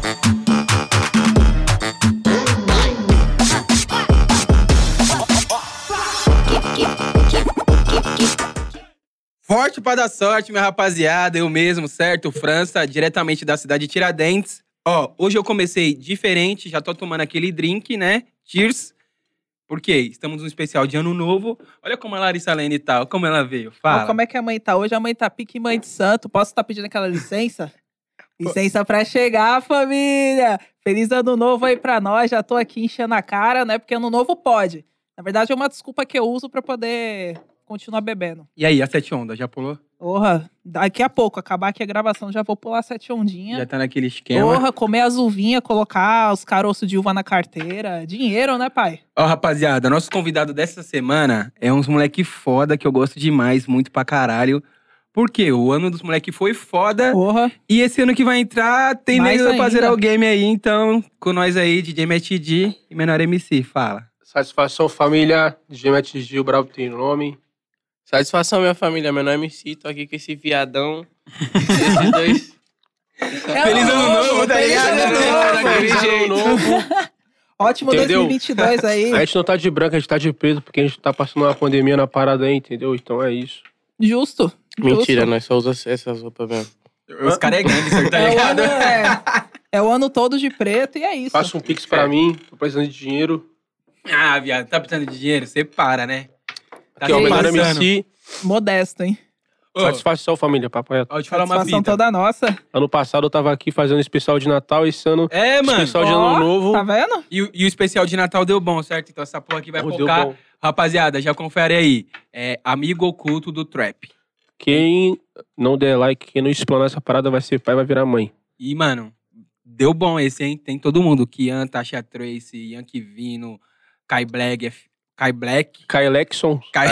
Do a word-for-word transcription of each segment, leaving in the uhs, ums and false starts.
Forte pra dar sorte, minha rapaziada. Eu mesmo, certo? França, diretamente da cidade de Tiradentes. Ó, hoje eu comecei diferente, já tô tomando aquele drink, né? Cheers. Por quê? Estamos num especial de Ano Novo. Olha como a Larissa Lene tá, como ela veio. Fala. Ó, como é que a mãe tá hoje? A mãe tá pique mãe de santo. Posso estar pedindo aquela licença? Licença pra chegar, família! Feliz Ano Novo aí pra nós. Já tô aqui enchendo a cara, né? Porque Ano Novo pode. Na verdade, é uma desculpa que eu uso pra poder continuar bebendo. E aí, a sete onda, já pulou? Porra, daqui a pouco, acabar aqui a gravação, já vou pular sete ondinhas. Já tá naquele esquema. Porra, comer as uvinhas, colocar os caroços de uva na carteira. Dinheiro, né, pai? Ó, rapaziada, nosso convidado dessa semana é uns moleque foda que eu gosto demais, muito pra caralho. Por quê? O ano dos moleque foi foda. Porra. E esse ano que vai entrar, tem Mais nego pra ainda. zerar o game aí. Então, com nós aí, D J Matt G e Menor M C. Fala. Satisfação, família. D J Matt G, o Bravo tem nome. Satisfação, minha família. Meu nome é M C, tô aqui com esse viadão. Esses dois. Feliz ano novo, tá ligado? Daquele jeito. novo. Ótimo Entendeu? dois mil e vinte e dois aí. A gente não tá de branco, a gente tá de preto, porque a gente tá passando uma pandemia na parada aí, entendeu? Então é isso. Justo. Mentira, Justo. nós só usamos essas roupas mesmo. Os caras é gangster, tá É o, ligado? ano, é, é o ano todo de preto e é isso. Passa um pix pra mim, tô precisando de dinheiro. Ah, viado, tá precisando de dinheiro? Você para, né? Tá Aqui, ó, se o Menor passando. M C. Modesto, hein? Ô, Satisfação, família, papo reto. ó, te falar uma Satisfação fita. toda nossa. Ano passado eu tava aqui fazendo especial de Natal, esse ano É, mano. especial de Ó, Ano Novo. Tá vendo? E, o- e o especial de Natal deu bom, certo? Então essa porra aqui vai Pô, deu focar. bom. Rapaziada, já confere aí. É Amigo Oculto do Trap. Quem não der like, quem não explanar essa parada vai ser pai, vai virar mãe. E, mano, deu bom esse, hein? Tem todo mundo. Kian, Tasha Trace, Yankee Vino, Kai Black, F- Kai Black, Kai Lexon, Kai,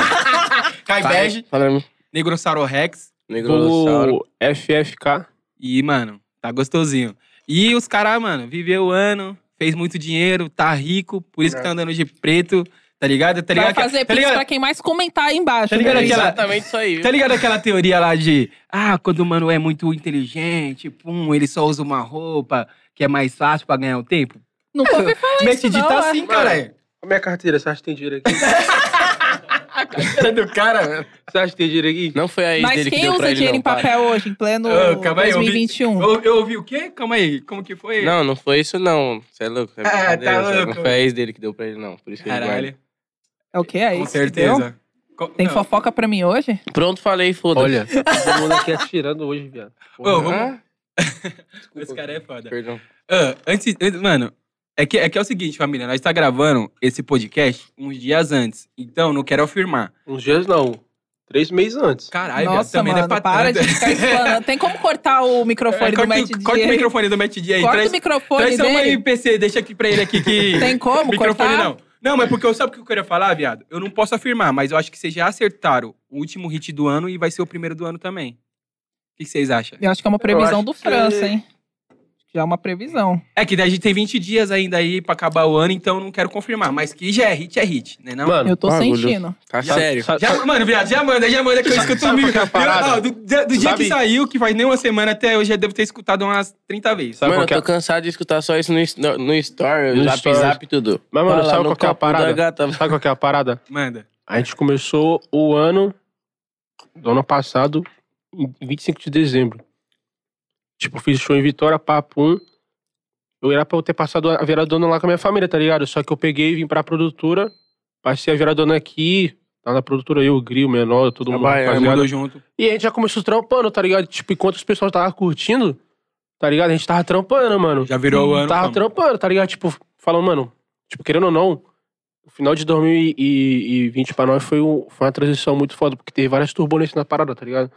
Kai Bege, Falando. Negrossauro Rex. Negrossauro. o F F K. E, mano, tá gostosinho. E os caras, mano, viveu o ano, fez muito dinheiro, tá rico, por isso que tá andando de preto, tá ligado? Tá ligado? Vai fazer tá pix ligado? pra quem mais comentar aí embaixo. Tá ligado né? aquela- Exatamente isso aí, viu? Tá ligado aquela teoria lá de, ah, quando o mano é muito inteligente, pum, ele só usa uma roupa que é mais fácil pra ganhar o tempo? Nunca ouvi falar Matt isso, D não, tá é. assim, caralho. A minha carteira, você acha que tem dinheiro aqui? A cara do cara, mano. Você acha que tem dinheiro aqui? Não foi a ex Mas dele que quem deu pra usa ele, dinheiro não, em pai. papel hoje, em pleno Ô, calma aí, eu dois mil ouvi- e vinte e um? Eu, eu ouvi o quê? Calma aí, como que foi? Não, não foi isso, não. Você é louco. É Ah, brincadeira, tá sabe? louco. Não foi a ex dele que deu pra ele, não. Por isso que ele Caralho, guarda. É o quê? É com isso? que deu? certeza. Co- Tem não. fofoca pra mim hoje? Pronto, falei, foda-se. Olha, todo mundo aqui atirando hoje, viado. Ô, vamos... Hã? Esse cara é foda. Perdão. Ah, antes, antes- mano, é que, é que é o seguinte, família, nós tá gravando esse podcast uns dias antes, então não quero afirmar. Uns dias não. Três meses antes. Caralho, Nossa, viado, também mano, não é pra para tanto. de ficar explanando. Tem como cortar o microfone É, do corta, Matt o- D? corta o microfone do Matt D aí. Corta traz, o microfone traz só uma dele. M P C, deixa aqui pra ele aqui que... Tem como microfone cortar? não. Não, mas porque eu sabe o que eu queria falar, viado? Eu não posso afirmar, mas eu acho que vocês já acertaram o último hit do ano e vai ser o primeiro do ano também. O que que vocês acham? Eu acho que é uma previsão acho do que- França, hein? Já é uma previsão. É que daí a gente tem vinte dias ainda aí pra acabar o ano, então eu não quero confirmar. Mas que já é hit, é hit, né não? Mano, Eu tô bagulho. sentindo. Tá sabe- sério. sabe- Já, mano, viado, já manda, já manda que eu escuto sabe mil. qual que é a parada? Eu- ó, do do- do dia Sabe- que saiu, que faz nem uma semana até hoje, eu devo ter escutado umas trinta vezes. Sabe Mano, qual eu que é? tô cansado de escutar só isso no, is- no, no Story, No Zap Stories. Zap e tudo. Mas, mano, Fala sabe no qual que é a copo da parada? gata. Sabe qual que é a parada? Manda. A gente começou o ano do ano passado em vinte e cinco de dezembro. Tipo, fiz show em Vitória, Papum. Eu era pra eu ter passado a virada do ano lá com a minha família, tá ligado? Só que eu peguei e vim pra produtora. Passei a virada do ano aqui. Tá na produtora eu, o Gri, o Menor, todo mundo. Trabalhando, Todo rapaziada. mundo junto. E a gente já começou trampando, tá ligado? Tipo, enquanto os pessoal tava curtindo, tá ligado? A gente tava trampando, mano. Já virou o ano. Tava como? trampando, tá ligado? Tipo, falando, mano, tipo, querendo ou não, o final de dois mil e vinte pra nós foi, um, foi uma transição muito foda, porque teve várias turbulências na parada, tá ligado?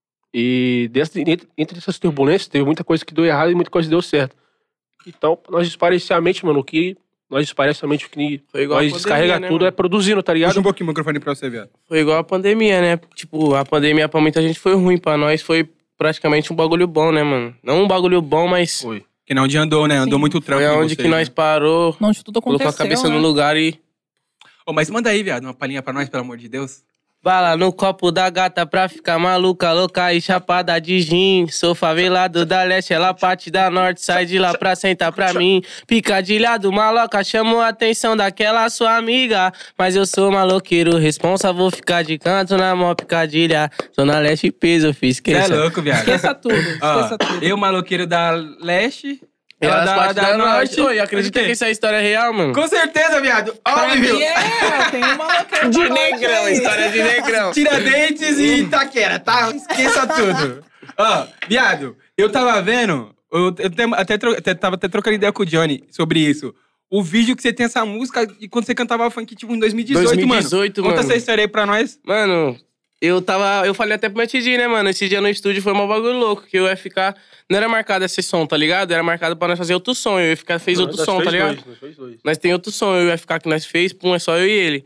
E dessa, entre, entre essas turbulências, teve muita coisa que deu errado e muita coisa que deu certo. Então, nós desparecidamente, mano, o que nós desparecidamente, o que Foi igual a nós pandemia, descarrega né, tudo mano? é produzindo, tá ligado? Puxa um pouquinho o microfone pra você, viado. Foi igual a pandemia, né? Tipo, a pandemia pra muita gente foi ruim, pra nós foi praticamente um bagulho bom, né, mano? Não um bagulho bom, mas Foi. Que não onde andou, né? Andou Sim. muito trampo. foi de aonde vocês, que nós né? parou, Não, de tudo aconteceu, colocou a cabeça né? no lugar e... Ô, mas manda aí, viado, uma palhinha pra nós, pelo amor de Deus. Bala no copo da gata pra ficar maluca, louca e chapada de gin. Sou favelado da leste, ela parte da norte, sai de lá pra sentar pra mim. Picadilhado, maloca, chamou a atenção daquela sua amiga. Mas eu sou maloqueiro, responsa, vou ficar de canto na mó picadilha. Zona leste peso, fiz, Você é esqueça. louco, viado. Esqueça tudo, Ó, esqueça tudo. eu, maloqueiro da leste, ela Elas da, partem da, da norte. norte. Oi, acredita Pode que crer. essa história é real, mano? Com certeza, viado. Pra Óbvio. mim é, tem uma louqueira De da noite negrão, aí. história de negrão. Tiradentes e Itaquera, tá? Esqueça tudo. Ó, viado, eu tava vendo, eu, eu tem- até, tro- até- tava até trocando ideia com o Johnny sobre isso. O vídeo que você tem essa música e quando você cantava funk, tipo, em dois mil e dezoito, dois mil e dezoito, mano. Conta mano. essa história aí pra nós. Mano, eu tava. Eu falei até pro meu T D, né, mano? Esse dia no estúdio foi um bagulho louco, que eu ia ficar. Não era marcado esse som, tá ligado? Era marcado pra nós fazer outro som. Eu ia ficar, fez outro Nós som, fez tá ligado? dois, nós fez dois. Nós tem outro som, eu ia ficar que nós fez, pum, é só eu e ele.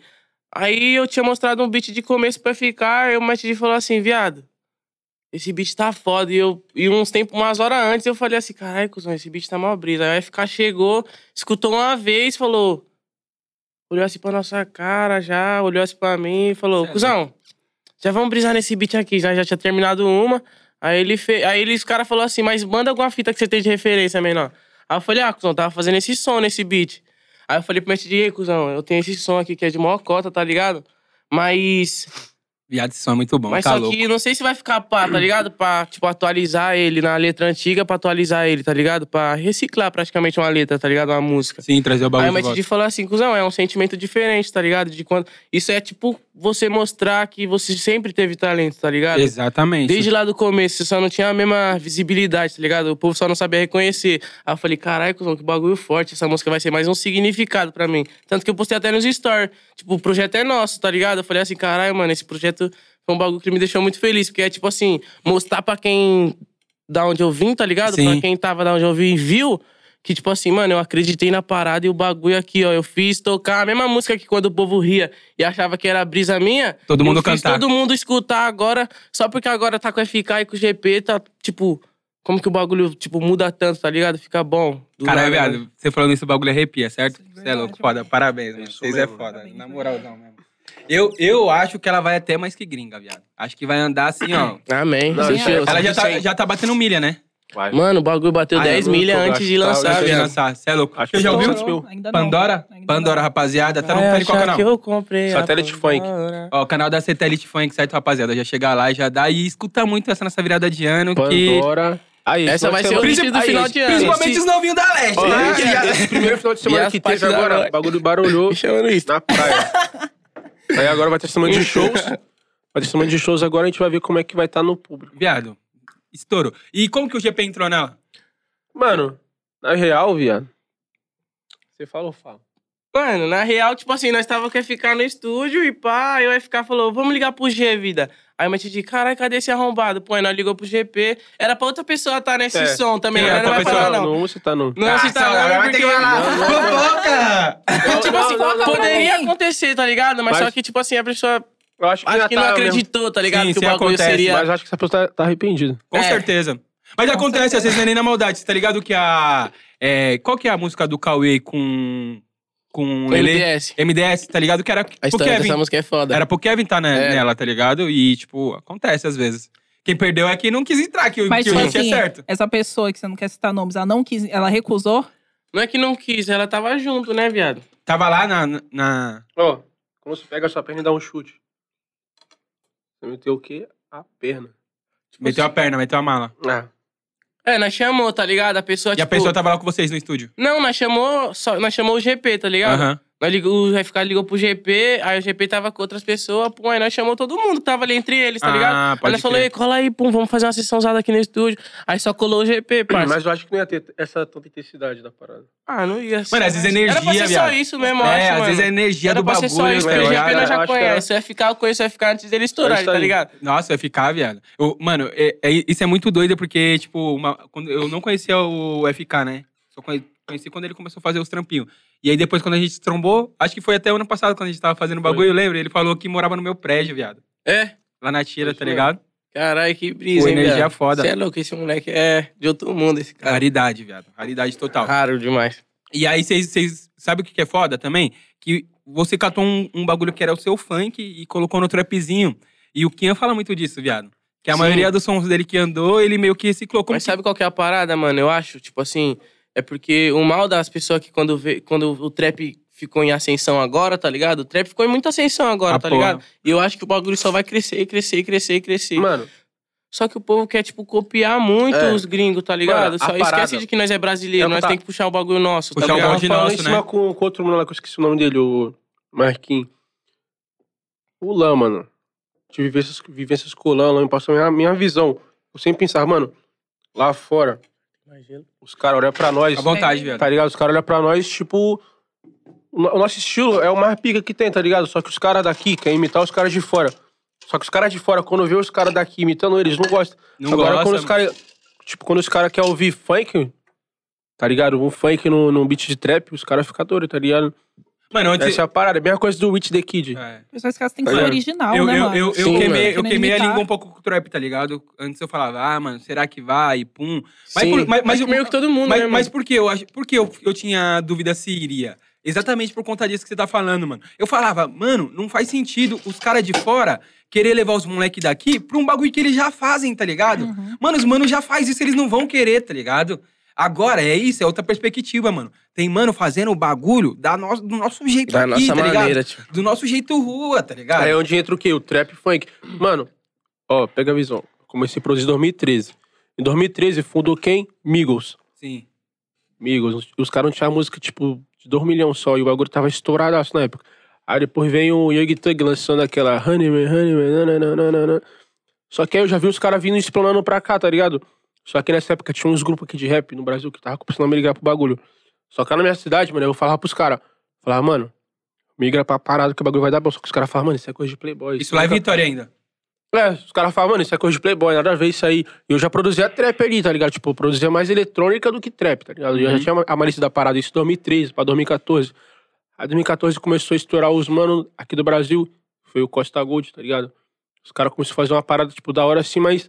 Aí eu tinha mostrado um beat de começo pra ficar, aí o meu T D falou assim, viado, esse beat tá foda. E, eu, e uns tempos, umas horas antes, eu falei assim, caralho, cuzão, esse beat tá mó brisa. Aí o F K chegou, escutou uma vez, falou, olhou assim pra nossa cara já, olhou assim pra mim e falou, Sério? cuzão, já vamos brisar nesse beat aqui, já, já tinha terminado uma. Aí ele fez, aí ele, os caras falaram assim, mas manda alguma fita que você tem de referência, menor. Aí eu falei, ah, cuzão, tava fazendo esse som nesse beat. Aí eu falei pro meu T D, cuzão, eu tenho esse som aqui que é de maior cota, tá ligado? Mas... Viado, esse som é muito bom, Mas tá só louco. que não sei se vai ficar pá, tá ligado? Pra, tipo, atualizar ele na letra antiga, pra atualizar ele, tá ligado? Pra reciclar praticamente uma letra, tá ligado? Uma música. Sim, trazer o Aí bagulho o meu de T D volta. falou assim, cuzão, é um sentimento diferente, tá ligado? De quando... Isso é tipo você mostrar que você sempre teve talento, tá ligado? Exatamente. Desde lá do começo, você só não tinha a mesma visibilidade, tá ligado? O povo só não sabia reconhecer. Aí eu falei, caralho, cuzão, que bagulho forte. Essa música vai ser mais um significado pra mim. Tanto que eu postei até nos stories. Tipo, o projeto é nosso, tá ligado? Eu falei assim, caralho, mano, esse projeto foi um bagulho que me deixou muito feliz. Porque é tipo assim, mostrar pra quem... Da onde eu vim, tá ligado? Sim. Pra quem tava da onde eu vim e viu... Que, tipo assim, mano, eu acreditei na parada e o bagulho aqui, ó. Eu fiz tocar a mesma música que quando o povo ria e achava que era brisa minha. Todo mundo eu fiz cantar. todo mundo escutar agora, só porque agora tá com o F K e com o G P, tá, tipo... Como que o bagulho, tipo, muda tanto, tá ligado? Fica bom. Do Caralho, nada, viado, né? você falando isso, o bagulho arrepia, certo? Isso é Você é verdade, louco, foda. mano. Parabéns, mano. Isso Vocês é mesmo. foda. Parabéns, Na velho. moralzão mesmo. Eu, eu acho que ela vai até mais que gringa, viado. Acho que vai andar assim, ó. Amém. Não, Deixa eu- Ela já tá, Sim. já tá batendo milha, né? Vai. Mano, o bagulho bateu Ah, dez eu não milha tô antes de gastando, lançar, eu Antes de viado. lançar, você é louco. Acho Você que já foi ouviu? uns mil. Ainda não. Pandora? Ainda Pandora, não. rapaziada. Tá no Vai pé qual achar canal? que eu comprei a Satélite Funk. Pandora. Ó, o canal da Satélite Funk, certo, rapaziada? Já chega lá e já dá. E escuta muito essa nessa virada de ano que... Pandora. Aí, Essa final vai de ser o semana- hit do Aí, final de ano. Principalmente esse- os novinhos da Leste, Ó, né? esse, esse primeiro final de E semana as que partes teve da agora, noite. o bagulho barulhou Me chama no Insta. na praia. Aí agora vai ter semana de shows. Vai ter semana de shows agora, a gente vai ver como é que vai estar no público. Viado, estouro. E como que o G P entrou nela? Mano, na real, viado. Você fala ou fala? Mano, na real, tipo assim, nós tava quer ficar no estúdio e pá, aí o F K falou, vamos ligar pro G, vida. Aí eu te disse, caralho, cadê esse arrombado? Pô, aí nós ligou pro G P. Era pra outra pessoa estar nesse É. som também, Sim, né? era Não pra vai pessoa- falar, não. Não vamos citar, não. Não, você tá agora não, vai ter que porque... falar. Não, não, Fofoca! Tipo assim, não, não, poderia não. acontecer, tá ligado? Mas, Mas- só que, tipo assim, a pessoa Eu acho que, acho já que tá não mesmo. acreditou, tá ligado? Sim, que o sim, bagulho acontece, seria... Mas eu acho que essa pessoa tá, tá arrependida. Com É. certeza. Mas Com acontece, certeza. às vezes não é nem na maldade. Você tá ligado que a... é, qual que é a música do Cauê com... Com Com Lele? M D S. M D S, tá ligado? Que era A pro história Kevin. dessa música é foda. Era pro Kevin tá né, É. nela, tá ligado? E, tipo, acontece às vezes. Quem perdeu é quem não quis entrar, que, o- Mas, que o tipo hit é assim, certo. essa pessoa que você não quer citar nomes, ela não quis, ela recusou? Não é que não quis, ela tava junto, né, viado? Tava lá na... na... Ó, quando você pega a sua perna e dá um chute. Você meteu o quê? A perna. Meteu a perna, meteu a mala. Ah. É, nós chamou, tá ligado? A pessoa, E a tipo... pessoa tava lá com vocês no estúdio. Não, nós chamou, só, nós chamou o G P, tá ligado? Aham. Nós ligou, o F K ligou pro G P, aí o G P tava com outras pessoas, pum, aí nós chamou todo mundo que tava ali entre eles, tá Ah, ligado? Aí pode nós falou, crer. ei, cola aí, pum, vamos fazer uma sessão usada aqui no estúdio. Aí só colou o G P, parça. Mas eu acho que não ia ter essa tanta intensidade da parada. Ah, não ia ser. Mano, às vezes é Era pra energia, ser só viado. isso mesmo, eu É, acho, às mano. vezes é a energia Era do pra ser só bagulho, isso, tá porque o G P ligado? nós já Eu acho que era- conhece. O F K, eu conheço o F K antes dele estourar, É isso tá aí. ligado? Nossa, vai ficar, viado. Eu, mano, é- é- isso é muito doido porque, tipo, uma- quando eu não conhecia o F K, né? Só conhe- conheci quando ele começou a fazer os trampinhos. E aí depois, quando a gente se trombou, acho que foi até o ano passado, quando a gente tava fazendo o bagulho, eu lembro, ele falou que morava no meu prédio, viado. É? Lá na Tira, Isso tá mesmo. ligado? Caralho, que brisa, Pô, hein, energia viado? foda. Você é louco, esse moleque é de outro mundo, esse cara. Raridade, viado. Raridade total. Raro demais. E aí, vocês sabem o que que é foda também? Que você catou um, um bagulho que era o seu funk e colocou no trapzinho. E o Kian fala muito disso, viado. Que a Sim. maioria dos sons dele que andou, ele meio que reciclou. Como Mas que... sabe qual que é a parada, mano? Eu acho, tipo assim, é porque o mal das pessoas que quando, vê, quando o trap ficou em ascensão agora, tá ligado? O trap ficou em muita ascensão agora, Ah, tá porra. ligado? E eu acho que o bagulho só vai crescer, e crescer, e crescer, e crescer. Mano, Só que o povo quer, tipo, copiar muito É. os gringos, tá ligado? Mano, a Só parada- esquece de que nós é brasileiro, É, nós tá- tem que puxar o bagulho nosso, Puxar tá o ligado? balde falando nosso, em cima né? com, com outro mano lá que eu esqueci o nome dele, o Marquinhos. O Lã, mano. Tive vivências, vivências com o Lã, Lã me passou a minha, minha visão. Eu sempre pensava, mano, lá fora, os caras olham pra nós, À vontade, viado. tá ligado? Os caras olham pra nós, tipo... O no- o nosso estilo é o mais pica que tem, tá ligado? Só que os caras daqui querem imitar os caras de fora. Só que os caras de fora, quando vê os caras daqui imitando eles, não gostam. Não Agora, gosta, quando os caras... Tipo, quando os caras querem ouvir funk, tá ligado? Um funk no, no beat de trap, os caras ficam doidos, tá ligado? Mano, antes... Essa é a parada. É a mesma coisa do Witch the Kid. É. O pessoal esquece que tem que Tá ser ligado? original, Eu, né, eu, mano? eu, eu Sim, queimei, mano. eu Querendo queimei a imitar. língua um pouco com o trap, tá ligado? Antes eu falava, ah, mano, será que vai? E pum. Mas, Sim. por, mas, mas, Acho que meio que todo mundo, mas, né, mas mano? por que eu, ach- por que eu, eu tinha dúvida se iria? Exatamente por conta disso que você tá falando, mano. Eu falava, mano, não faz sentido os caras de fora querer levar os moleques daqui pra um bagulho que eles já fazem, tá ligado? Uhum. Mano, os manos já faz isso, eles não vão querer, tá ligado? Agora, é isso, é outra perspectiva, mano. Tem mano fazendo o bagulho da no, do nosso jeito Da aqui, nossa tá maneira, ligado? tio. Do nosso jeito rua, tá ligado? Aí é onde entra o quê? O trap e funk. Mano, ó, pega a visão. Comecei a produzir em dois mil e treze. Em dois mil e treze, fundou quem? Migos. Sim. Migos. Os caras não tinham música, tipo, de dois milhões só. E o bagulho tava estouradaço na época. Aí depois vem o Young Thug lançando aquela Honeyman, Honeyman, nananana. Só que aí eu já vi os caras vindo explanando pra cá, tá ligado? Só que nessa época tinha uns grupos aqui de rap no Brasil que tava começando a migrar pro bagulho. Só que lá na minha cidade, mano, eu falava pros caras. Falava, mano, migra pra parada que o bagulho vai dar bom. Só que os caras falavam, mano, isso é coisa de playboy. Isso lá é nunca- Vitória ainda. É, os caras falavam, mano, isso é coisa de playboy, nada a ver isso aí. E eu já produzia trap ali, tá ligado? Tipo, eu produzia mais eletrônica do que trap, tá ligado? Eu Uhum. já tinha a malícia da parada, isso em dois mil e treze pra dois mil e quatorze. Aí dois mil e quatorze começou a estourar os mano aqui do Brasil. Foi o Costa Gold, tá ligado? Os caras começaram a fazer uma parada, tipo, da hora assim, mas...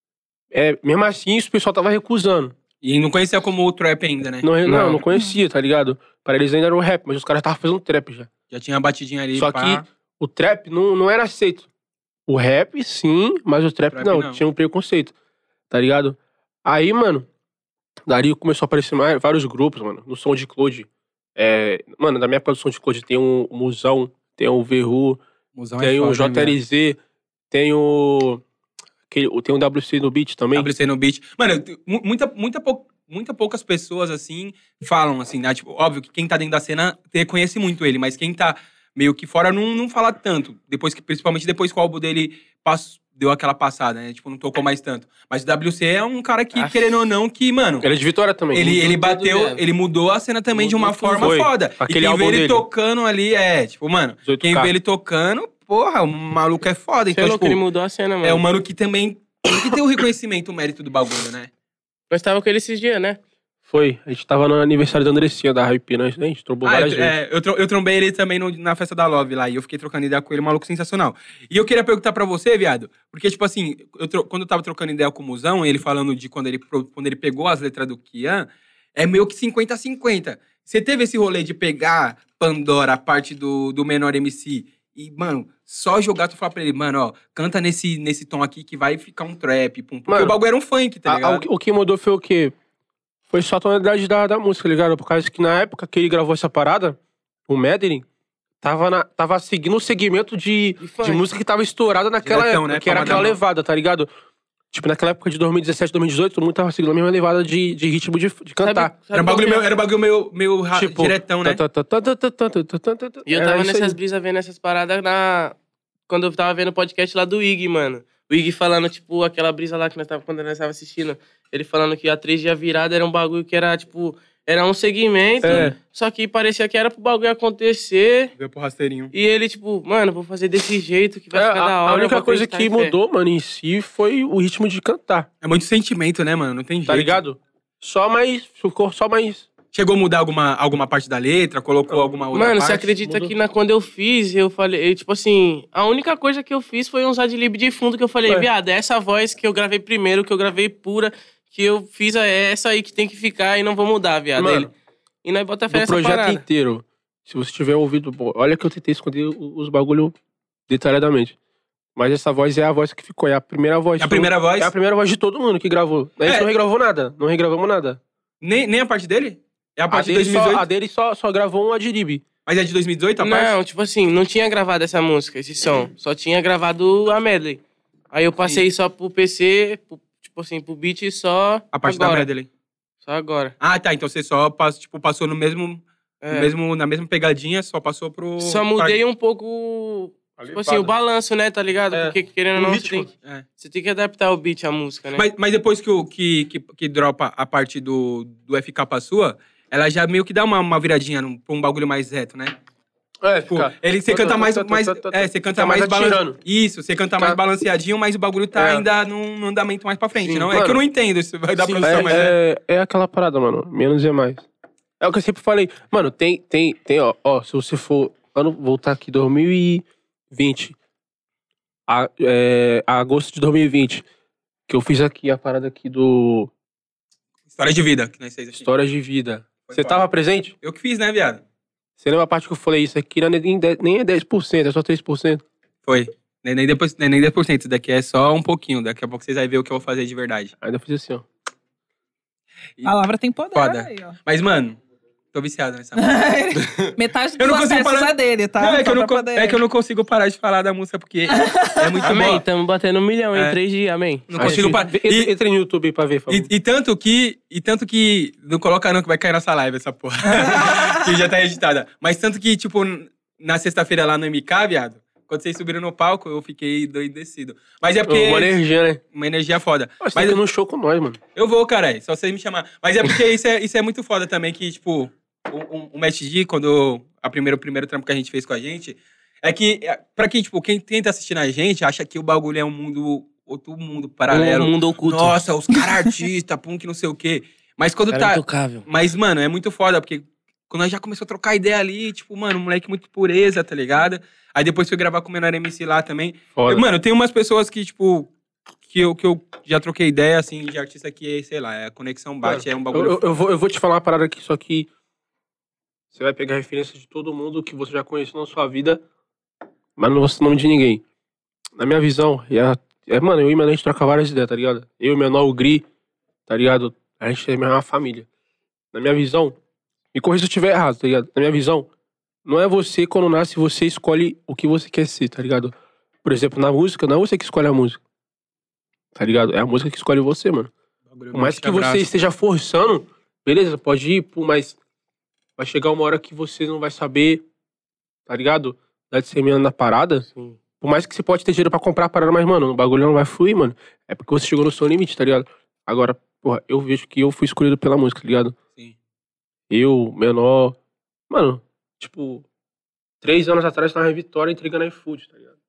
É, mesmo assim, isso o pessoal tava recusando. E não conhecia como o trap ainda, né? Não, não, Não. não conhecia, tá ligado? Para eles ainda era o rap, mas os caras estavam fazendo trap já. Já tinha a batidinha ali. Só pá. que o trap não, não era aceito. O rap, sim, mas o trap, Trap, não, não. tinha um preconceito, tá ligado? Aí, mano, dali começou a aparecer mais, vários grupos, mano, no SoundCloud. É, mano, na minha época do SoundCloud tem um Musão, tem o Verru, Musão é tem o foda, J né, L Z, tem o... aquele- tem o W C no beat também. W C no beat. Mano, eu- mu- muita, muita, pou- muita poucas pessoas, assim, falam, assim, né? Tipo, óbvio que quem tá dentro da cena te- conhece muito ele, mas quem tá meio que fora não, não fala tanto. Depois que, principalmente depois que o álbum dele pass- deu aquela passada, né? Tipo, não tocou mais tanto. Mas o W C é um cara que, Aff. querendo ou não, que, mano... Ele é de Vitória também. Ele, Mudou ele tudo bateu, mesmo. ele mudou a cena também de Mudou uma tudo. forma Foi. foda. Aquele e quem álbum vê ele dele. tocando ali é, tipo, mano, dezoito quem K. vê ele tocando, porra, o maluco é foda. Então, Então, tipo, ele mudou a cena, mano. é um mano que também tem que ter o reconhecimento, o mérito do bagulho, né? Nós tava com ele esses dias, né? Foi, a gente tava no aniversário da Andressinha, da Hype, né? A gente trombou Ah, várias eu, vezes. é, eu, tro- eu trombei ele também no- na festa da Love lá, e eu fiquei trocando ideia com ele, um maluco sensacional. E eu queria perguntar pra você, viado, porque, tipo assim, eu tro- quando eu tava trocando ideia com o Musão, ele falando de quando ele, pro- quando ele pegou as letras do Kian, é meio que cinquenta a cinquenta. Você teve esse rolê de pegar Pandora, a parte do, do menor M C, e, mano, só jogar, tu falar pra ele, mano, ó, canta nesse, nesse tom aqui que vai ficar um trap, pum, porque Mano, o bagulho era um funk, tá A- a- ligado? o, que- o que mudou foi o quê? Foi só a tonalidade da, da música, ligado? Por causa que na época que ele gravou essa parada, o Medley tava, na- tava seguindo o segmento de, De funk. de música que tava estourada naquela Diretão, época, né? que era Palma da aquela mão. levada, tá ligado? Tipo, naquela época de dois mil e dezessete, dois mil e dezoito, todo mundo tava seguindo a mesma levada de, de ritmo de, de cantar. Sabe- sabe Era um qual bagulho que é? meio, era um bagulho meio, meio ra- Tipo, diretão, né? tá, tá, tá, tá, tá, tá, tá, tá, tá, tá. E eu Era tava isso nessas aí. brisas vendo essas paradas na... Quando eu tava vendo o podcast lá do Ig, mano. O Ig falando, tipo, aquela brisa lá que nós tava, quando nós tava assistindo. Ele falando que a três dias virada era um bagulho que era, tipo... Era um segmento, É. só que parecia que era pro bagulho acontecer. Veio pro rasteirinho. E ele, tipo, mano, vou fazer desse jeito que vai É, ficar a, da a hora. eu única vou coisa acreditar que em fé. mudou, mano, em si, foi o ritmo de cantar, É muito sentimento, né, mano? Não tem jeito. tá ligado? Só mais, ficou só mais... Chegou a mudar alguma, alguma parte da letra? Colocou alguma outra Mano, parte? você acredita mudou. que na, quando eu fiz, eu falei, eu, tipo assim, a única coisa que eu fiz foi uns adlib de fundo que eu falei, É. viado, é essa voz que eu gravei primeiro, que eu gravei pura, que eu fiz, é essa aí que tem que ficar e não vou mudar, viado. Mano, Ele. E nós bota fé do nessa projeto parada. inteiro, Se você tiver ouvido, bom, olha que eu tentei esconder o- os bagulho detalhadamente. Mas essa voz é a voz que ficou, é a primeira voz. É a primeira voz? É a primeira voz de todo mundo que gravou. A gente É. não regravou nada, não regravamos nada. Nem, nem a parte dele? É a A parte de dele, dois mil e dezoito? só, a dele só, só gravou um Adiribe. Mas é de dois mil e dezoito a parte? Não, tipo assim, não tinha gravado essa música, esse som. Só tinha gravado a medley. Aí eu passei só pro P C, pro- tipo assim, pro beat só A parte agora. da medley. Só agora. Ah, tá. Então você só pass- tipo, passou no mesmo, É. no mesmo... Na mesma pegadinha, só passou pro... Só mudei um pouco, tipo assim, o balanço, né, tá ligado? É. Porque querendo ou O não, você ritmo. tem, É. você tem que adaptar o beat à música, né? Mas, mas depois que, o, que, que, que dropa a parte do, do F K pra sua, ela já meio que dá uma, uma viradinha num- pra um bagulho mais reto, né? É, Tipo, fica. ele, você canta mais... mais é, você canta Fica mais... mais balan- atirando. Isso, você canta mais Tá. balanceadinho, mas o bagulho tá É. ainda num, num andamento mais pra frente, Sim, não? É mano. que eu não entendo isso, vai dar Sim, produção, mas é... é, é, é aquela parada, mano. Menos é mais. É o que eu sempre falei. Mano, tem, tem, tem, ó, ó, se você for, ano, voltar aqui, dois mil e vinte, a, é, a agosto de dois mil e vinte, que eu fiz aqui a parada aqui do História de vida, que nós fez aqui. Histórias de Vida. Foi Você foda. tava presente? Eu que fiz, né, viado? Você lembra a parte que eu falei isso aqui? Não é nem, dez nem é dez por cento, é só três por cento. Foi. Nem, nem, depois, nem, nem dez por cento, isso daqui é só um pouquinho. Daqui a pouco vocês vão ver o que eu vou fazer de verdade. Ainda fiz assim, ó. E- Palavra tem poder. Foda. Aí, ó. Mas, mano, tô viciado nessa música. Metade Eu dos não consigo acessos parar- é dele, tá? Não, é que, eu Só não, pra co- poder- é que eu não consigo parar de falar da música, porque é muito Amém, boa. tamo batendo um milhão É. em três dias, amém. Não consigo parar. Entre, E, entre no YouTube aí pra ver, por favor. e, e tanto que... E tanto que... Não coloca não, que vai cair nossa live, essa porra. Que já tá editada. Mas tanto que, tipo, na sexta-feira lá no M K, viado, quando vocês subiram no palco, eu fiquei doidecido. Mas é porque... Uma energia, né? Uma energia foda. Pô, você Mas tá num show com nós, mano. eu vou, caralho. Só vocês me chamar. Mas é porque isso é, isso é muito foda também, que, tipo, o, o, o Match D, quando a primeiro, o primeiro trampo que a gente fez com a gente, é que, é, pra quem, tipo, quem tenta assistindo a gente, acha que o bagulho é um mundo, outro mundo paralelo. Um mundo oculto. Nossa, os caras artistas, pum, que não sei o quê. Mas quando Cara tá... intocável. Mas, mano, é muito foda, porque quando nós já começou a trocar ideia ali, tipo, mano, um moleque muito pureza, tá ligado? Aí depois fui gravar com o Menor M C lá também. Foda. Eu, mano, tem umas pessoas que, tipo, que eu, que eu já troquei ideia, assim, de artista que, sei lá, é a conexão bate, é um bagulho... Eu, eu, eu vou, eu vou te falar uma parada aqui, só que você vai pegar referência de todo mundo que você já conheceu na sua vida, mas não vou citar o nome de ninguém. Na minha visão, é, a- é, mano, eu e o Menor, a gente troca várias ideias, tá ligado? Eu, o Menor, o Gri, tá ligado? A gente é a mesma família. Na minha visão, me corrija se eu estiver errado, tá ligado? Na minha visão, não é você, quando nasce, você escolhe o que você quer ser, tá ligado? Por exemplo, na música, não é você que escolhe a música. Tá ligado? É a música que escolhe você, mano. bagulho Por mais te que abraça. você esteja forçando, beleza, pode ir, pô, mas vai chegar uma hora que você não vai saber, tá ligado? Tá disseminando na parada. Sim. Por mais que você pode ter dinheiro pra comprar a parada, mas, mano, o bagulho não vai fluir, mano. É porque você chegou no seu limite, tá ligado? Agora, porra, eu vejo que eu fui escolhido pela música, tá ligado? Sim. Eu, Menor. Mano, tipo, três anos atrás tava em Vitória entregando iFood, tá ligado?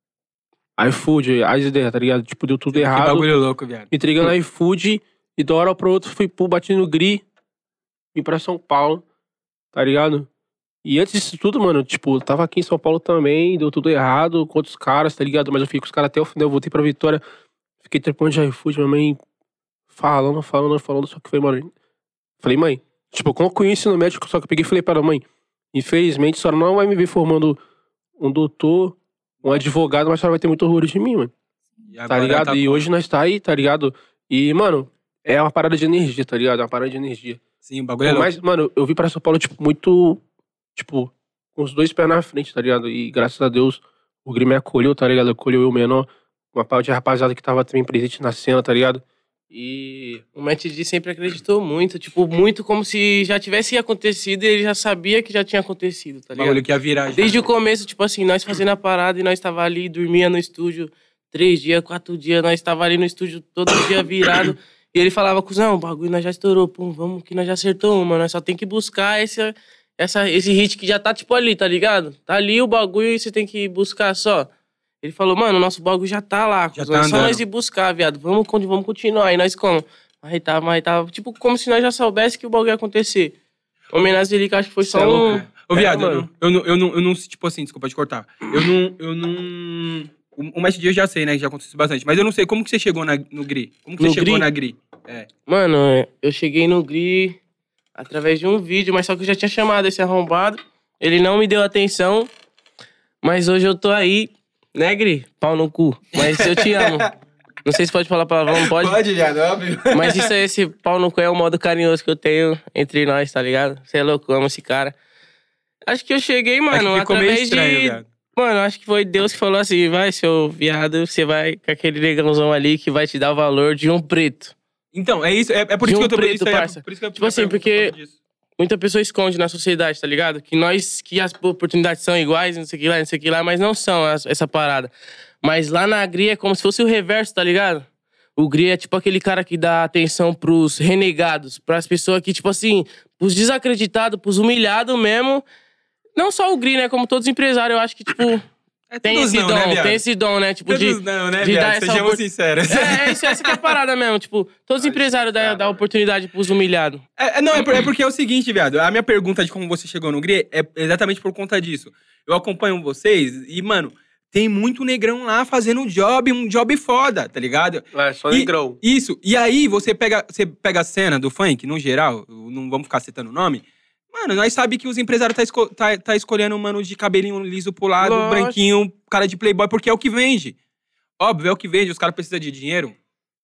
iFood, as ideias, tá ligado? Tipo, deu tudo Que errado. bagulho louco, viado. Entregando iFood e da hora pro outro fui, pô, bati no Gri, vim pra São Paulo, tá ligado? E antes disso tudo, mano, tipo, eu tava aqui em São Paulo também, deu tudo errado com outros caras, tá ligado? Mas eu fiquei com os caras até o final, eu voltei pra Vitória, fiquei trepando de iFood, minha mãe falando, falando, falando, só que foi, mano. Falei, mãe, tipo, eu concluí o ensino médico, só que eu peguei e falei para a mãe, infelizmente, a senhora não vai me ver formando um doutor, um advogado, mas a senhora vai ter muito orgulho de mim, mano. E Tá agora ligado? tá- E hoje nós tá aí, tá ligado? E, mano, é uma parada de energia, tá ligado? É uma parada de energia. Sim, o bagulho é louco. Mas, mano, eu vim pra São Paulo, tipo, muito, tipo, com os dois pés na frente, tá ligado? E graças a Deus, o Gri me acolheu, tá ligado? Acolheu eu menor, uma parte de rapaziada que tava também presente na cena, tá ligado? E... O Matt D sempre acreditou muito, tipo, muito como se já tivesse acontecido e ele já sabia que já tinha acontecido, tá O ligado? bagulho que ia virar. já. Desde o começo, tipo assim, nós fazendo a parada e nós tava ali, dormia no estúdio três dias, quatro dias, nós tava ali no estúdio todo dia virado. E ele falava, cuzão, o bagulho nós já estourou, pum, vamos que nós já acertou uma, nós só tem que buscar esse, essa, esse hit que já tá, tipo, ali, tá ligado? Tá ali o bagulho e você tem que buscar só. Ele falou, mano, o nosso bagulho já tá lá, Já cuzão, tá é só andando. nós ir buscar, viado, vamos, con- vamos continuar. E nós como? Mas tava, mas tava, tipo, como se nós já soubesse que o bagulho ia acontecer. O homenagem dele, que acho que foi Cê é só louco, um... né? Ô, viado, É, eu, mano. não, eu, não, eu, não, eu não, tipo assim, desculpa te cortar. Eu não, eu não... O, o Match D eu já sei, né, que já aconteceu bastante. Mas eu não sei, como que você chegou na, no Gri? Como que No você chegou Gri? na Gri? É. Mano, eu cheguei no Gri através de um vídeo, mas só que eu já tinha chamado esse arrombado. ele não me deu atenção, mas hoje eu tô aí, né, Gri? Pau no cu. Mas eu te amo. Não sei se pode falar palavrão, não pode? Pode, viado, óbvio. Mas isso é esse pau no cu, é o modo carinhoso que eu tenho entre nós, tá ligado? Você é louco, eu amo esse cara. Acho que eu cheguei, mano, Acho que ficou meio através estranho, de... viado. Mano, acho que foi Deus que falou assim, vai, seu viado, você vai com aquele negãozão ali que vai te dar o valor de um preto. Então, é isso. É, é por De isso que um eu tô... preto, isso aí, parça. é por isso que eu Tipo assim, porque- Muita pessoa esconde na sociedade, tá ligado? Que nós, que as oportunidades são iguais, não sei o que lá, não sei o que lá, mas não são as- essa parada. Mas lá na Gri é como se fosse o reverso, tá ligado? O Gri é tipo aquele cara que dá atenção pros renegados, pras pessoas que, tipo assim, pros desacreditados, pros humilhados mesmo. Não só o Gri, né? Como todos os empresários, eu acho que, tipo, É tem todos esse não, dom, né, viado? tem esse dom, né? Tipo, Todos de. não, né, de dar viado? essa Sejamos opor- sinceros. É, é isso, essa que é a parada mesmo. Tipo, todos os empresários dão dá oportunidade pros humilhados. É, é, não, é, por- é porque é o seguinte, viado. A minha pergunta de como você chegou no Gri é exatamente por conta disso. Eu acompanho vocês e, mano, tem muito negrão lá fazendo um job, um job foda, tá ligado? É, só E- negrão. Isso. E aí você pega, você pega a cena do funk, no geral, não vamos ficar citando o nome. Mano, nós sabemos que os empresários tá, esco tá, tá escolhendo um mano de cabelinho liso pro lado, Lógico. branquinho, cara de playboy, porque é o que vende. Óbvio, é o que vende, os caras precisam de dinheiro.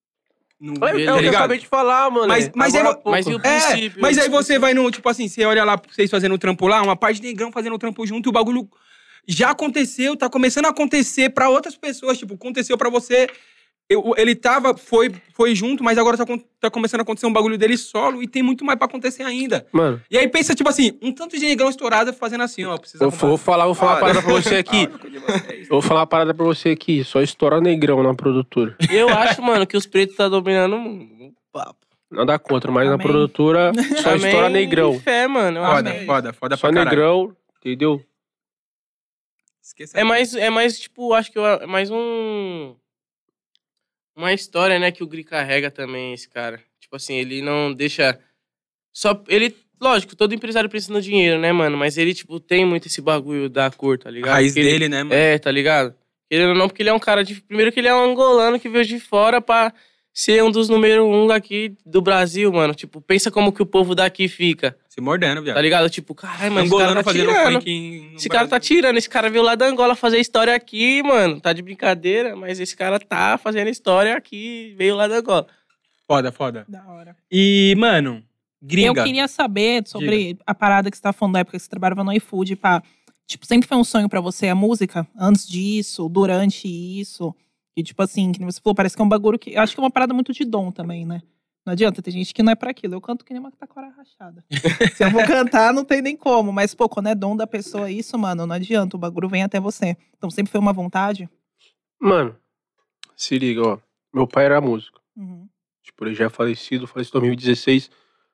Não, É, é o que tá eu ligado? acabei de falar, mano. Mas- mas Agora é- há pouco. Mas e o É, princípio? mas aí você vai no, tipo assim, você olha lá, vocês fazendo o trampo lá, uma parte de negrão fazendo o trampo junto e o bagulho já aconteceu, tá começando a acontecer pra outras pessoas, tipo, aconteceu pra você, eu- ele tava, foi, foi junto, mas agora tá, con- tá começando a acontecer um bagulho dele solo e tem muito mais pra acontecer ainda. Mano, E aí pensa, tipo assim, um tanto de negrão estourado fazendo assim, ó, precisa eu vou falar, vou falar uma parada pra você aqui. aqui. Eu vou falar uma parada pra você aqui. Só estoura negrão na produtora. Eu acho, mano, que os pretos tá dominando o mundo. Papo. Nada contra, mas na Amém. produtora só Amém estoura negrão. e fé, mano. eu Foda, acho. foda, foda Só pra caralho. negrão, entendeu? Esqueça. É mais, é mais, tipo, acho que é mais um... Uma história, né, que o Gri carrega também, esse cara. Tipo assim, ele não deixa... Só... Ele... Lógico, todo empresário precisa de dinheiro, né, mano? Mas ele, tipo, tem muito esse bagulho da cor, tá A ligado? raiz Porque ele- dele, né, mano? É, tá ligado? Querendo ou não, porque ele é um cara de... Primeiro que ele é um angolano que veio de fora pra ser um dos número um daqui do Brasil, mano. Tipo, pensa como que o povo daqui fica, Se mordendo, viado. tá ligado? Tipo, caralho, mano, esse cara Angolano tá fazendo tirando. funk em- no Esse cara tá Brasil. tirando, esse cara veio lá da Angola fazer história aqui, mano. Tá de brincadeira, mas esse cara tá fazendo história aqui, veio lá da Angola. Foda, foda. Da hora. E, mano, gringa. Eu queria saber sobre a parada que você tá falando da época que você trabalhava no iFood, pá. Tipo, sempre foi um sonho pra você a música? Antes disso, durante isso? E tipo assim, que nem você falou, parece que é um bagulho que... Eu acho que é uma parada muito de dom também, né? Não adianta, tem gente que não é pra aquilo. Eu canto que nem uma taquara rachada. Se eu vou cantar, não tem nem como. Mas, pô, quando é dom da pessoa isso, mano, não adianta. O bagulho vem até você. Então sempre foi uma vontade? Mano, se liga, ó. Meu pai era músico. Uhum. Tipo, ele já é falecido, faleceu em dois mil e dezesseis.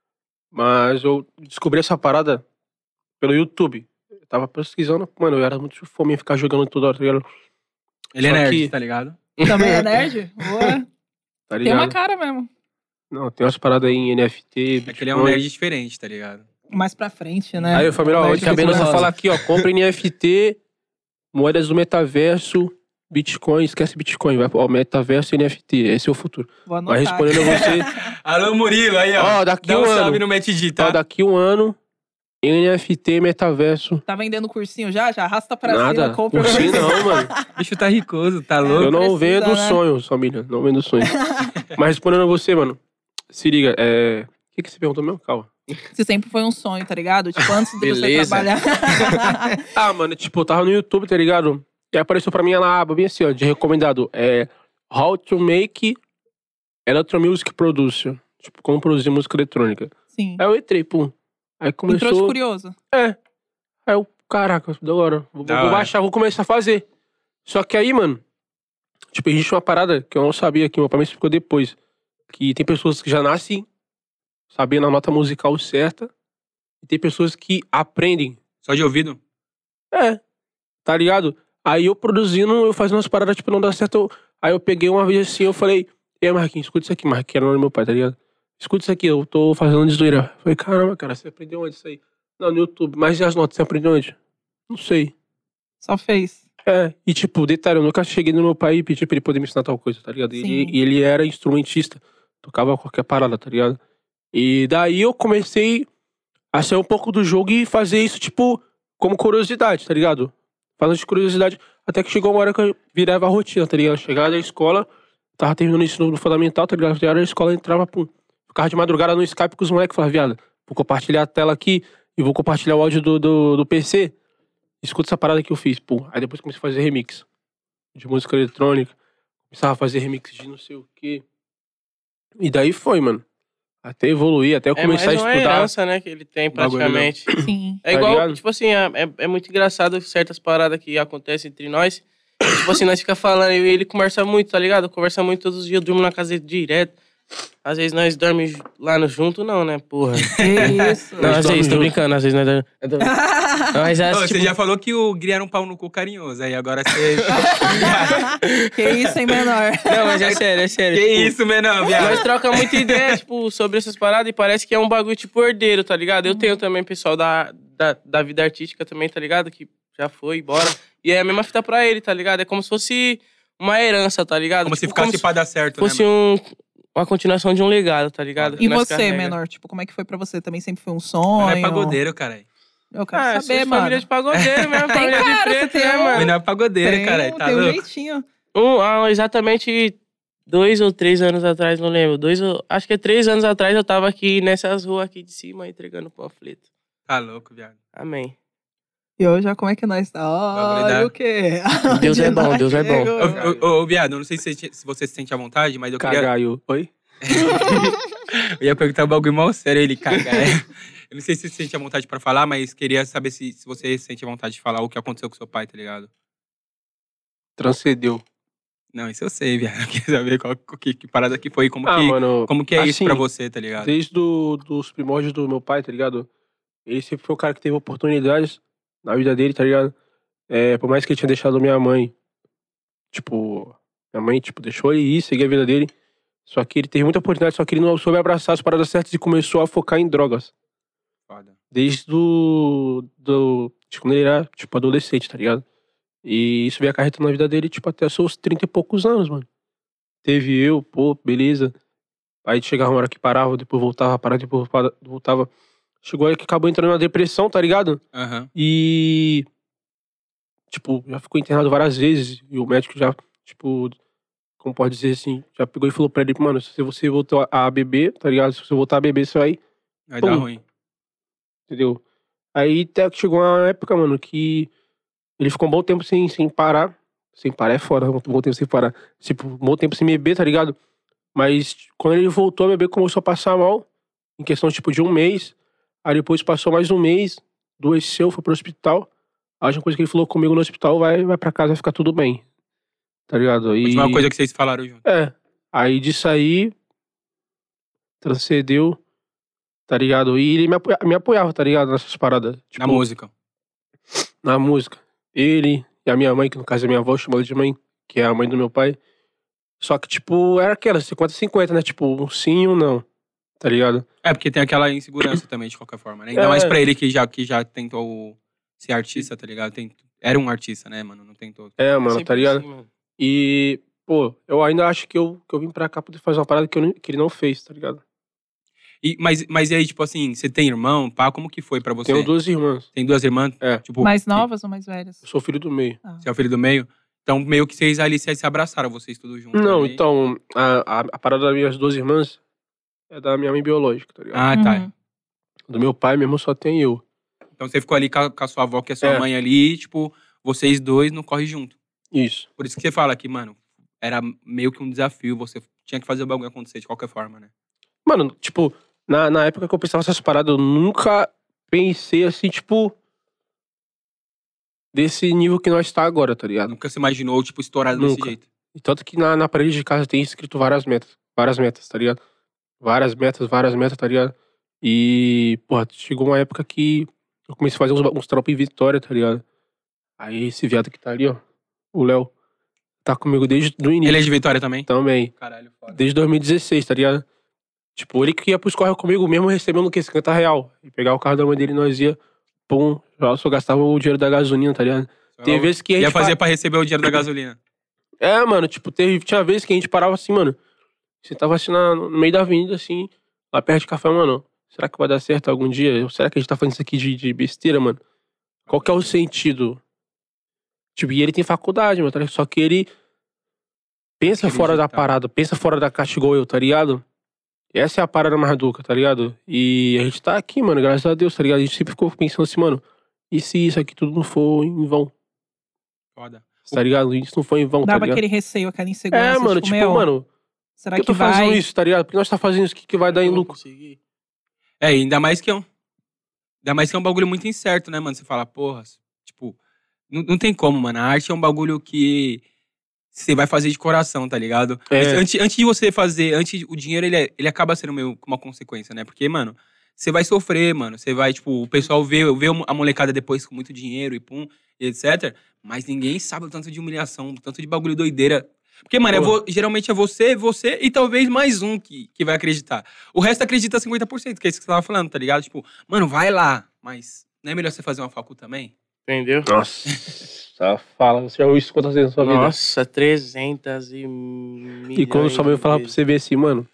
Mas eu descobri essa parada pelo YouTube. Eu tava pesquisando, mano, eu era muito fome em ficar jogando toda hora, tá ligado? Ele é Só nerd, que- tá ligado? Também é nerd? Boa. Tá Tem ligado? uma cara mesmo. Não, tem umas paradas aí em N F T. É que ele é um Bitcoin. nerd diferente, tá ligado? Mais pra frente, né? Aí, família, ó, Nerd antes que eu cabelo comece a rosa. falar aqui, ó, compra N F T, moedas do metaverso, Bitcoin, esquece Bitcoin, vai, ó, metaverso e N F T, esse é o futuro. Vou anotar. Vai respondendo a você, Alô, Murilo, aí, ó. ó, daqui Dá um um salve ano, no Matd, tá? ó, daqui um ano, N F T, metaverso, Tá vendendo cursinho já? Já arrasta pra nada, cima, compra. cursinho não, mano. O bicho tá ricoso, tá louco? Eu não precisa, vendo né? sonhos, família, não vendo sonhos. Mas respondendo a você, mano, se liga, é... O que, que você perguntou mesmo? Calma. Você sempre foi um sonho, tá ligado? Tipo, antes de Beleza. você trabalhar. Ah, mano, tipo, eu tava no YouTube, tá ligado? E apareceu pra mim na aba, bem assim, ó, de recomendado. É How to Make Electro Music Producer. Tipo, como produzir música eletrônica. Sim. Aí eu entrei, pum. Aí Entrou de começou... curioso. É. Aí eu, caraca, da hora. Vou, Da vou hora. baixar, vou começar a fazer. Só que aí, mano, tipo, existe uma parada que eu não sabia, que meu pai me explicou depois. Que tem pessoas que já nascem sabendo a nota musical certa. E tem pessoas que aprendem. Só de ouvido? É, tá ligado? Aí eu produzindo, eu fazendo umas paradas, tipo, não dá certo. eu- Aí eu peguei uma vez assim, eu falei, e aí, Marquinhos, escuta isso aqui, Marquinhos, era o nome do meu pai, tá ligado? Escuta isso aqui, eu tô fazendo de zoeira. Eu falei, caramba, cara, você aprendeu onde isso aí? Não, no YouTube. Mas e as notas, você aprendeu onde? Não sei. Só fez. É, e tipo, detalhe, eu nunca cheguei no meu pai e pedi pra ele poder me ensinar tal coisa, tá ligado? E Sim. Ele, e ele era instrumentista, tocava qualquer parada, tá ligado? E daí eu comecei a sair um pouco do jogo e fazer isso, tipo, como curiosidade, tá ligado? Falando de curiosidade, até que chegou uma hora que eu virava a rotina, tá ligado? Chegava da escola, tava terminando o ensino fundamental, tá ligado? Chegava da escola, entrava, pum. Ficava de madrugada no Skype com os moleques, falava, viado, vou compartilhar a tela aqui e vou compartilhar o áudio do, do, do P C. Escuta essa parada que eu fiz, pum. Aí depois comecei a fazer remix de música eletrônica. Começava a fazer remix de não sei o quê. E daí foi, mano. Até evoluir, até eu começar é mais a uma estudar. herança, né, que ele tem praticamente. Sim. É Tá igual, ligado? tipo assim, é, é- é muito engraçado certas paradas que acontecem entre nós. Tipo assim, nós fica falando, eu e ele conversa muito, tá ligado? Conversa muito todos os dias, eu durmo na casa dele direto. Às vezes nós dormimos lá no junto, não, né, porra. Que isso. Não, às dormem vezes, tô junto. brincando, às vezes nós dormimos. Eu tô- Não, mas é, Ô, tipo, Você já falou que o Gri era um pau no cu carinhoso, aí agora você... Que isso, hein, menor? Não, mas é sério, é sério. que tipo, isso, menor, viado? Nós trocamos muita ideia, tipo, sobre essas paradas e parece que é um bagulho, tipo, herdeiro, tá ligado? Eu tenho também pessoal da, da, da vida artística também, tá ligado? Que já foi embora. E é a mesma fita pra ele, tá ligado? É como se fosse uma herança, tá ligado? Como se Tipo, ficasse pra dar certo, fosse né, mano? um, uma continuação de um legado, tá ligado? E Que nós você, carrega. menor? Tipo, como é que foi pra você? Também sempre foi um Mano, sonho? é pagodeiro, cara. Eu quero Ah, eu sou saber, de mano. família de pagodeiro mesmo, Tem família cara, de você preto, tem né, um- mano? Menor é pagodeiro, tem, cara. Tá tem um louco? jeitinho. Um, há exatamente dois ou três anos atrás, não lembro. Dois, ou- acho que é três anos atrás eu tava aqui nessas ruas aqui de cima entregando panfleto. Tá louco, viado. Amém. E hoje, ó, como é que nós tá? Bagulho Olha da- o quê? Deus é Onde bom, nós Deus é bom. chegou? Ô, ô, ô, viado, eu não sei se você, se você se sente à vontade, mas eu queria... Cagaio. Oi? Eu ia perguntar um bagulho mal sério, ele cagar. Eu não sei se você se sente à vontade pra falar, mas queria saber se, se você se sente à vontade de falar o que aconteceu com seu pai, tá ligado? Transcendeu. Não, isso eu sei, viado. Eu queria saber qual, que, que parada que foi, como Ah, que, mano, como que é isso assim, pra você, tá ligado? desde do, dos primórdios do meu pai, tá ligado? Ele sempre foi um cara que teve oportunidades na vida dele, tá ligado? É, por mais que ele tinha deixado minha mãe, tipo, minha mãe, tipo, deixou ele ir, seguir a vida dele. Só que ele teve muita oportunidade, só que ele não soube abraçar as paradas certas e começou a focar em drogas. Foda. Desde do, do, de quando ele era, tipo, adolescente, tá ligado? E isso veio acarretando na vida dele, tipo, até seus trinta e poucos anos, mano. Teve eu, pô, beleza. Aí chegava uma hora que parava, depois voltava, parava, depois voltava. Chegou aí que acabou entrando na depressão, tá ligado? Aham. E, tipo, já ficou internado várias vezes. E o médico já, tipo, como pode dizer assim, já pegou e falou pra ele, mano, se você voltar a beber, tá ligado? Se você voltar a beber, você vai, Vai Pum. dar ruim. entendeu? Aí até que chegou uma época, mano, que ele ficou um bom tempo sem, sem parar. Sem parar é foda, um bom tempo sem parar. Tipo, um bom tempo sem beber, tá ligado? Mas quando ele voltou a beber, começou a passar mal. Em questão, tipo, de um mês. Aí depois passou mais um mês, adoeceu, foi pro hospital. A última coisa que ele falou comigo no hospital, vai, vai pra casa, vai ficar tudo bem. Tá ligado? E... Última coisa que vocês falaram junto. É. Aí disso aí, transcendeu, tá ligado? E ele me, apoia- me apoiava, tá ligado? Nessas paradas. Tipo, Na música. na música. Ele e a minha mãe, que no caso é minha avó, chama ela de mãe, que é a mãe do meu pai. Só que, tipo, era aquela, cinquenta a cinquenta, né? Tipo, um sim e um não. Tá ligado? É, porque tem aquela insegurança também, de qualquer forma, né? Ainda É. mais pra ele que já, que já tentou ser artista, tá ligado? Tem, era um artista, né, mano? Não tentou. É, mano, Sempre tá ligado? assim, mano. E, pô, eu ainda acho que eu, que eu vim pra cá poder fazer uma parada que, eu, não- que ele não fez, tá ligado? E, mas, mas e aí, tipo assim, você tem irmão, pá? Como que foi pra você? Tenho duas irmãs. Tem duas irmãs? É. Tipo, Mais novas ou mais velhas? Eu sou filho do meio. Ah. Você é o filho do meio? Então, meio que vocês ali se se abraçaram, vocês tudo juntos. Não, ali. então, a, a, a parada das minhas duas irmãs é da minha mãe biológica, tá ligado? Ah, tá. Uhum. Do meu pai mesmo só tem eu. Então você ficou ali com a, com a sua avó, que é sua É. mãe ali, e, tipo, vocês dois não correm junto. Isso. Por isso que você fala que, mano, era meio que um desafio, você tinha que fazer o bagulho acontecer de qualquer forma, né? Mano, tipo, na, na época que eu pensava essas paradas, eu nunca pensei assim, tipo, desse nível que nós tá agora, tá ligado? Nunca se imaginou, tipo, estourado desse Nunca. jeito. E tanto que na, na parede de casa tem escrito várias metas. Várias metas, tá ligado? Várias metas, várias metas, tá ligado? E, porra, chegou uma época que eu comecei a fazer uns, uns trampos em Vitória, tá ligado? Aí esse viado que tá ali, ó, o Léo, tá comigo desde o início Ele é de Vitória também? também. Caralho, foda. Desde dois mil e dezesseis, tá ligado? Tipo, ele que ia pros correios comigo mesmo recebendo o quê? cinquenta real. E pegar o carro da mãe dele e nós ia, pum, já só gastava o dinheiro da gasolina, tá ligado? Tem vezes que a gente... Ia fazer pa- pra receber o dinheiro da gasolina. É, mano, tipo, teve, tinha vezes que a gente parava assim, mano. Você tava assim na- no meio da avenida, assim, lá perto de café, mano. Será que vai dar certo algum dia? Será que a gente tá fazendo isso aqui de, de besteira, mano? Qual que é o sentido? Tipo, e ele tem faculdade, mano, tá ligado? Só que ele pensa fora da parada, pensa fora da caixa igual eu, tá ligado? Essa é a parada mais duca, tá ligado? E a gente tá aqui, mano, graças a Deus, tá ligado? A gente sempre ficou pensando assim, mano, e se isso aqui tudo não for em vão? Foda. Tá ligado? Isso não foi em vão, Dava tá ligado? aquele receio, aquela insegurança. É, mano, tipo, meu, mano, será por que que eu tô fazendo vai? isso, tá ligado? Porque nós tá fazendo isso, o que, que vai dar em Eu vou lucro? conseguir. É, ainda mais que é um. Ainda mais que é um bagulho muito incerto, né, mano? Você fala, porra, tipo, não, não tem como, mano. A arte é um bagulho que você vai fazer de coração, tá ligado? É. Mas Antes, antes de você fazer, antes o dinheiro, ele, é- ele acaba sendo meio uma consequência, né? Porque, mano, você vai sofrer, mano. Você vai, tipo, o pessoal vê, vê a molecada depois com muito dinheiro e pum, e etcétera. Mas ninguém sabe o tanto de humilhação, o tanto de bagulho doideira. Porque, mano, é Porra. vo- geralmente é você, você e talvez mais um que, que vai acreditar. O resto acredita cinquenta por cento, que é isso que você tava falando, tá ligado? Tipo, mano, vai lá, mas não é melhor você fazer uma facu também? Entendeu? Nossa, só fala. Você já ouviu isso quantas vezes na sua vida? Nossa, trezentas e milhões E quando sua mãe de falar pra vezes. você ver assim, mano,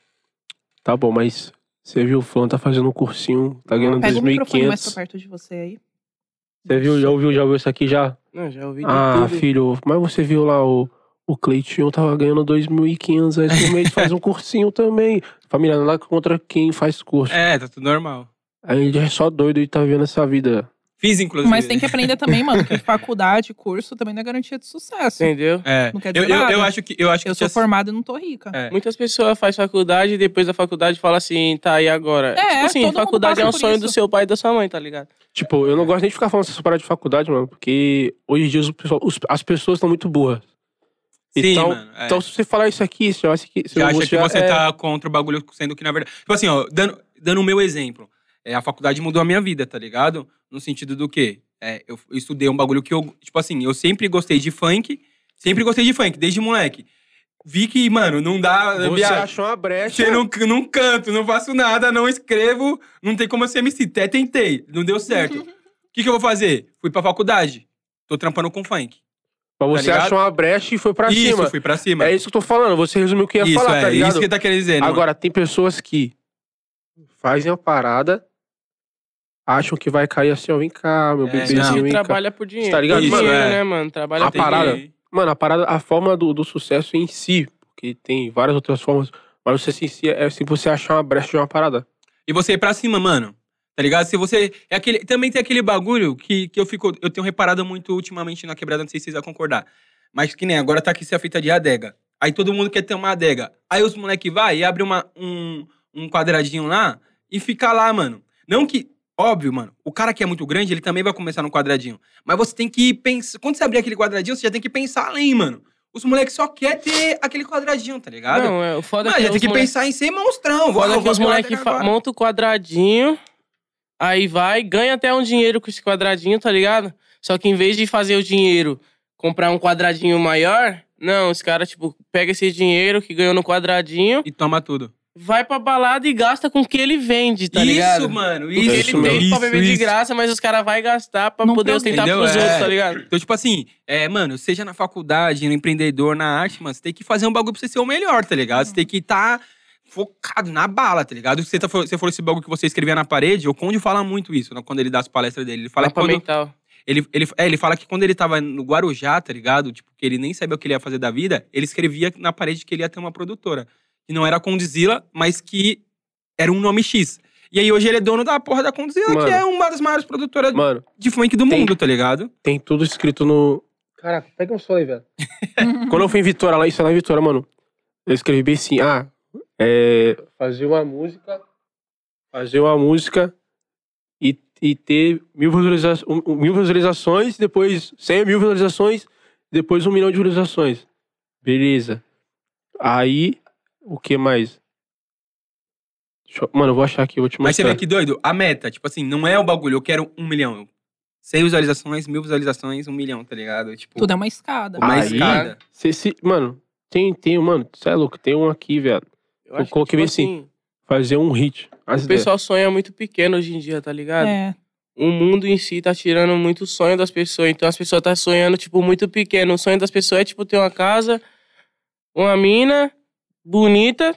tá bom, mas você viu o fulano tá fazendo um cursinho, tá ganhando Pega dois o mil e microfone mais pra quinhentos. perto de você aí. Você viu, já ouviu, já ouviu isso aqui já? Não, já ouvi de Ah, tudo. filho, mas você viu lá o, o Cleitinho tava ganhando dois mil e quinhentos aí por mês, faz um cursinho também. Família, nada contra quem faz curso. É, tá tudo normal. Aí ele é só doido e tá vendo essa vida. Fiz, inclusive. Mas tem que aprender também, mano, que faculdade, curso também não é garantia de sucesso. Entendeu? É. Não quer eu, dizer eu, nada. eu acho que. Eu, acho que Eu sou tinha- formada e não tô rica. É. Muitas pessoas fazem faculdade e depois da faculdade fala assim, tá, e agora? É, tipo assim, todo mundo faculdade passa é um por sonho isso. do seu pai e da sua mãe, tá ligado? Tipo, eu não gosto nem de ficar falando essas paradas de faculdade, mano, porque hoje em dia os pessoal- os- as pessoas estão muito burras. Sim, então, mano. é. então, se você falar isso aqui, você acha que... Já acha que você é- tá contra o bagulho, sendo que na verdade. Tipo assim, ó, dando, dando o meu exemplo. É, a faculdade mudou a minha vida, tá ligado? No sentido do quê? É, eu, eu estudei um bagulho que eu. Tipo assim, eu sempre gostei de funk. Sempre gostei de funk, desde moleque. Vi que, mano, não dá. Você viado, achou uma brecha... Você não, não canto, não faço nada, não escrevo, não tem como eu ser M C. Até tentei, não deu certo. O que, que eu vou fazer? Fui pra faculdade. Tô trampando com funk. Mas você ligado? achou uma brecha e foi pra isso, cima. fui pra cima. É isso que eu tô falando, você resumiu o que ia isso, falar, é, tá ligado? isso que tá querendo dizer. não- Agora, tem pessoas que fazem a parada, acham que vai cair assim, ó, vem cá, meu É, bebezinho, não. vem E cá. trabalha por dinheiro. Tá ligado? Por Isso, dinheiro, é. né, mano? Trabalha A por parada- dinheiro. Mano, a parada, a forma do, do sucesso em si, porque tem várias outras formas, mas o sucesso em si é se você achar uma brecha de uma parada. E você ir pra cima, mano. Tá ligado? Se você. É aquele, também tem aquele bagulho que, que eu fico. Eu tenho reparado muito ultimamente na quebrada, não sei se vocês vão concordar. Mas que nem agora tá aqui essa fita de adega. Aí todo mundo quer ter uma adega. Aí os moleque vai e abre uma, um, um quadradinho lá e fica lá, mano. Não que. Óbvio, mano. O cara que é muito grande, ele também vai começar no quadradinho. Mas você tem que pensar. Quando você abrir aquele quadradinho, você já tem que pensar além, mano. Os moleques só querem ter aquele quadradinho, tá ligado? Não, é, o foda Mas é que já tem os que moleque- pensar em ser monstrão. foda é que vou os abrir uma moleques adega agora. montam o quadradinho, aí vai, ganha até um dinheiro com esse quadradinho, tá ligado? Só que em vez de fazer o dinheiro, comprar um quadradinho maior, não, os caras, tipo, pega esse dinheiro que ganhou no quadradinho, E toma tudo. vai pra balada e gasta com o que ele vende, tá ligado? Isso, mano. Porque Isso, ele isso tem isso, pra beber de isso. graça, mas os caras vão gastar pra Não poder produz. ostentar Entendeu? pros É. outros, tá ligado? Então, tipo assim, é, mano, seja na faculdade, no empreendedor, na arte, mano, você tem que fazer um bagulho pra você ser o melhor, tá ligado? Você tem que estar focado na bala, tá ligado? Se você, tá, você for esse bagulho que você escrevia na parede, o Conde fala muito isso, né, quando ele dá as palestras dele. Ele fala que Mapa quando, mental. ele, ele, é, ele fala que quando ele tava no Guarujá, tá ligado? Tipo, que ele nem sabia o que ele ia fazer da vida, ele escrevia na parede que ele ia ter uma produtora. Que não era a Condzilla, mas que era um nome X. E aí hoje ele é dono da porra da Condzilla, Mano. que é uma das maiores produtoras Mano, de funk do Tem- mundo, tá ligado? tem tudo escrito no... Caraca, pega um som aí, velho. Quando eu fui em Vitória, lá, isso é lá em Vitória, mano, eu escrevi bem assim, ah, é... fazer uma música, fazer uma música e, e ter mil, visualiza um, um, mil visualizações, depois cem mil visualizações, depois um milhão de visualizações. Beleza. Aí, o que mais? Deixa eu- Mano, eu vou achar aqui, eu vou te mostrar. Mas você vê que doido? A meta, tipo assim, não é o bagulho, eu quero um milhão. cem visualizações, mil visualizações, um milhão, tá ligado? Tipo, Tudo é uma escada. uma Aí- escada. Cê, se, mano, tem, tem, mano, você é louco, tem um aqui, velho. Eu acho que, coloquei tipo bem assim, assim, Fazer um hit. As o ideias. pessoal sonha muito pequeno hoje em dia, tá ligado? É. O mundo em si tá tirando muito sonho das pessoas. Então as pessoas tá sonhando, tipo, muito pequeno. O sonho das pessoas é, tipo, ter uma casa, uma mina bonita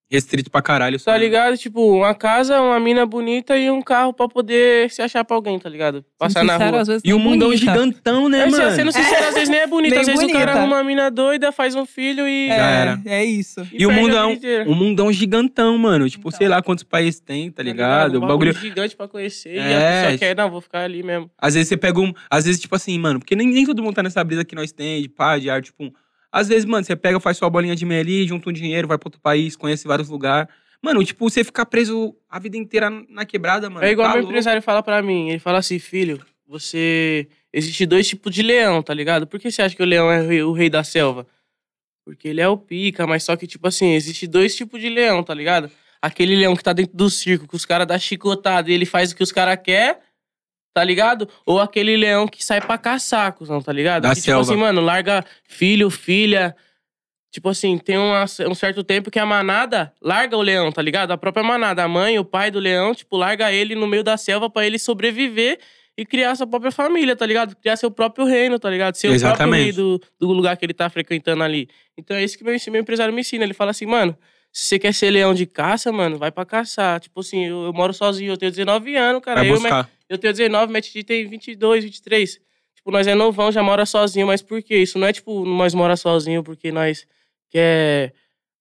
Restrito pra caralho. Tá ligado? Tipo, uma casa, uma mina bonita e um carro pra poder se achar pra alguém, tá ligado? Passar na Sincero, rua. às vezes, E o nem mundão bonita. gigantão, né, É, mano? sendo sincero, às vezes nem é bonito. Nem Às vezes o cara bonita. arruma uma mina doida, faz um filho e... É, Já era. é isso. E o perde a mundão, vida inteira. um mundão gigantão, mano. Tipo, Então. sei lá quantos países tem, tá ligado? Um O bagulho... gigante pra conhecer. E É, a pessoa quer, não, vou ficar ali mesmo. Às vezes você pega um... Às vezes, tipo assim, mano, porque nem, nem todo mundo tá nessa brisa que nós tem, de pá, de arte, tipo... Um, às vezes, mano, você pega, faz sua bolinha de meia ali, junta um dinheiro, vai pra outro país, conhece vários lugares. Mano, tipo, você ficar preso a vida inteira na quebrada, mano. É igual tá meu louco. empresário fala pra mim. Ele fala assim, filho, você... Existe dois tipos de leão, tá ligado? Por que você acha que o leão é o rei, o rei da selva? Porque ele é o pica, mas só que, tipo assim, existe dois tipos de leão, tá ligado? Aquele leão que tá dentro do circo, que os caras dão chicotada e ele faz o que os caras querem, tá ligado? Ou aquele leão que sai pra caçar, cuzão, tá ligado? Da que, selva. tipo assim, mano, larga filho, filha... Tipo assim, tem uma, um certo tempo que a manada larga o leão, tá ligado? A própria manada, a mãe, o pai do leão, tipo, larga ele no meio da selva pra ele sobreviver e criar sua própria família, tá ligado? Criar seu próprio reino, tá ligado? Ser Exatamente. o próprio rei do, do lugar que ele tá frequentando ali. Então é isso que meu, meu empresário me ensina. Ele fala assim, mano, se você quer ser leão de caça, mano, vai pra caçar. Tipo assim, eu, eu moro sozinho, eu tenho dezenove anos, cara. Vai Eu, buscar. eu tenho dezenove, Matt G tem vinte e dois, vinte e três. Tipo, nós é novão, já mora sozinho, mas por quê? Isso não é tipo, nós mora sozinho porque nós... quer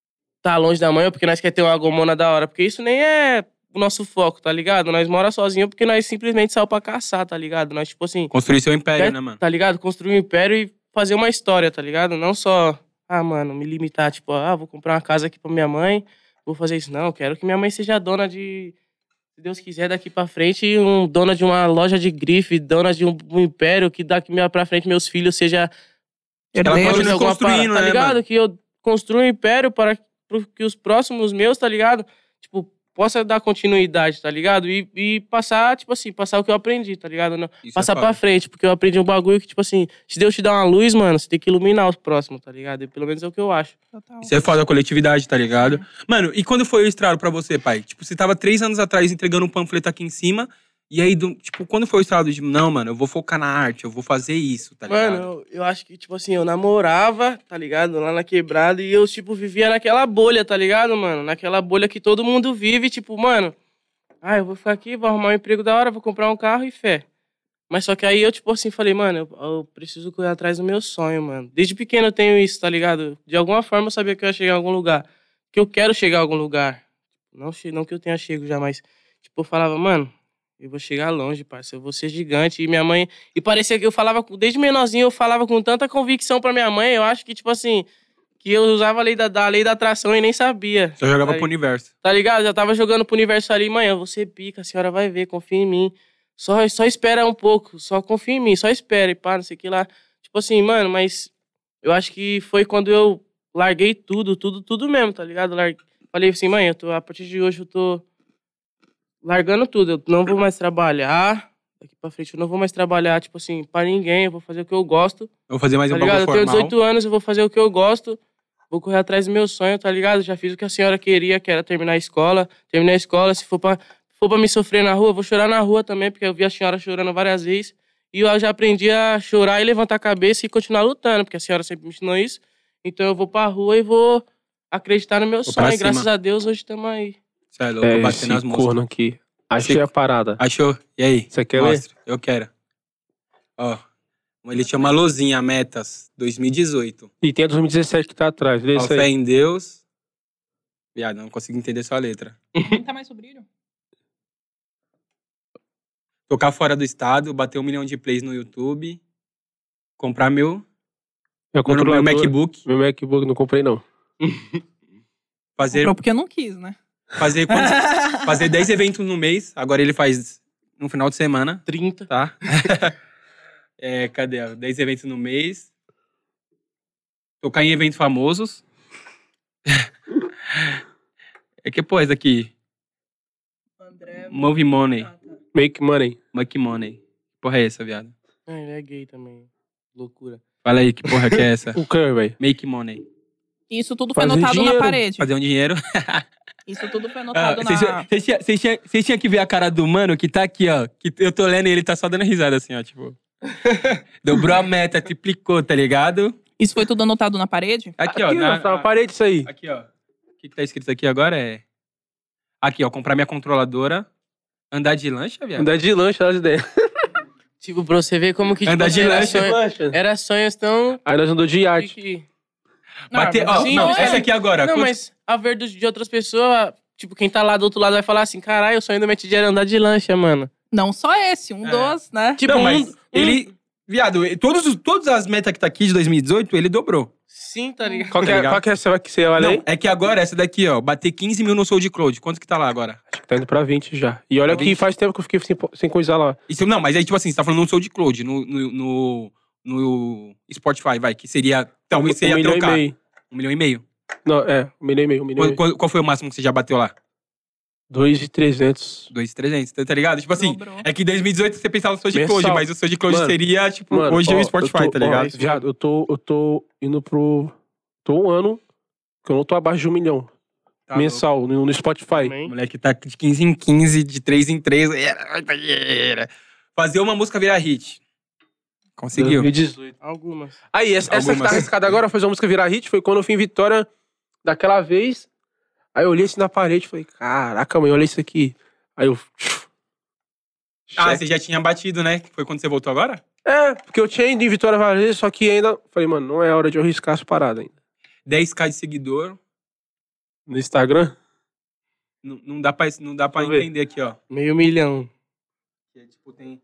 tá longe da mãe ou porque nós quer ter uma gomona da hora. Porque isso nem é o nosso foco, tá ligado? Nós mora sozinho porque nós simplesmente saímos pra caçar, tá ligado? Nós, tipo assim... Construir seu império, quer, né, mano? Tá ligado? Construir um império e fazer uma história, tá ligado? Não só... Ah, mano, me limitar, tipo... Ah, vou comprar uma casa aqui pra minha mãe. Vou fazer isso. Não, eu quero que minha mãe seja dona de... Se Deus quiser, daqui pra frente, um, dona de uma loja de grife, dona de um, um império, que daqui pra frente meus filhos seja... Ela Herdeiro. continua alguma construindo, parada, tá né, ligado? mano? Que eu construa um império para que os próximos meus, tá ligado? Tipo, possa dar continuidade, tá ligado? E, e passar, tipo assim, passar o que eu aprendi, tá ligado? Não, Isso passar é pra foda. frente, porque eu aprendi um bagulho que, tipo assim, se Deus te dá uma luz, mano, você tem que iluminar os próximos, tá ligado? E pelo menos é o que eu acho. Total. Isso é foda, a coletividade, tá ligado? Mano, e quando foi o estralo pra você, pai? Tipo, você tava três anos atrás entregando um panfleto aqui em cima, e aí, do- tipo, quando foi o estralo de, não, mano, eu vou focar na arte, eu vou fazer isso, tá ligado? Mano, eu, eu acho que, tipo assim, eu namorava, tá ligado? Lá na quebrada, e eu, tipo, vivia naquela bolha, tá ligado, mano? Naquela bolha que todo mundo vive, tipo, mano... Ah, eu vou ficar aqui, vou arrumar um emprego da hora, vou comprar um carro e fé. Mas só que aí eu, tipo assim, falei, mano, eu, eu preciso correr atrás do meu sonho, mano. Desde pequeno eu tenho isso, tá ligado? De alguma forma eu sabia que eu ia chegar em algum lugar. Que eu quero chegar a algum lugar. Não, che- não que eu tenha chego já, mas... Tipo, eu falava, mano... Eu vou chegar longe, parceiro. Eu vou ser gigante. E minha mãe... E parecia que eu falava... com- Desde menorzinho eu falava com tanta convicção pra minha mãe. Eu acho que, tipo assim... Que eu usava a lei da, da lei da atração e nem sabia. Só jogava Aí- pro universo. Tá ligado? Já tava jogando pro universo ali. Mãe, eu vou ser pica. A senhora vai ver. Confia em mim. Só, só espera um pouco. Só confia em mim. Só espera. E pá, não sei o que lá. Tipo assim, mano, mas... Eu acho que foi quando eu larguei tudo. Tudo, tudo mesmo, tá ligado? Larguei, falei assim, mãe, eu tô, a partir de hoje eu tô... largando tudo, eu não vou mais trabalhar, daqui pra frente eu não vou mais trabalhar, tipo assim, pra ninguém, eu vou fazer o que eu gosto, Eu vou fazer mais tá um ligado? bagulho Eu tenho formal. dezoito anos, eu vou fazer o que eu gosto, vou correr atrás do meu sonho, tá ligado? Já fiz o que a senhora queria, que era terminar a escola, terminar a escola, se for pra, for pra me sofrer na rua, eu vou chorar na rua também, porque eu vi a senhora chorando várias vezes, e eu já aprendi a chorar e levantar a cabeça e continuar lutando, porque a senhora sempre me ensinou isso, então eu vou pra rua e vou acreditar no meu Vou pra sonho, e cima. graças a Deus hoje estamos aí. Cê é louco, É, batendo esse nas moscas. corno aqui. Achei Esse- a parada. Achou? E aí? Você quer ler? Mostra. Eu quero. Ó. Ele chama Lozinha Metas dois mil e dezoito. E tem a dois mil e dezessete que tá atrás. Lê Ó, isso fé aí. em Deus. Viado, não consigo entender sua letra. Tá mais sobrinho? Tocar fora do estado, bater um milhão de plays no YouTube. Comprar meu, Meu meu, meu controlador- MacBook. Meu MacBook não comprei, não. Fazer, Comprou porque eu não quis, né? fazer, quantos- fazer dez eventos no mês. Agora ele faz no final de semana, trinta. tá? É, cadê? ó? dez eventos no mês. Tocar em eventos famosos. É que, pô, esse daqui. André... Move Money. Make money. Make Money. Porra é essa, viado? É, ele é gay também. Loucura. Fala aí, que porra que é essa? O que, velho? Make Money. Isso tudo foi Fazer anotado dinheiro. na parede. Fazer um dinheiro. Isso tudo foi Ah, anotado Vocês na... vocês tinham- vocês tinham vocês tinham que ver a cara do mano que tá aqui, ó. Que eu tô lendo e ele tá só dando risada assim, ó. Tipo. Dobrou a meta, triplicou, tá ligado? Isso foi tudo anotado na parede? Aqui, ó. Aqui, na, ó, tá na parede isso aí. Aqui, ó. O que, que, que tá escrito aqui agora é... Aqui, ó. Comprar minha controladora. Andar de lancha, viado? Andar de lancha, das ideias. Tipo, pra você ver como que tipo, Andar de era, lancha. sonho, era sonhos tão... Aí nós andou de iate. que- Bater, mas ó, sim, não, é. essa aqui agora. Não, quanto- mas a ver dos- de outras pessoas, tipo, quem tá lá do outro lado vai falar assim, caralho, o sonho do Matid era andar de lancha, mano. Não só esse, um É. dos, né? Tipo, Não, um- mas um- ele... Viado, todos, os- todas as metas que tá aqui de dois mil e dezoito, ele dobrou. Sim, tá ligado? Qual que Tá é, ligado? qual que é essa que você olha aí? Não, é que agora, essa daqui, ó. Bater quinze mil no SoundCloud. Quanto que tá lá agora? Acho que tá indo pra vinte já. E olha Pra que vinte? faz tempo que eu fiquei sem, sem coisar lá. Isso, não, mas aí, tipo assim, você tá falando no SoundCloud, no, no, no, no Spotify, vai, que seria... Talvez você um ia milhão trocar. e meio. Um milhão e meio. Não, é, um milhão e meio, um milhão e Qual, meio. qual, qual foi o máximo que você já bateu lá? Dois e trezentos. dois mil e trezentos, tá ligado? Tipo assim, Dobrou. é que em dois mil e dezoito você pensava no SoundCloud, Mensal. mas o SoundCloud Mano, seria, tipo, Mano, hoje ó, o Spotify, eu tô- tá ligado? Ó, viado, eu tô, eu tô indo pro... Tô um ano que eu não tô abaixo de um milhão. Tá mensal, no, no Spotify. O Também. moleque tá de quinze em quinze, de três em três. Fazer uma música virar hit. Conseguiu. dois mil e dezoito. Algumas. Aí, essa, essa que Algumas. tá arriscada agora, fazer uma música virar hit, foi quando eu fui em Vitória daquela vez. Aí eu olhei assim na parede e falei, caraca, mãe, olha isso aqui. Aí eu... Ah, Chefe. você já tinha batido, né? Foi quando você voltou agora? É, porque eu tinha ido em Vitória várias vezes, só que ainda... Falei, mano, não é hora de eu arriscar as paradas ainda. dez mil de seguidor. No Instagram? Não, não dá pra, não dá pra Deixa eu ver. entender aqui, ó. Meio milhão. Que é, tipo, tem...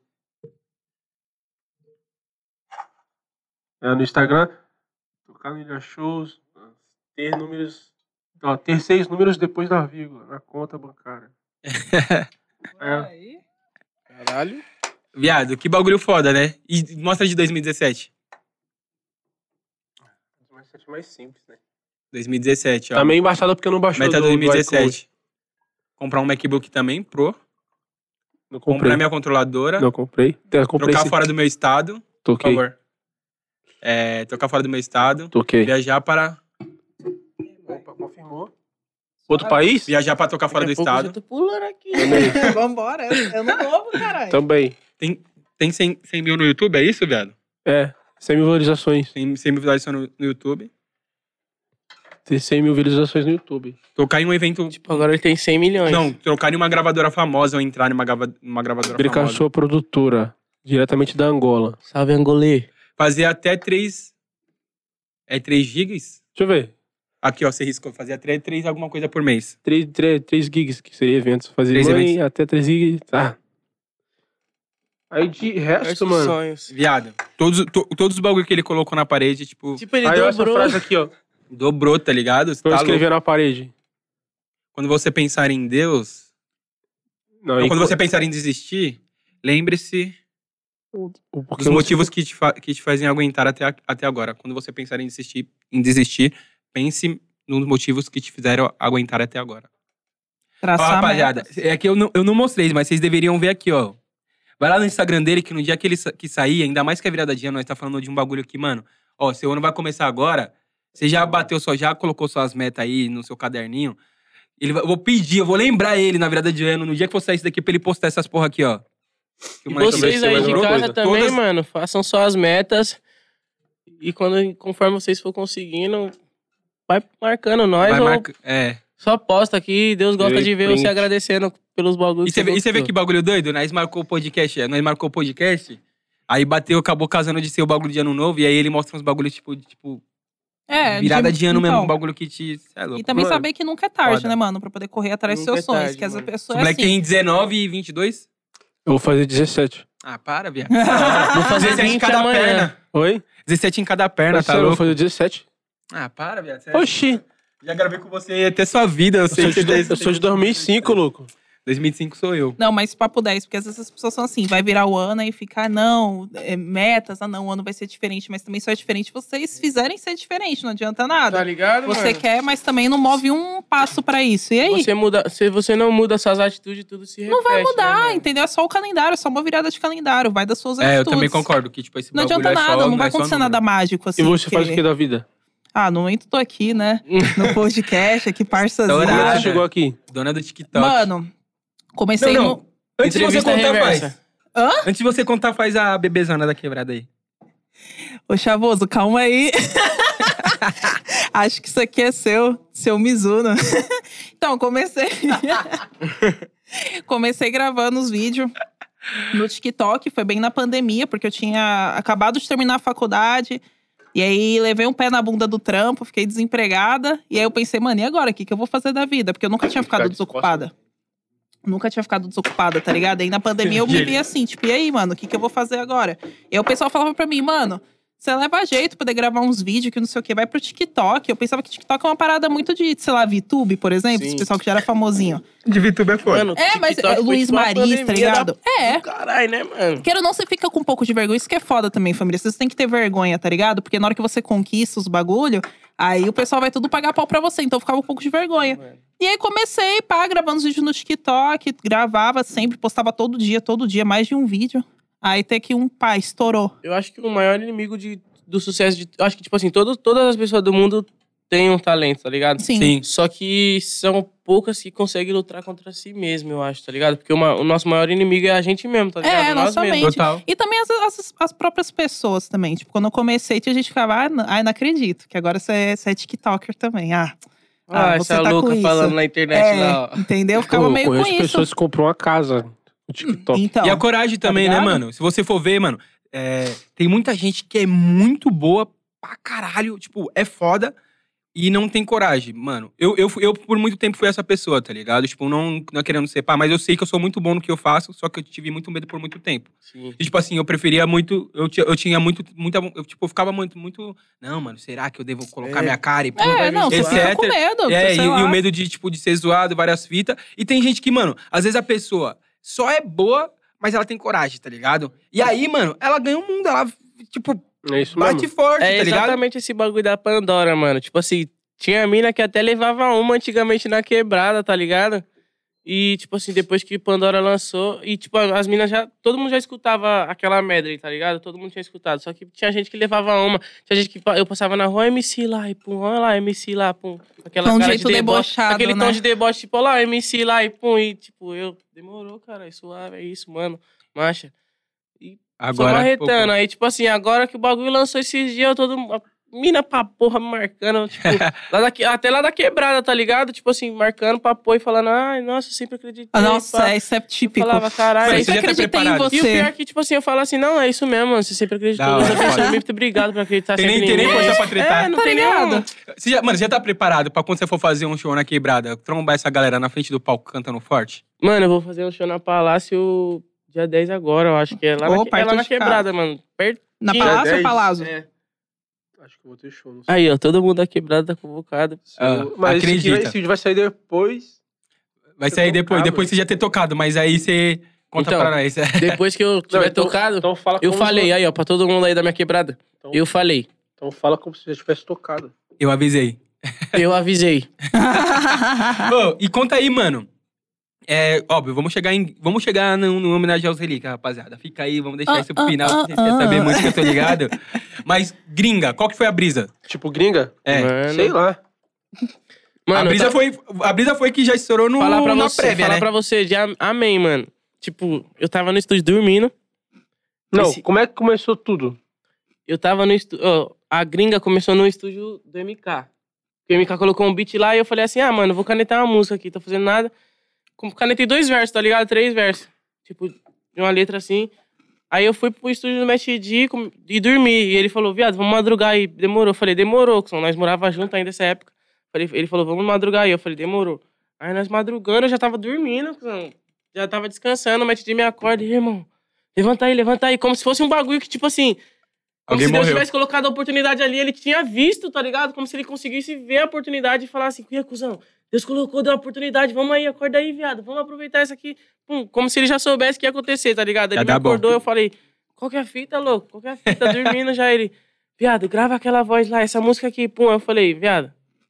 É, no Instagram, tocar no Ilha Shows, ter números... Ó, ter seis números depois da vírgula, na conta bancária. É. Aí. Caralho. Viado, que bagulho foda, né? E mostra de dois mil e dezessete. Mais, mais simples, né? dois mil e dezessete, ó. Tá meio embaçado porque eu não baixou Meta do- dois do mil e iCloud. dezessete. Comprar um MacBook também, Pro. Não comprei. Comprar minha controladora. Não comprei. Tem- comprei Trocar sim. fora do meu estado, por Toquei. favor. É, trocar fora do meu estado. Toquei. Viajar para... Opa, confirmou. Outro país? Viajar para tocar fora do Daqui a pouco eu estado. já tô pulando aqui. Também. Vambora, é ano novo, caralho. Também. Tem, tem cem, cem mil no YouTube, é isso, viado? É, cem mil visualizações. Tem cem mil visualizações no, no YouTube. Tem cem mil visualizações no YouTube. Tocar em um evento... Tipo, agora ele tem cem milhões. Não, trocar em uma gravadora famosa ou entrar em uma, grava, uma gravadora Brincar famosa. sua produtora, diretamente da Angola. Salve, Angolê. Fazer até três... É três gigas? Deixa eu ver. Aqui, ó, você riscou. Fazer até três alguma coisa por mês. três gigs, que seria eventos. Fazer Três mãe, eventos. até três gigs. Tá. Aí de resto, Esses mano. sonhos. Viado. Todos, to- todos os bagulho que ele colocou na parede, tipo, Tipo, ele Aí olha essa dobrou. frase aqui, ó. dobrou, tá ligado? Você Eu tá escrevi louco. na parede. Quando você pensar em Deus... Não, Ou e quando co- você pensar em desistir, lembre-se o- porque dos você- motivos que te, fa- que te fazem aguentar até, a- até agora. Quando você pensar em desistir, em desistir, pense nos motivos que te fizeram aguentar até agora. Ó, Traçar rapaziada, metas. é que eu não, eu não mostrei, mas vocês deveriam ver aqui, ó. Vai lá no Instagram dele, que no dia que ele sa- que sair, ainda mais que a virada de ano, nós tá falando de um bagulho aqui, mano. Ó, seu ano vai começar agora, você já bateu só, já colocou suas metas aí no seu caderninho. Ele vai- eu vou pedir, eu vou lembrar ele na virada de ano, no dia que for sair isso daqui, pra ele postar essas porra aqui, ó. Que o E moleque vocês vai aí ser de mais uma casa coisa. também, Todas- mano, façam só as metas. E quando, conforme vocês for conseguindo, vai marcando nós. Vai ou marca- É. Só posta aqui. Deus gosta Ei, de ver print. você agradecendo pelos bagulhos. E você, que vê, e você vê conquistou. que bagulho doido? Nós marcou o podcast, é, nós marcou o podcast, aí bateu, acabou casando de ser o bagulho de ano novo, e aí ele mostra uns bagulhos, tipo, tipo É, virada de ano mesmo, então, um bagulho que te... cê é louco. E também Mano, saber que nunca é tarde, foda. né, mano? Pra poder correr atrás dos Nunca seus é sonhos. tarde, que as mano. O pessoas é moleque assim. tem dezenove e vinte e dois? Eu vou fazer dezessete. Ah, para, viado. Vou fazer dezessete em vinte cada amanhã. perna. Oi? dezessete em cada perna, Mas tá sério, eu vou louco? fazer dezessete. Ah, para, viado. sério. Oxi. Já gravei com você até sua vida, eu Eu sei sou, que de, eu sou de dois mil e cinco, louco. dois mil e cinco sou eu. Não, mas papo dez, porque às vezes as pessoas são assim, vai virar o ano e ficar, não, é, metas, ah não, o ano vai ser diferente, mas também só é diferente vocês fizerem ser diferente, não adianta nada. Tá ligado, Você mano? quer, mas também não move um passo pra isso. E aí? Você muda, se você não muda suas atitudes, tudo se repete. Não vai mudar, né, mano? entendeu? É só o calendário, é só uma virada de calendário, vai das suas É, eu atitudes. também concordo que, tipo, esse Não bagulho adianta é nada, só, não vai é só acontecer número. nada mágico assim. E você porque- faz o que da vida? Ah, no momento tô aqui, né? No podcast, aqui, parçazinha. Como é que Dourada. você chegou aqui? Dona do TikTok. Mano, comecei Não, não. no. Antes de você Entrevista contar, reversa. faz. Antes de você contar, faz a bebezona da quebrada aí. Ô, Chavoso, calma aí. Acho que isso aqui é seu, seu Mizuno. Então, comecei. comecei gravando os vídeos no TikTok. Foi bem na pandemia, porque eu tinha acabado de terminar a faculdade. E aí, levei um pé na bunda do trampo, fiquei desempregada. E aí, eu pensei, mano, e agora? O que, que eu vou fazer da vida? Porque eu nunca tinha ficado desocupada. Nunca tinha ficado desocupada, tá ligado? Aí, na pandemia, eu me vi assim, tipo, e aí, mano, o que, que eu vou fazer agora? E aí, o pessoal falava pra mim, mano, você leva jeito poder gravar uns vídeos que não sei o que, vai pro TikTok. Eu pensava que TikTok é uma parada muito de, sei lá, VTube, por exemplo. Sim. Esse pessoal que já era famosinho. De VTube é foda. Mano, É, mas TikTok é, foi Luiz tipo uma Maris, tá pandemia ligado? da- É. Caralho, né, mano? Queira ou não, você fica com um pouco de vergonha. Isso que é foda também, família. Vocês têm que ter vergonha, tá ligado? Porque na hora que você conquista os bagulho, aí o pessoal vai tudo pagar pau pra você. Então eu ficava um pouco de vergonha. Mano. E aí comecei, pá, gravando os vídeos no TikTok. Gravava sempre, postava todo dia, todo dia, mais de um vídeo. Aí até que um, pá, estourou. Eu acho que o maior inimigo de, do sucesso de. Eu acho que, tipo assim, todo, todas as pessoas do mundo têm um talento, tá ligado? Sim. Sim. Só que são poucas que conseguem lutar contra si mesmo, eu acho, tá ligado? Porque uma- o nosso maior inimigo é a gente mesmo, tá ligado? É, Nós nossa mesmos. mente. Total. E também as, as, as próprias pessoas também. Tipo, quando eu comecei, tinha gente que ficava, ah, não, ai, não acredito. Que agora você é, você é TikToker também. Ah, Ah, Ah, você essa tá louca com isso. falando na internet é, lá, ó. entendeu? Eu ficava Eu meio com conheço isso. pessoas que compram uma casa no TikTok. Então, E a coragem também, né, ligado? mano? Se você for ver, mano, é, tem muita gente que é muito boa pra caralho. Tipo, é foda e não tem coragem. Mano, eu, eu, eu por muito tempo fui essa pessoa, tá ligado? Tipo, não, não querendo ser pá, mas eu sei que eu sou muito bom no que eu faço, só que eu tive muito medo por muito tempo. Sim. E, tipo assim, eu preferia muito. Eu, tinha- eu tinha muito. Muita, eu, tipo, eu ficava muito, muito. Não, mano, será que eu devo colocar É. minha cara e pô, É, vai não, me- você fica etcétera. com medo. É, e, sei e lá. o medo de, tipo, de ser zoado, várias fitas. E tem gente que, mano, às vezes a pessoa só é boa, mas ela tem coragem, tá ligado? E aí, mano, ela ganha o mundo, ela, tipo, É isso bate mesmo. forte, É tá ligado? exatamente esse bagulho da Pandora, mano. Tipo assim, tinha mina que até levava uma antigamente na quebrada, tá ligado? E, tipo assim, depois que Pandora lançou, e, tipo, as minas já. Todo mundo já escutava aquela medley, tá ligado? Todo mundo tinha escutado. Só que tinha gente que levava uma. Tinha gente que. Eu passava na rua, M C lá, e pum, olha lá, M C lá, pum. Aquela Com um cara jeito de deboche, debochado, aquele né? tom de deboche, tipo, olha lá, M C lá, e pum. E, tipo, eu. Demorou, cara, é suave, é isso, mano. Marcha. Só Agora, marretando. pô, Aí, tipo assim, agora que o bagulho lançou esses dias, eu todo. a Mina pra porra me marcando, tipo, lá da, que- até lá da quebrada, tá ligado? Tipo assim, marcando pra pôr e falando, ai, nossa, eu sempre acreditei. Ah, nossa, pá. isso é Eu típico. falava, caralho. Mas Sempre você já tá acreditei em preparado. E o você. pior é que, tipo assim, eu falo assim, não, é isso mesmo, mano. Você sempre acreditou. Da Deus hora, abençoe, foda. muito obrigado por acreditar Tem sempre nem- em tem nem mim. força pra tretar. É, não Tá tem ligado? nenhum. Você já, mano, você já tá preparado pra quando você for fazer um show na quebrada, trombar essa galera na frente do palco cantando forte? Mano, eu vou fazer um show na Palácio dia dez agora, eu acho que é lá, Ô, na, que- é perto lá na de casa. quebrada, mano. Perto. Na Dia Palácio ou dez? Palazzo? É. Acho que eu vou ter show, não sei. Aí, ó, todo mundo da quebrada tá convocado. Ah, Mas esse, aqui acredita. vai- esse vídeo vai sair depois. Vai Você sair tocar, depois, depois mano. você já ter tocado, mas aí você conta Então, pra nós. Depois que eu tiver Não, então- tocado, Então fala eu como falei, se- aí, ó, pra todo mundo aí da minha quebrada. Então, Eu falei. então fala como se já tivesse tocado. Eu avisei. Eu avisei. Ô, e conta aí, mano. É, óbvio, vamos chegar em. Vamos chegar no, no homenagem aos relíquias, rapaziada. Fica aí, vamos deixar Ah, isso pro ah, final, ah, se vocês querem ah. saber muito que eu tô ligado. Mas, gringa, qual que foi a brisa? Tipo, gringa? É. Mano, Sei lá. Mano, a, brisa tá- foi, a brisa foi que já estourou no, falar pra na você, prévia, falar né? pra você de am- amém, mano. Tipo, eu tava no estúdio dormindo. Não, Esse- como é que começou tudo? Eu tava no estúdio. A gringa começou no estúdio do M K. O M K colocou um beat lá e eu falei assim: ah, mano, vou canetar uma música aqui, tô fazendo nada. Com- Canetei dois versos, tá ligado? Três versos. Tipo, de uma letra assim. Aí eu fui pro estúdio do Mestre D com- e dormi. E ele falou: viado, vamos madrugar aí. Demorou. Eu falei: demorou, cuzão. Nós morava junto ainda nessa época. Falei- Ele falou: vamos madrugar aí. Eu falei: demorou. Aí nós madrugando, eu já tava dormindo, cuzão. Já tava descansando. O Mestre D me acorda: "Ih, irmão, levanta aí, levanta aí. Como se fosse um bagulho que, tipo assim. Como Alguém se Deus morreu. tivesse colocado a oportunidade ali, ele tinha visto, tá ligado? Como se ele conseguisse ver a oportunidade e falar assim: "Cuia, cuzão, Deus colocou, deu a oportunidade, vamos aí, acorda aí, viado, vamos aproveitar isso aqui." Pum, como se ele já soubesse que ia acontecer, tá ligado? Ele Ia me dar bom. acordou, eu falei: "Qual que é a fita, louco? Qual que é a fita?" Dormindo já ele: "Viado, grava aquela voz lá, essa música aqui." Pum, eu falei: "Viado,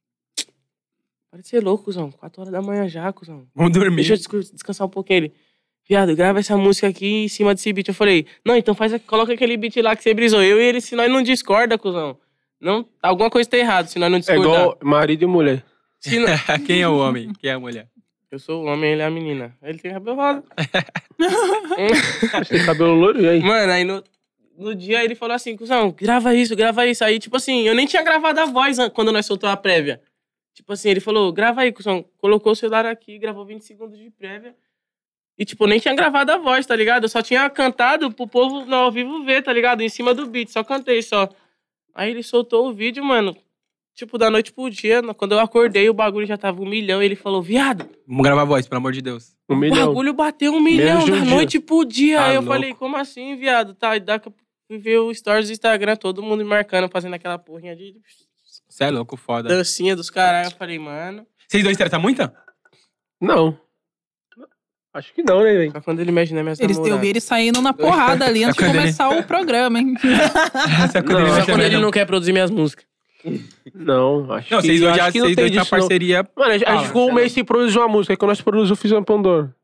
para de ser louco, cuzão, quatro horas da manhã já, cuzão. Vamos dormir. Deixa eu descu- descansar um pouquinho." Ele: "Viado, grava essa música aqui em cima desse beat." Eu falei: "Não, então faz, a- coloca aquele beat lá que você brisou." Eu e ele, se nós não discorda, cuzão. Não, alguma coisa tá errada se nós não É discordar. igual marido e mulher. Se não- Quem é o homem? Quem é a mulher? Eu sou o homem, ele é a menina. Ele tem cabelo rosa. Você tem cabelo loiro, e aí? Mano, aí no... no dia ele falou assim, cuzão, grava isso, grava isso. Aí, tipo assim, eu nem tinha gravado a voz quando nós soltou a prévia. Tipo assim, ele falou, grava aí, cuzão. Colocou o celular aqui, gravou vinte segundos de prévia. E, tipo, nem tinha gravado a voz, tá ligado? Eu só tinha cantado pro povo no ao vivo ver, tá ligado? Em cima do beat, só cantei, só. Aí ele soltou o vídeo, mano. Tipo, da noite pro dia, quando eu acordei, o bagulho já tava um milhão. E ele falou, viado... Vamos gravar a voz, pelo amor de Deus. Um o milhão. bagulho bateu um milhão de um da dia. noite pro dia. Tá Aí eu louco. falei, como assim, viado? Tá, e daqui a pouco fui ver o stories do Instagram, todo mundo me marcando, fazendo aquela porrinha de Você é louco, foda. dancinha dos caralho. Eu falei, mano... Vocês dois tretam muito? Não. Acho que não, né, velho? Só quando ele mexe nas minhas Eles, eu vi namoradas. ele saindo na porrada ali antes de Quando ele- começar o programa, hein? Essa é quando Não, ele só vai Só ser quando ele melhor. não quer produzir minhas músicas. Não, acho Não, que vocês dois já acho que não vocês tem dois têm uma disso, não. parceria. Mano, a gente, a gente Ah, ficou um mês sem produzir uma música. Aí quando nós produzimos, eu fiz uma Pandora.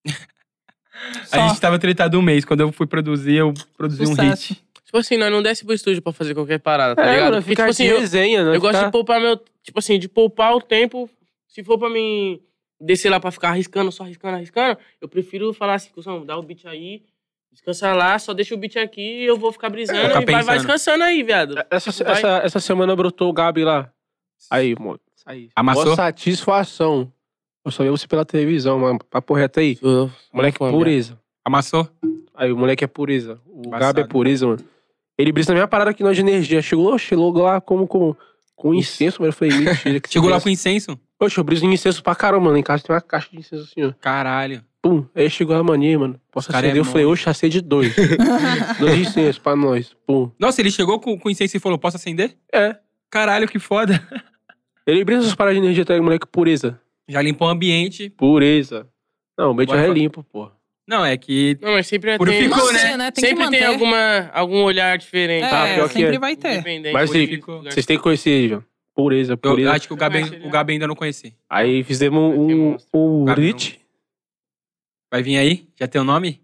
A gente tava tretado um mês. Quando eu fui produzir, eu produzi um Sucesso. hit. Tipo assim, nós não desce pro estúdio pra fazer qualquer parada, tá É, ligado? mano, Porque, ficar tipo assim, de eu, resenha, né? eu gosto Ficar- de poupar meu... Tipo assim, de poupar o tempo. Se for pra mim descer lá pra ficar arriscando, só arriscando, arriscando, eu prefiro falar assim, cuzão, dá o beat aí, descansa lá, só deixa o beat aqui e eu vou ficar brisando Ficar e vai, vai pensando. descansando aí, viado. Essa, Tipo, vai- essa, essa semana brotou o Gabi lá. Aí, mano. Aí. Amassou? Boa satisfação. Eu só vi você pela televisão, mano. Papo reto aí. Eu- Moleque fã, pureza. Amassou? Aí, o moleque é pureza. O Embaçado. Gabi é pureza, mano. Ele brisa na mesma parada que nós de energia. Chegou, chegou lá como com, com incenso, mas eu falei, mentira. Que Chegou lá você com incenso? Poxa, eu briso em incenso pra caramba, mano. Em casa tem uma caixa de incenso assim, ó. Caralho. Pum. Aí chegou a mania, mano. Posso Cara, acender? é eu falei, monstro. oxe, acende dois. dois incensos pra nós. Pum. Nossa, ele chegou com, com incenso e falou, posso acender? É. Caralho, que foda. Ele brisa essas paradas de energia, tá, moleque? Pureza. Já limpou o ambiente. Pureza. Não, o meio já Bora é fa- limpo, pô. Não, é que... Não, mas sempre Purificou, tem... né? Manter, né? Tem sempre que tem manter. alguma, algum olhar diferente. É, Tá, pior que sempre é. vai ter. Independente. Mas sim, Purificou. vocês têm que conhecer, João. Pureza, Eu pureza. acho que o Gabi, Conhece ele, o Gabi ainda não conheci. Aí fizemos Que um, monstro. um Gabi Rich. Vai vir aí? Já tem o nome?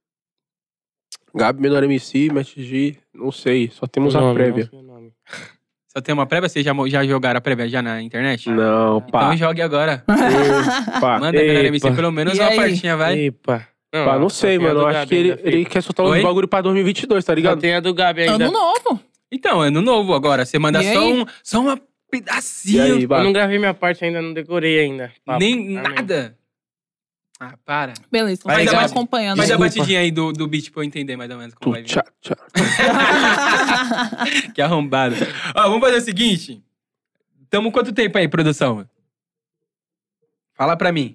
Gabi, Menor M C, Match G, não sei. Só temos a Nome, prévia. não sei o nome. Só tem uma prévia? Vocês já, mo- já jogaram a prévia já na internet? Não, pá. Então jogue agora. Pá. Manda a Menor M C Epa. pelo menos E uma aí? partinha, vai. Epa. Pá, não sei, só tem a mano. do Eu acho Gabi que ele, ainda, ele filho. quer soltar Oi? uns bagulho pra dois mil e vinte e dois, tá Só ligado? tem a do Gabi ainda. Ano novo. Então, ano novo agora. Você manda E só aí? um, só uma E pedacinho. aí, Eu bah? não gravei minha parte ainda, não decorei ainda. Papo. Nem Amém. nada. Ah, para. Beleza, então Faz você a vai bate- acompanhando. Faz a aí. batidinha aí do, do beat pra eu entender mais ou menos como vai Tu, vir. tchá, tchá. Que arrombado. Ó, vamos fazer o seguinte. Tamo quanto tempo aí, produção? Fala pra mim.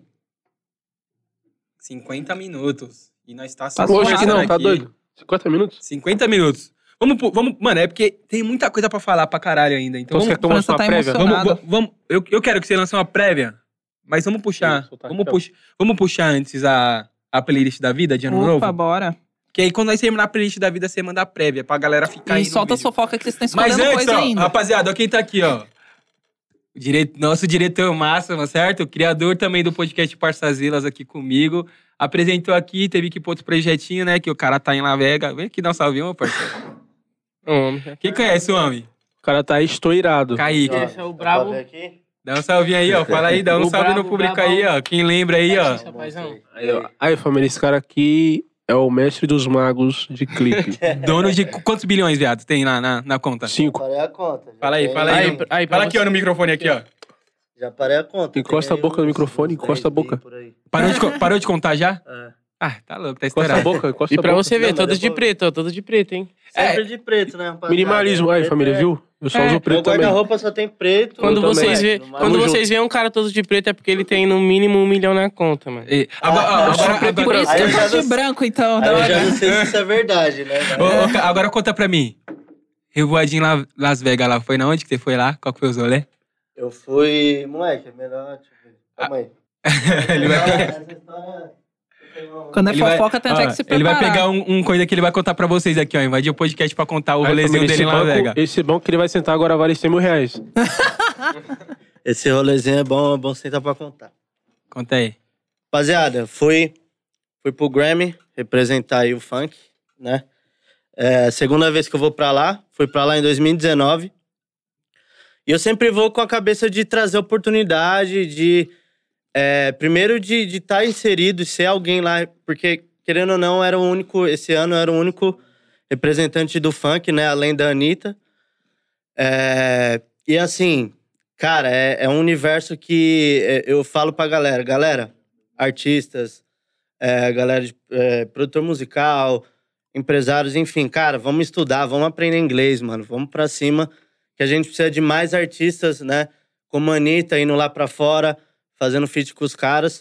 cinquenta minutos. E nós tá só Tá Hoje aqui conversando não, tá aqui. doido? cinquenta minutos? cinquenta minutos. Vamos, pu- vamos, mano, é porque tem muita coisa pra falar pra caralho ainda. Então Então você vamos, quer tomar França uma tá prévia? emocionado. vamos, vamos, vamos- eu, eu quero que você lance uma prévia, mas vamos puxar. Sim, soltar Vamos, aqui, ó. puxar vamos puxar antes a, a playlist da vida de ano Opa, novo. bora. Que aí quando nós terminar a playlist da vida, você manda a prévia pra galera ficar aí E no solta a vídeo. fofoca que vocês estão Mas escolhendo antes, coisa ó, ainda. rapaziada, ó quem tá aqui, ó. O dire- Nosso diretor máximo, certo? O criador também do podcast Parçazilas aqui comigo. Apresentou aqui, teve que ir pra outro projetinho, né? Que o cara tá em La Vega. Vem aqui dar um salve, meu parceiro. Homem. Quem conhece o homem? O cara tá estourado. Kaique. Esse é o brabo. Dá um salvinho aí, ó. Fala aí, dá um O salve brabo, no público brabão. aí, ó. Quem lembra aí, ó. Rapazão. Aí, ó. Aí, família, esse cara aqui é o mestre dos magos de clipe. Dono de qu- quantos bilhões, viado, tem lá na, na conta? Cinco. Parei a conta. Já Fala aí, tem- fala aí. Aí, aí, pra Fala aqui, ó, você- no microfone aqui, ó. Já parei a conta. Encosta Tem a boca no uns- microfone, uns encosta a dez boca. bi por aí. Parou de, co- parou de contar já? É. Ah, tá louco, tá Encosta a estourado. boca, encosta E a pra boca. você ver, Não, mas todos de depois- preto, ó, todos de preto, hein? Sempre de preto, né, rapaziada? Minimalismo. Aí, Preto família, é- viu? Eu só É, uso Meu preto também. guarda-roupa só tem preto. Quando também. vocês, vê, No quando máximo- vocês veem um cara todo de preto é porque ele tem no mínimo um milhão na conta, mano. E, agora, ó, Ah, agora, só agora, Por isso Aí que eu eu já tô de não- branco, então. Aí eu da já hora. não sei se isso é verdade, né? Ô, ô, ca- agora conta pra mim. Revoadinho em La- Las Vegas lá, foi na onde que você foi lá? Qual que foi os rolê? Eu fui... Moleque, é melhor... Deixa eu ver. Calma aí. Ele vai, Essa história... Quando é ele vai- fofoca, tem até ó, que se ele preparar. vai pegar um, um coisa que ele vai contar pra vocês aqui, ó. Invadir o podcast pra contar o Aí, rolezinho família, dele em esse La banco, Vega. esse banco que ele vai sentar agora vale cem mil reais. Esse rolezinho é bom, é bom sentar pra contar. Conta aí. Rapaziada, fui, fui pro Grammy representar aí o funk, né? É, segunda vez que eu vou pra lá, fui pra lá em dois mil e dezenove. E eu sempre vou com a cabeça de trazer oportunidade, de... é, primeiro de estar de tá inserido, ser alguém lá, porque, querendo ou não, era o único... Esse ano eu era o único representante do funk, né? Além da Anitta. É, e assim, cara, é, é um universo que eu falo pra galera. Galera, artistas, é, galera de é, produtor musical, empresários, enfim. Cara, vamos estudar, vamos aprender inglês, mano. Vamos pra cima, que a gente precisa de mais artistas, né? Como a Anitta, indo lá pra fora, fazendo feat com os caras.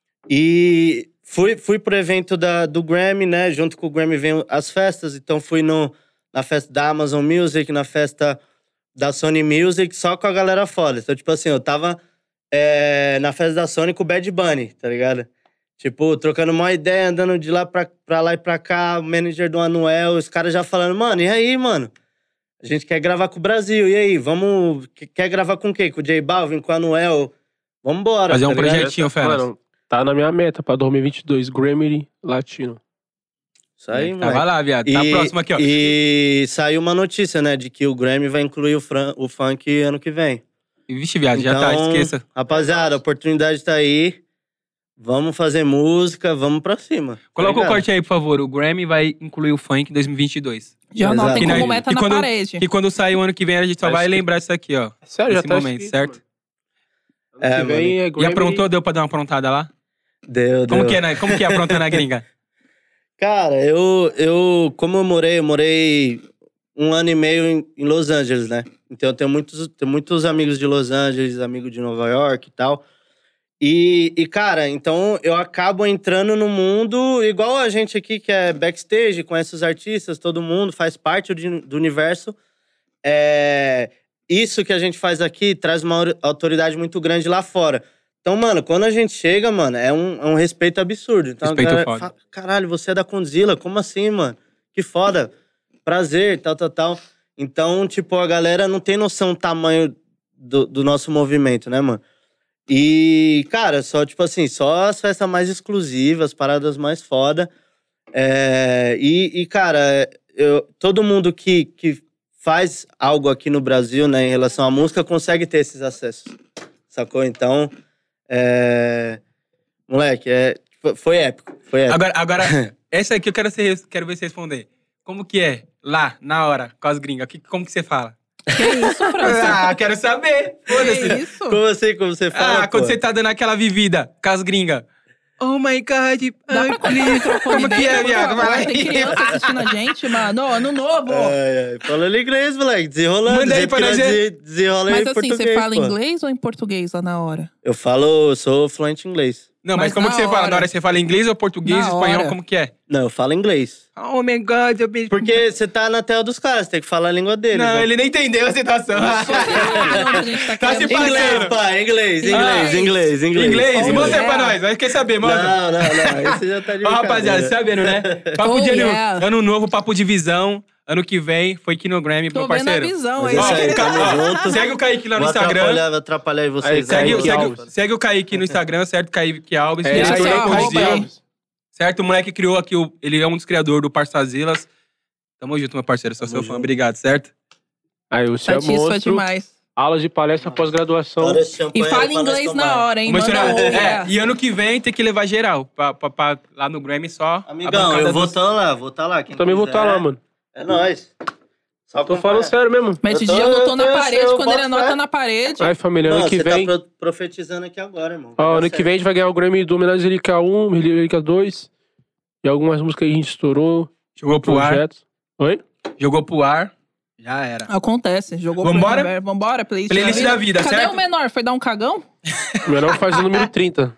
E fui, fui pro evento da, do Grammy, né? Junto com o Grammy vem as festas. Então fui no, na festa da Amazon Music, na festa da Sony Music, só com a galera foda. Então, tipo assim, eu tava é, na festa da Sony com o Bad Bunny, tá ligado? Tipo, trocando uma ideia, andando de lá pra, pra lá e pra cá, o manager do Anuel, os caras já falando, mano, e aí, mano? A gente quer gravar com o Brasil, e aí? Vamos... Quer gravar com quem? Com o J Balvin, com o Anuel? Vambora, Fazer tá um ligado? projetinho, Felas. Mano, tá na minha meta pra dois mil e vinte e dois, Grammy Latino. Isso aí, mano. Tava lá, viado. Tá próximo aqui, ó. E saiu uma notícia, né, de que o Grammy vai incluir o, fran- o funk ano que vem. Vixe, viado, já tá, Então, esqueça. Rapaziada, a oportunidade tá aí. Vamos fazer música, vamos pra cima. Coloca tá o ligado? corte aí, por favor. O Grammy vai incluir o funk em dois mil e vinte e dois. Já Exato. anotem Que como nós- meta que na quando- parede. E quando sair o ano que vem, a gente só Tá vai escrito. lembrar isso aqui, ó. Sério, já Nesse tá momento, escrito, certo? mano. É, Ano que vem é E Grammy... aprontou, deu pra dar uma aprontada lá? Deu, Como deu. que é, né? Como que é aprontar na gringa? Cara, eu, eu... Como eu morei, eu morei um ano e meio em, em Los Angeles, né? Então eu tenho muitos, tenho muitos amigos de Los Angeles, amigos de Nova York e tal. E, e, cara, então eu acabo entrando no mundo igual a gente aqui que é backstage, conhece os artistas, todo mundo, faz parte do, do universo. É, isso que a gente faz aqui traz uma autoridade muito grande lá fora. Então, mano, quando a gente chega, mano, é um, é um respeito absurdo. Então, Respeito a galera foda. fala, caralho, você é da Condzilla? Como assim, mano? Que foda. Prazer, tal, tal, tal. Então, tipo, a galera não tem noção do tamanho do, do nosso movimento, né, mano? E, cara, só, tipo assim, só as festas mais exclusivas, as paradas mais foda. É, e, e, cara, eu, todo mundo que, que faz algo aqui no Brasil, né, em relação à música, consegue ter esses acessos, sacou? Então, é... Moleque, é, foi épico, foi épico. Agora, agora essa aqui eu quero, ser, quero ver você responder. Como que é lá, na hora, com as gringas? Que, como que você fala? Que isso, França? Ah, quero saber. Que Foda-se. isso? Como assim, como você fala, Ah, quando pô? você tá dando aquela vivida com as gringas. Oh my God. Dá ai, pra cortar o please. microfone Como que dele, é, por viado? favor? Vai lá. Tem criança assistindo a gente, mano. Ô, Ano novo. Ai, ai, falando inglês, moleque, desenrolando. Manda aí do jeito pra que nós nós ver. desen- desenrola Mas em assim, português, você fala pô. inglês ou em português lá na hora? Eu falo, eu sou fluente em inglês. Não, mas, Mas como na que você fala? hora. Na hora você fala inglês ou português, Na espanhol, hora. como que é? Não, eu falo inglês. Oh my God, eu beijo. Porque você tá na tela dos caras, tem que falar a língua deles. Não, né? ele nem entendeu a situação. Onde a gente tá Tá se querendo chegar. passando. Inglês, pai, inglês, inglês, Inglês. inglês, inglês. Inglês? Oh, Mostra aí yeah. pra nós. Vai quer saber, mostra. Não, não, não, esse já tá de Ó, rapaziada, brincadeira. sabendo, né? Papo Oh, de ano, yeah. ano novo, papo de visão. Ano que vem, foi aqui no Grammy, Tô meu vendo a parceiro. visão Mas aí. é isso Ó, aí, o Ca- tamo ó, junto. segue o Kaique lá no Vou Instagram. atrapalhar, vou atrapalhar aí vocês. Aí, Segue, aí. Kaique segue, Alves. segue o Kaique no Instagram, certo? Kaique Alves. É, Deixa diretor seu da arroba Condzilla. aí. Certo? O moleque criou aqui, o, ele é um dos criadores do Parçazilas. Tamo junto, meu parceiro. Sou Tamo seu fã, junto. obrigado, certo? Aí, o seu Satisfa monstro, demais. aulas de palestra pós-graduação. Olha esse E champanhe fala pra nós inglês tomar. na hora, hein? Vamos Manda tirar- um, é, yeah. e ano que vem tem que levar geral. Pra, pra- pra- lá no Grammy só. a Amigão, bancada eu vou dos- estar lá, vou estar lá. Quem Eu também vou quiser. estar lá, mano. É nóis. Só Tô falando sério mesmo. Mas esse Eu tô- dia anotou eu na tô- parede, eu quando ele boto anota fé. na parede. Aí, família, Não, ano que você vem... tá pro- profetizando aqui agora, irmão. Ó, Vai ano dar que certo. vem a gente vai ganhar o Grammy do Homenagem Lírica um, Lírica dois. E algumas músicas que a gente estourou. Jogou pro ar. Projetos. Oi? Jogou pro ar. Já era. Acontece. Jogou Vambora? pro universo. Vambora, playlist, Playlist da vida, Cadê certo? o menor? Foi dar um cagão? O menor faz o número trinta.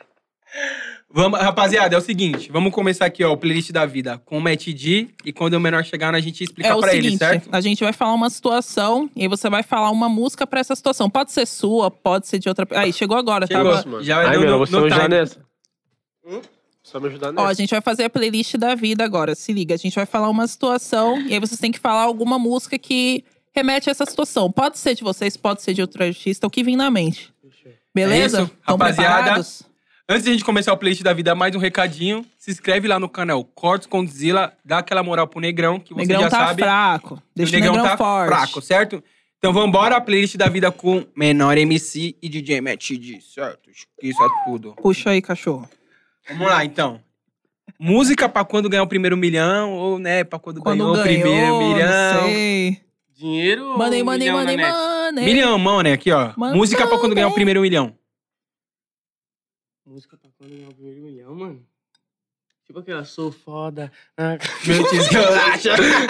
Vamos, rapaziada, é o seguinte. Vamos começar aqui, ó, o playlist da vida com o Matt D. E quando o menor chegar, a gente explica É o pra seguinte, ele, certo? a gente vai falar uma situação e aí você vai falar uma música pra essa situação. Pode ser sua, pode ser de outra... Aí, chegou agora, Chegou. tava... Nossa, mano. Já vai Aí, no- menor, no- você no vai me ajudar time. nessa. Hum? Você vai me ajudar Ó, nessa. a gente vai fazer a playlist da vida agora. Se liga, a gente vai falar uma situação e aí vocês têm que falar alguma música que remete a essa situação. Pode ser de vocês, pode ser de outro artista, o que vir na mente. Beleza? É isso, Tão rapaziada. preparados? Antes de a gente começar o playlist da vida, mais um recadinho. Se inscreve lá no canal Cortes Condzilla. Dá aquela moral pro Negrão, que O você Negrão já tá sabe. fraco. que Deixa o Negrão, tá forte. fraco, certo? Então vambora, a playlist da vida com Menor M C e D J Matt D, certo? Isso é tudo. Puxa aí, cachorro. Vamos lá, então. Música pra quando ganhar o primeiro milhão, ou, né, pra quando, Quando ganhou, ganhou, o primeiro milhão. não sei. Dinheiro Money, ou money, milhão money, na net? money. Milhão, mão, né? Aqui, ó. Mano, Música pra quando ganhar o né? primeiro milhão. Música pra quando ganhar o primeiro milhão, mano? Tipo aquela, sou foda. Ah, Meu desgolacha.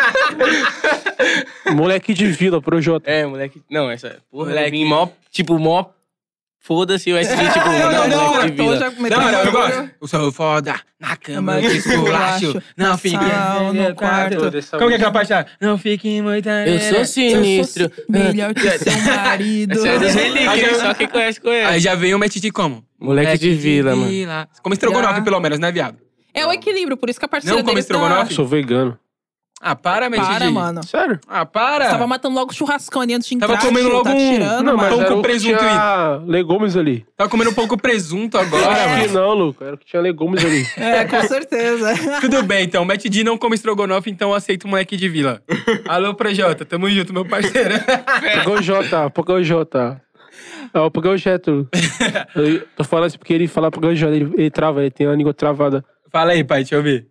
Moleque de vila, Projota. É, moleque. Não, essa. Porra, Moleque. moleque. Mó, tipo, mó. Foda-se o S D, tipo, Não, não, não, moleque de Tô vila. já Não, metendo não, eu bagulho. gosto. Eu sou foda, na cama, Mas eu te esculacho. Não na fique... sala, no quarto. Como que é aquela parte lá? Não fique muito... Eu sou sinistro. Eu sou melhor que seu marido. Essa é dos relíquios, só quem conhece, conhece. Aí já vem o Match de como? Moleque de vila, mano. vila. Como estrogonofe, Já. pelo menos, né, viado? É o equilíbrio, por isso que a parceira Não come dele tá... estrogonofe? Sou vegano. Ah, para, Match Para, de... mano. Sério? Ah, para. Tava matando logo o churrascão ali antes de entrar. Tava comendo tio, logo tá um- tirando, Não, mas mano. pão era com o que presunto tinha legumes ali. Tava comendo um pouco presunto agora, Acho mano. que não, Luca. Era o que tinha legumes ali. É, com certeza. Tudo bem, então. Match D não come estrogonofe, então eu aceito o moleque de vila. Alô, Projota. Tamo junto, meu parceiro. Pogojota, Pogojota. É o Pogojeto. Eu tô falando assim porque ele fala Pogojota, ele, ele trava, ele tem a língua travada. Fala aí, pai, deixa eu ver.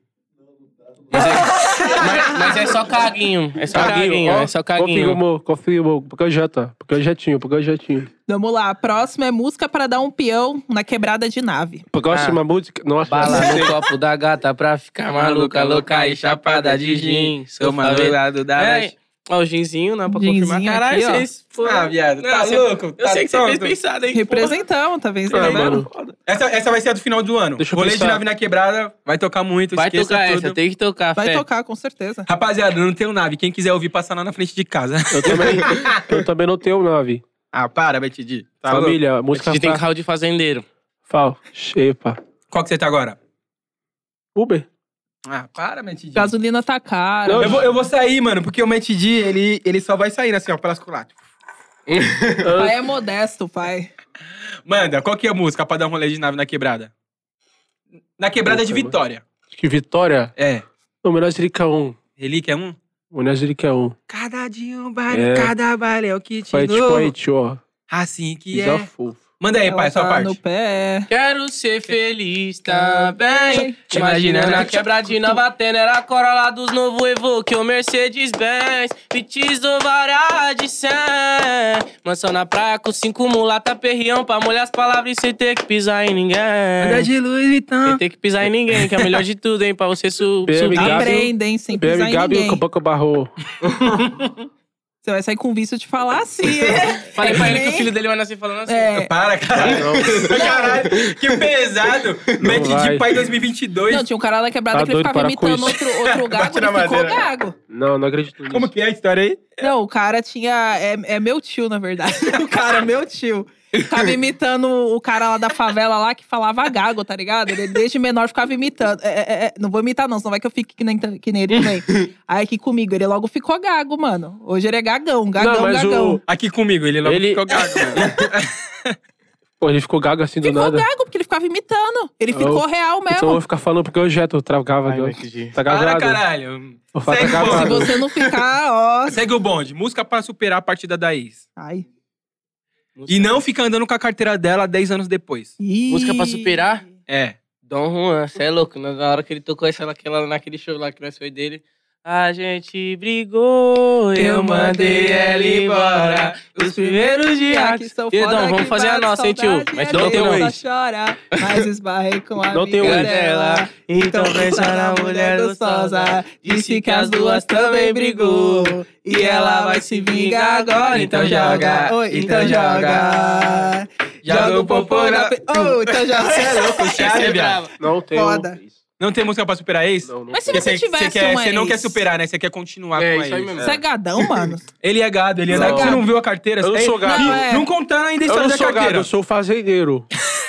Mas é, mas, mas é só caguinho. É só caguinho, ó, é só caguinho. Confirmou, confirmou. Pogojota, Pogojetinho, Pogojetinho. Vamos lá, a próxima é música para dar um peão na quebrada de nave. Próxima música. Nossa, Bala já sei. no copo da gata pra ficar maluca, louca e chapada de gin. Sou maluco favela. da... É, ó, o ginzinho, não, pra Ginzinho confirmar. Caralho, aqui, ó. vocês foram... Ah, viado, Não, tá você- louco? Eu Tá sei que você fez tonto. pensado, hein? Representamos, tá vendo? Ah, Tá mano. Foda. Essa, essa vai ser a do final do ano. Deixa eu Rolê de pensar. nave na quebrada, vai tocar muito, Vai esqueça tocar tudo. essa, tem que tocar, Vai fé. tocar, com certeza. Rapaziada, eu não tenho nave. Quem quiser ouvir, passa lá na frente de casa. Eu também, eu também não tenho nave. Ah, para, Match D. Tá louco? Família, A música gente tem pra... carro de fazendeiro. Fal, Shepa. Qual que você tá agora? Uber. Ah, para, Match D. Gasolina tá cara. Eu vou, eu vou sair, mano, porque o Match D, ele, ele só vai sair assim, ó, pelas colatas. Pai é modesto, pai. Manda, qual que é a música pra dar um rolê de nave na quebrada? Na quebrada de Puta, Vitória. Acho que Vitória. É. Não, Menazirica um. Relíquia é um? Menazirica um. Cada dia um baile, É. cada baile é o que te Fight dou. Point, ó. Assim que Isa é. fofo. Manda aí, Ela pai, sua tá parte. no pé. Quero ser feliz também. Imagina, Imagina né? na quebradinha batendo, era a Corolla dos novo Evoque, o Mercedes-Benz. Pitis do Vará de cem. Mansão na praia com cinco mulata perrião pra molhar as palavras sem ter que pisar em ninguém. Anda de Louis Vuitton. Sem ter que pisar em ninguém, que é o melhor de tudo, hein? Pra você su B M subir. Gabi. Aprendem sem pisar B M em Gabi ninguém. com Boca Barro. Você vai sair com vício de falar assim, é. Falei É pra que ele que o nem- filho dele vai nascer falando assim. É. Para, caralho. Caralho, que pesado. Match vai. de pai dois mil e vinte e dois. Não, tinha um cara lá da quebrada Tá que ele doido, ficava para com imitando isso. outro, outro gago Bate e na ele ficou madeira. gago. Não, não acredito nisso. Como que é a história aí? Não, o cara tinha... É, é meu tio, na verdade. O cara é meu tio. Tava imitando o cara lá da favela lá que falava gago, tá ligado? Ele desde menor ficava imitando. É, é, é, não vou imitar não, senão vai que eu fique que nem, que nem ele também. Aí aqui comigo, ele logo ficou gago, mano. Hoje ele é gagão, gagão, Não, mas gagão. o- Aqui comigo, ele logo Ele- ficou gago, mano. Pô, ele ficou gago assim do Ficou nada. gago, porque ele ficava imitando. Ele Eu- ficou real Então eu mesmo. vou ficar falando porque eu jeto, eu travava. Ai, eu- vai que dia. Tá Para, gravado. caralho. Vou falar, tá Segue o Se gravado. bonde. você não ficar, ó... Segue o bonde. Música pra superar a partida da ex. Ai. E não fica andando com a carteira dela dez anos depois. Ih. Música pra superar? É. Dom Juan, cê é louco. Na hora que ele tocou essa naquela, naquele show lá que nós foi dele. A gente brigou, eu mandei ela embora. Os primeiros dias que são Perdão, foda, vamos que fazer a bate nossa, hein, tio? saudade, Mas é não Deus, tem um só ex. chora, mas esbarrei com a Não tem amiga um ex. dela. Então pensa na mulher gostosa. Disse que as duas também brigou. E ela vai se vingar agora. Então joga, Oi, então então joga. joga. Joga o popô na... pe- Oh, então joga. Você é louco, Essa chave, é viado. brava. Não tem. Foda. Não tem música pra superar ex? Não, não Mas se tem. você Você tivesse quer, um você não ex. quer superar, né? Você quer continuar É, com a isso aí ex. mesmo. Você é gadão, mano? Ele é gado, ele é Não. gado. Você não viu a carteira? Eu não Ei, sou gado. Não, é. Não contando ainda a Eu história não da sou gado, carteira. eu sou fazendeiro.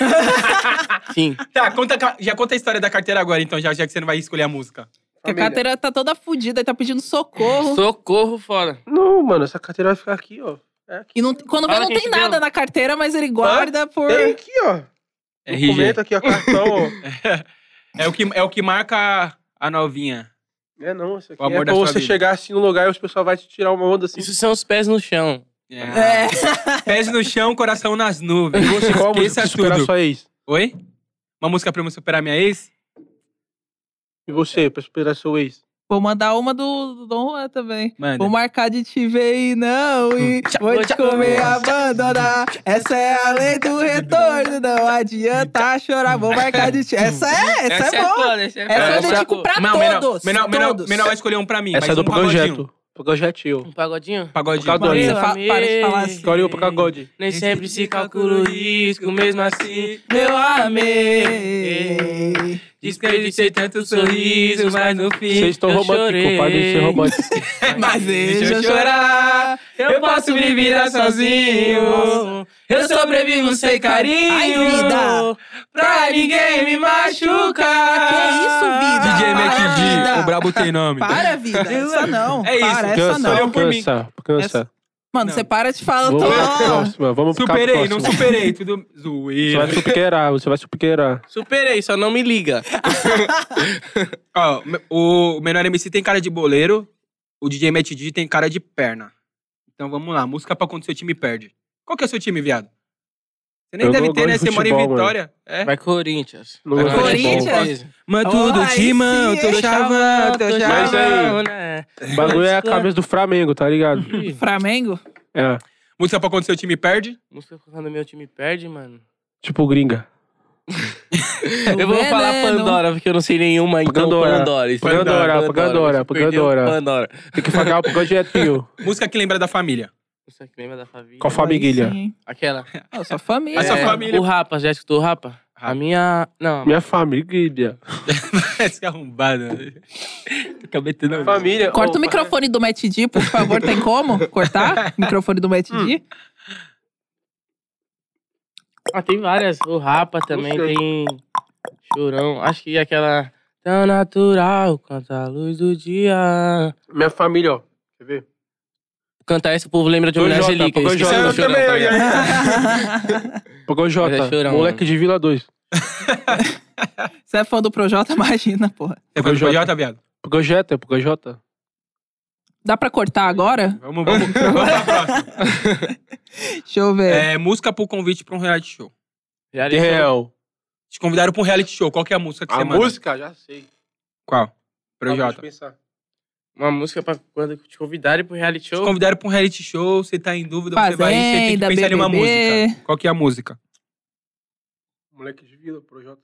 Sim. Tá, conta, já conta a história da carteira agora, então, já, já que você não vai escolher a música. Porque a carteira tá toda fodida, ele tá pedindo socorro. Socorro fora. Não, mano, essa carteira vai ficar aqui, ó. É aqui. E não, quando vê, Fala não quem tem te nada deu. na carteira, mas ele guarda por... Tem aqui, ó. R G. Documento aqui, ó, cartão, ó. É o que, é o que marca a, a novinha. É não, isso aqui O amor é da pra sua você vida. chegar assim no lugar e os pessoal vai te tirar uma onda assim. Isso são os pés no chão. É. Pés no chão, coração nas nuvens. E você, qual música Esqueça pra superar tudo. sua ex? Oi? Uma música pra eu superar minha ex? E você, pra superar seu ex? Vou mandar uma do, do Dom Juan também. Manda. Vou marcar de te ver e não ir. Vou te comer e abandonar. Essa é a lei do retorno. Não adianta chorar. Vou marcar de te... Essa é, essa, é boa. foda, essa é Essa eu foda. dedico pra Não, menor, todos. menor, menor, todos. menor vai escolher um pra mim. Essa mas é do um pagodinho. projeto. Projetinho. Um pagodinho? Pagodinho. Pagodinho. Mano, você fa- para de falar assim. Escolhe o pagode. Nem sempre se calcula o risco, mesmo assim. Meu amei. Desperdicei tantos sorrisos, mas no fim Vocês estão eu românticos, chorei. para de ser romântico. Mas deixa eu chorar. Eu posso me virar sozinho. Eu sobrevivo sem carinho. Ai, vida. Pra ninguém me machucar. Que isso, vida? D J Mac Para, D, vida. o brabo tem nome. Para, vida. Essa não. É isso, Para, essa Cansa, não. por mim. cansa, cansa. Mano, Não. você para de falar. Eu Vamos pra tô... próxima, vamos pro Superei, não próximo. superei. Tudo Você zoeira. vai superar, você vai superar. Superei, só não me liga. Ó, o menor M C tem cara de boleiro, o D J Matt D tem cara de perna. Então vamos lá, música pra quando seu time perde. Qual que é o seu time, viado? Você nem Eu deve não ter, gosto né? de Você mora em futebol, Vitória. É. Vai Corinthians. Não Vai gosto de Corinthians. Mas Oh, tudo aí timão, sim, tô hein? chavando, tô Mas chavando. aí- né? O bagulho é a cabeça do Flamengo, tá ligado? Flamengo? É, Música pra quando seu time perde. Música quando meu time perde, mano. tipo gringa. Eu vou falar Veneno. Pandora, porque eu não sei nenhuma, então Pandora. Pandora. isso. Pandora, Pandora, Você perdeu Pandora. Pandora. Tem que pagar o projetinho. Música que lembra da família. Você que lembra da família? Qual família? Aí sim, hein? Aquela. Ah, sua família. A sua É, família. O Rapa, já escutou o Rapa? A minha... Não. Minha família. Esse arrombado. Tô metendo. Família. Corta o microfone do Matt D, por favor. Tem como cortar o microfone do Matt D? Ah, tem várias. O Rapa também sei. tem... Chorão. Acho que aquela... Tão natural quanto a luz do dia. Minha família, ó. Quer ver? Cantar esse, o povo lembra de Projota, homenagem ali. Que eu esqueci Projota. do Chorão, Eu tá também, eu ligado? Projota, Mas é chorão, moleque mano. de Vila dois. Você é fã do Projota? Imagina, porra. Você foi pro Projota, viado? Projeta, Projota. Dá pra cortar agora? Vamos, vamos, vamos pra próxima. Deixa eu ver. É, música pro convite pra um reality show. Reality show. Real. Te convidaram pra um reality show. Qual que é a música que A você manda? música, já sei. Qual? Deixa Projota. eu pensar. Uma música pra quando te convidarem pro reality Te show. convidaram pra um reality show, você tá em dúvida, você vai ir, você tem que Fazenda, pensar em uma B B B. música. Qual que é a música? Moleque de Vila, Projota.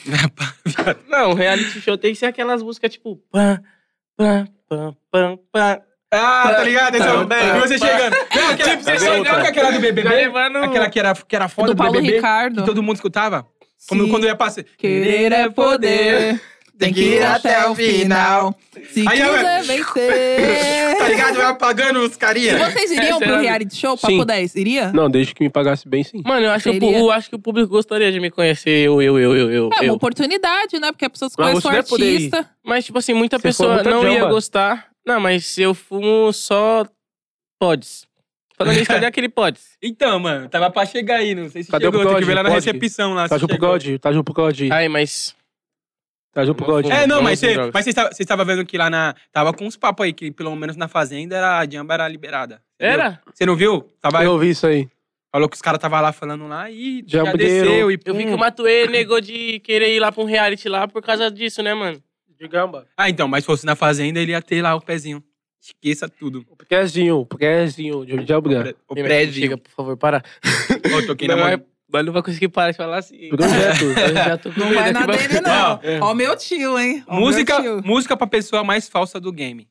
Não, reality show tem que ser aquelas músicas tipo... Pam, pam, pam, pam, pam. Ah, tá ligado? Esse é o- Também. E você chegando. Não, aquela, Tipo, você você chegando. não que aquela do B B B? Já levando- Aquela que era, que era foda do do, Paulo B B B? Ricardo. Que todo mundo escutava? Como Sim. quando ia passar. Querer é poder, tem que ir até o final. Se Aí, quiser ó, vencer. Tá ligado? Vai apagando os E carinha. vocês iriam Essa pro era- reality show? Sim. Papo dez, iria? Não, desde que me pagasse bem, sim. Mano, eu acho, que o, Seria- pu- eu acho que o público gostaria de me conhecer, eu, eu, eu, eu, eu. É uma eu. oportunidade, né? Porque a pessoa Mas conhece você o não ia poder ir. artista. Mas, tipo assim, muita Se for pessoa muita não ia jamba. gostar. Não, mas se eu fumo só pods. Falando isso, cadê aquele pods? Então, mano, tava pra chegar aí, não sei se Cadê o chegou. Tem que bigode? ver lá na Pode? recepção lá. Tá se junto pro chegou. God, tá junto pro God. Ai, mas... Tá junto pro God. É, não, Vamos mas com você drogas. mas você estava você estava vendo que lá na. Tava com uns papos aí, que pelo menos na fazenda era, a jamba era liberada. Você viu? Era? Você não viu? Tava, Eu ouvi isso aí. falou que os caras tava lá falando lá e já Jambeiro. desceu e Eu vi pum. que o Matuê negou de querer ir lá pra um reality lá por causa disso, né, mano? De gamba. Ah, então, mas se fosse na fazenda, ele ia ter lá o pezinho. Esqueça tudo. O pezinho, o pezinho de Jabga. O Chega, prédio. por favor, para. Eu toquei na Não, mão. é- mas não vai conseguir parar de falar assim. Projeto. Eu já tô com Não medo vai aqui, na mas- dele, não. Ó, é. Ó o meu tio, hein? Ó o Música, meu tio. música pra pessoa mais falsa do game.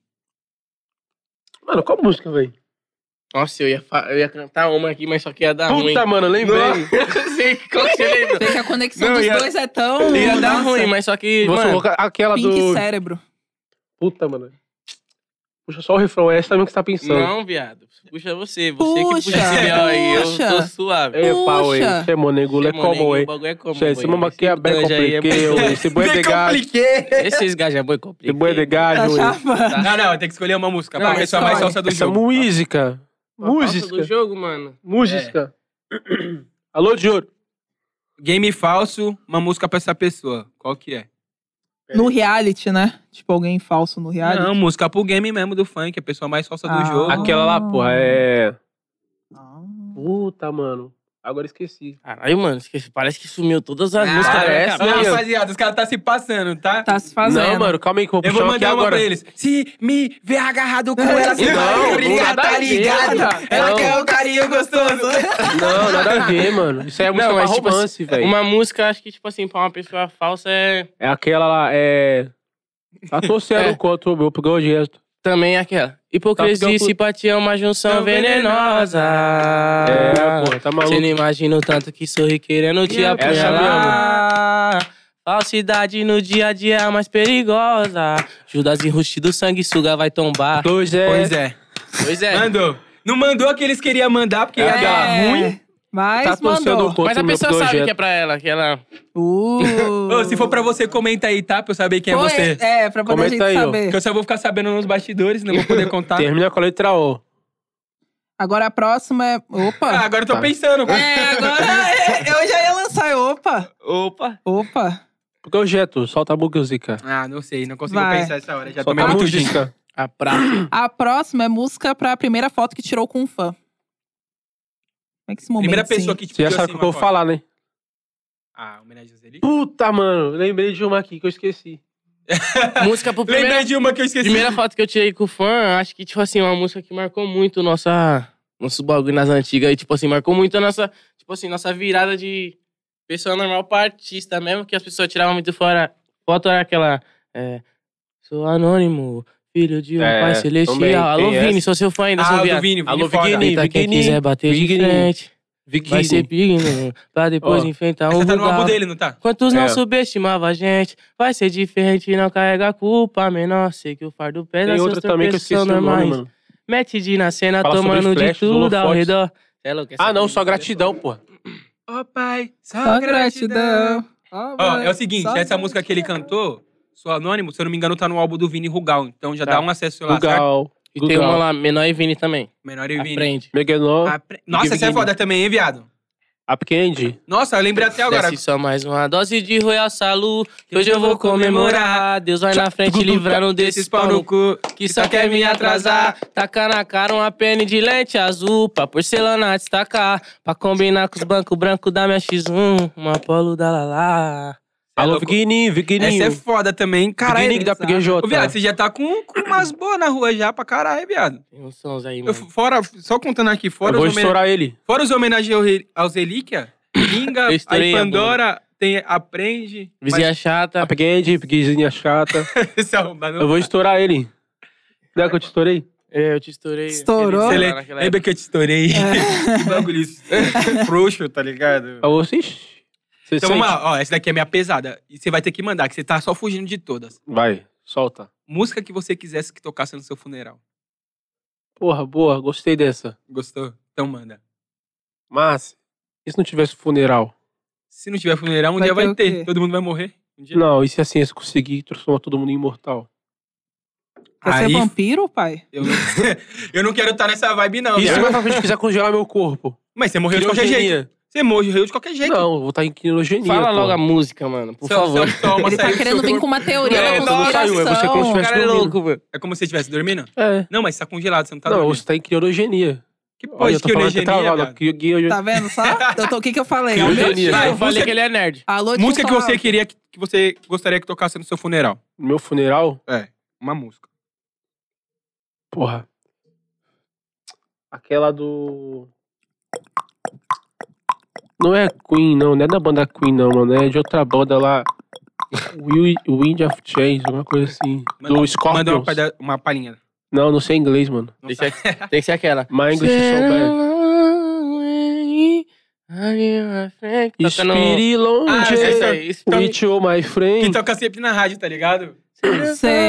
Mano, qual música, velho? Nossa, eu ia, fa- eu ia cantar uma aqui, mas só que ia dar ruim. Puta, mano, lembrei. Eu sei qual que você lembra. Sei que a conexão Não, dos ia- dois é tão... Ia dar Nossa, ruim, mas só que, Vou mano... colocar aquela Pink do... cérebro. Puta, mano. Puxa só o refrão, é essa mesmo que você tá pensando. Não, viado. Puxa você. Você que Puxa, puxa esse B O aí. Eu puxa. tô suave. É, pau, Puxa. hein. Chama, nego, é Chama, como, neguinho, hein. o bagulho é como, Che, esse mamá aqui é bem ganja aí é compliquei, muito- esse boi de gajo. Esses gajos é boi Esse complicado. boi de Tá gajo, hein. chapando. Não, não, tem que escolher uma música. Não, pra pessoa mais escolhe. falsa do Essa jogo. música. do Música. jogo, mano. Música. Alô, Diogo. Game falso, uma música pra essa pessoa. Qual que é? No reality, né? Tipo, alguém falso no reality. Não, música pro game mesmo do funk, a pessoa mais falsa do Ah. jogo. Aquela lá, porra, é... Ah. Puta, mano. Agora esqueci. Caralho, mano, esqueci. Parece que sumiu todas as Ah, músicas. parece, da Não, minha cabeça. rapaziada, os caras tá se passando, tá? Tá se fazendo. Não, mano, calma aí que eu vou Eu puxar vou uma aqui mandar uma agora. pra eles. Se me ver agarrado com ela, você Não, vai não brigar, nada tá a ver, ligado? cara. Ela Não. quer o carinho gostoso. Não, nada a ver, mano. Isso aí é música Não, pra mas, tipo romance, velho. Uma música, acho que, tipo assim, pra uma pessoa falsa é. É aquela lá, é... Tá torcendo É. contra o meu projeto. Também aquela. Hipocrisia Tá e ficando- simpatia é uma junção Tão venenosa. É, pô, tá maluco. Você não imagina o tanto que sorri querendo te Essa apunhalar. Falsidade no dia a dia é a mais perigosa. Judas enrustido, sanguessuga vai tombar. Dois é... Pois é. Pois é. Mandou. Não mandou a que eles queriam mandar, porque ia dar É, ruim. Mas Tá torcendo mandou. contra Mas a o meu pessoa sabe projeto. que é pra ela, que ela... Uh. Ô, se for pra você, comenta aí, tá? Pra eu saber quem Foi- é você. É, pra poder Comenta a gente aí, ó. saber. Porque eu só vou ficar sabendo nos bastidores, não vou poder contar. Termina com a letra O. Agora a próxima é... Ah, Opa. agora eu tô Tá. pensando. É, agora é, eu já ia lançar. Opa. Opa. Opa. Projeto, solta a música. Ah, não sei, não consigo Vai. pensar essa hora. Já Solta tomei a muito gin. música. A prata. A próxima é música pra primeira foto que tirou com um fã. Como é que esse momento, Primeira pessoa sim? que te Você já pediu sabe assim o que eu uma vou foto. falar, né? Ah, homenagem a Zeli. Puta, mano. Lembrei de uma aqui que eu esqueci. Música pro primeiro... Lembrei de uma que eu esqueci. Primeira foto que eu tirei com o fã, acho que, tipo assim, uma música que marcou muito nossa... Nosso bagulho nas antigas. E, tipo assim, marcou muito a nossa... Tipo assim, nossa virada de pessoa normal pra artista mesmo. Que as pessoas tiravam muito fora... Foto era aquela... É, sou anônimo, filho de um É, pai também celestial. Alô, tem Vini, essa. sou seu fã ainda, Ah, seu o do viado. Vini, Vini Alô, foda. Vini. Eita, quem Vini, quiser bater de Vini. frente, Vicky. vai ser pigno, pra depois Ó, enfrentar um Essa tá no álbum vulgar. dele, não tá? Quantos não É. subestimavam a gente? Vai ser diferente, não carrega a culpa menor. Sei que o fardo pesa, Tem seus outra também que eu tropeços esqueci são o nome, normais. mano. Mete de na cena, Fala sobre tomando de flash, tudo ao holofotes. redor. É louco, essa Ah, não, aqui- só gratidão, pô. Ó, pai, só, Só gratidão. gratidão. Ó, é o seguinte, Só essa música que ele cantou, Sou Anônimo, se eu não me engano, tá no álbum do Vini Rugal. Então já Tá. dá um acesso lá, certo? Gugal. E tem Gugal. uma lá, Menor e Vini também. Menor e Vini. Aprende. Meganó. Apre- Nossa, essa é foda também, hein, viado? Aprende. Nossa, eu lembrei até agora. Desce só mais uma dose de Royal Salu, que hoje eu vou comemorar. Deus vai na frente livrando desses pau no cu, que só quer me atrasar. Tacar na cara uma pene de lente azul, pra porcelana destacar. Pra combinar com os bancos brancos da minha X um, uma polo da Lala. Alô, louco. Viguininho, Viguininho. Essa é foda também, caralho. Viguininho da P J. Ô, viado, você já tá com, com umas boas na rua já pra caralho, viado. Tem uns sons aí, Eu, mano. fora, só contando aqui, fora Eu vou os, homen- estourar ele. fora os homenagens ao Re- aos Relíquia, Ginga, Eu estourei aí a Pandora, tem Aprende. Vizinha chata. Aprende, vizinha chata. Mas, esse arrombado não Eu vou vai. estourar ele. Não é que eu te estourei? É, eu te estourei. Estourou? Você Aquele- le- naquela lembra que eu te estourei? que bagulho frouxo, tá ligado? Pra vocês? Você Então sente? vamos lá, ó, essa daqui é minha pesada. E você vai ter que mandar, que você tá só fugindo de todas. Vai, solta. Música que você quisesse que tocasse no seu funeral. Porra, boa, gostei dessa. Gostou? Então manda. Mas, e se não tivesse funeral? Se não tiver funeral, um Vai dia ter vai o ter. quê? Todo mundo vai morrer. Um dia. Não, e se a ciência conseguir transformar todo mundo em imortal? Quer ser Aí- vampiro, pai? Eu não, eu não quero estar nessa vibe, não. E se viado. mais pra frente quiser congelar meu corpo? Mas você morreu de qualquer Criogenia. jeito. Você morreu de qualquer jeito. Não, eu vou estar em criogenia. Fala pô. logo a música, mano, por Seu- favor. seu toma Ele tá saiu do querendo seu vir corpo. com uma teoria É, da não saiu, é você como se conspiração. O tivesse cara é dormindo. louco, mano. É como se você estivesse dormindo? É. Não, mas você tá congelado, você não tá Não, dormindo. você tá em criogenia. Que Olha, porra eu de tô falando criogenia, tetragalo, viado? criogenia. Tá vendo só? Eu tô- O que que eu falei? É o meu Criogenia. tio. Ah, eu Música- falei que ele é nerd. Alô, tio Música que Flávio. você queria que, que você gostaria que tocasse no seu funeral. No meu funeral, É, uma música. porra. Aquela do... Não é Queen, não. Não é da banda Queen, não, mano. É de outra banda lá. Wi- Wind of Change, uma coisa assim. Manda- do Manda Scorpions. uma, palha- uma palhinha. Não, não sei inglês, mano. Não Tem tá. que ser- tem que ser aquela. My English is so bad. Tocando- Spirit Ah, eu sei, longe. sei. Isso Então, With you, my que friend. toca sempre na rádio, tá ligado? Sei.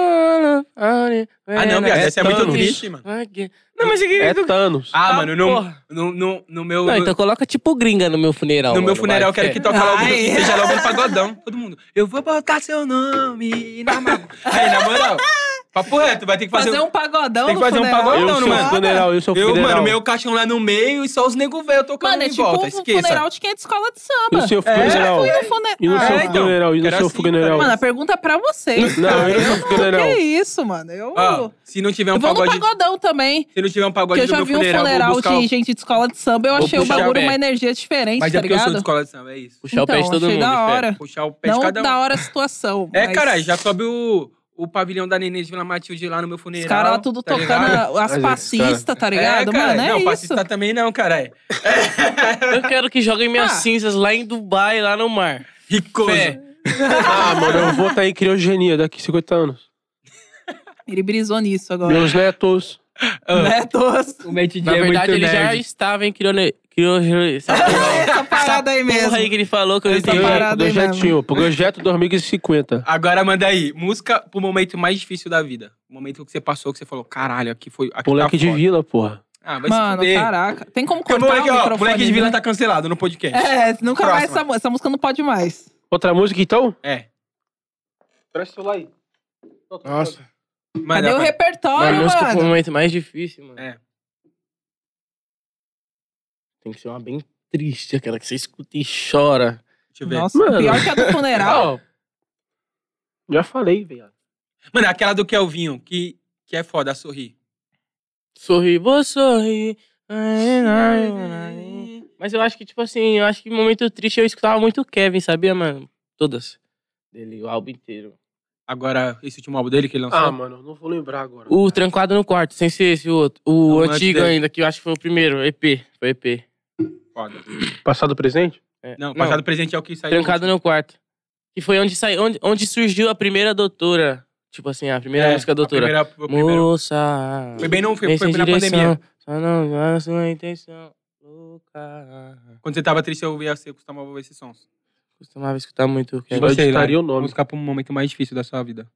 Ah, não, viado. É Essa é muito Thanos. triste, mano. Não, mas aqui... É Thanos. Ah, Ah, mano, no, porra. no, no, no meu... Não, no- então coloca tipo gringa no meu funeral. No meu mano, funeral, eu vai, quero fé. que toque logo, Ai. que seja logo no pagodão. Todo mundo. Eu vou botar seu nome na mão. Aí, na moral, papo reto, vai ter que fazer... Fazer um pagodão Tem que no fazer um funeral. pagodão, Eu não, sou mano. funeral, eu sou Eu, funeral. mano, meu caixão lá no meio e só os nego velho tocando Mano, é em tipo volta. um Esqueça. funeral de quem é de escola de E samba. no seu É, funeral? Fui no funeral. E no Ah, seu então. funeral? E no Quero seu assim, funeral? Mano, a pergunta é pra vocês. Não, eu não sou funeral. Que isso, mano? Eu, Ó, se não tiver um eu vou no pagode... pagodão também. Se não Quando tiver um pagode Porque eu do já meu vi um funeral, funeral vou buscar de o... gente de escola de samba, eu Vou achei o puxar o bagulho pé. uma energia diferente, Mas tá é porque eu sou de ligado? escola de samba, é isso. Puxar o pé de Então, todo achei mundo. da fé. hora. Puxar o pé de Não cada um. da hora a situação. É, mas caralho, já sobe o, o pavilhão da Nenê de Vila Matilde lá no meu funeral. Os caras lá tudo tá tocando ligado? as Mas passistas, tá ligado? É, cara. Mano, é não, isso. passista também não, caralho. Eu quero que joguem minhas Ah. cinzas lá em Dubai, lá no mar. Ricoso. Fé. Ah, mano, eu vou estar em criogenia daqui a cinquenta anos. Ele brisou nisso agora. Meus netos. Netos. O Matt D Na é verdade, muito ele já nerd. estava em crione... criogenia. Essa porra aí. Essa parada aí mesmo. Porra aí que ele falou que eu Essa entendi. parada aí Projetinho. Projeto dois mil e cinquenta. Agora manda aí, música pro momento mais difícil da vida. O momento que você passou, que você falou, caralho, aqui foi... Aqui Moleque tá de foda. vila, porra. Ah, vai Mano, se fuder. caraca. Tem como Porque o cortar moleque, o ó, microfone? moleque de vila né? tá cancelado no podcast. É, nunca mais Próxima. essa, mu- essa música não pode mais. Outra música, então? É. Presta o celular aí. Nossa. Manda, Cadê o pai. repertório, Mano, música pro mano? momento mais difícil, mano. É. Tem que ser uma bem triste, aquela que você escuta e chora. Deixa eu ver. Nossa, Mano. pior que a do funeral. Já falei, velho. Mano, aquela do Kelvinho, que, que é foda, sorrir. Sorri, vou sorrir. Ai, ai, ai. Mas eu acho que, tipo assim, eu acho que no momento triste eu escutava muito o Kevin, sabia, mano? Todas. Dele, o álbum inteiro. Agora, esse último álbum dele que ele lançou. Ah, mano, não vou lembrar agora. O Trancado no Quarto, sem ser esse outro. O Não, antes antigo dele. ainda, que eu acho que foi o primeiro, E P. Foi E P. Foda. Passado presente? É. Não, passado presente é o que saiu. Trancado no Quarto. Que foi onde, saiu, onde, onde surgiu a primeira doutora. Tipo assim, a primeira É, música a doutora. primeira- o primeiro- Moça. Foi bem, não, foi, vem foi sem na direção, pandemia. Só não vai a sua intenção. Louca. Quando você tava triste, eu ouvia, você costumava ouvir esses sons. Costumava escutar muito o E Kevin. Vai você, editaria Lari? o nome. Música pro momento mais difícil da sua vida.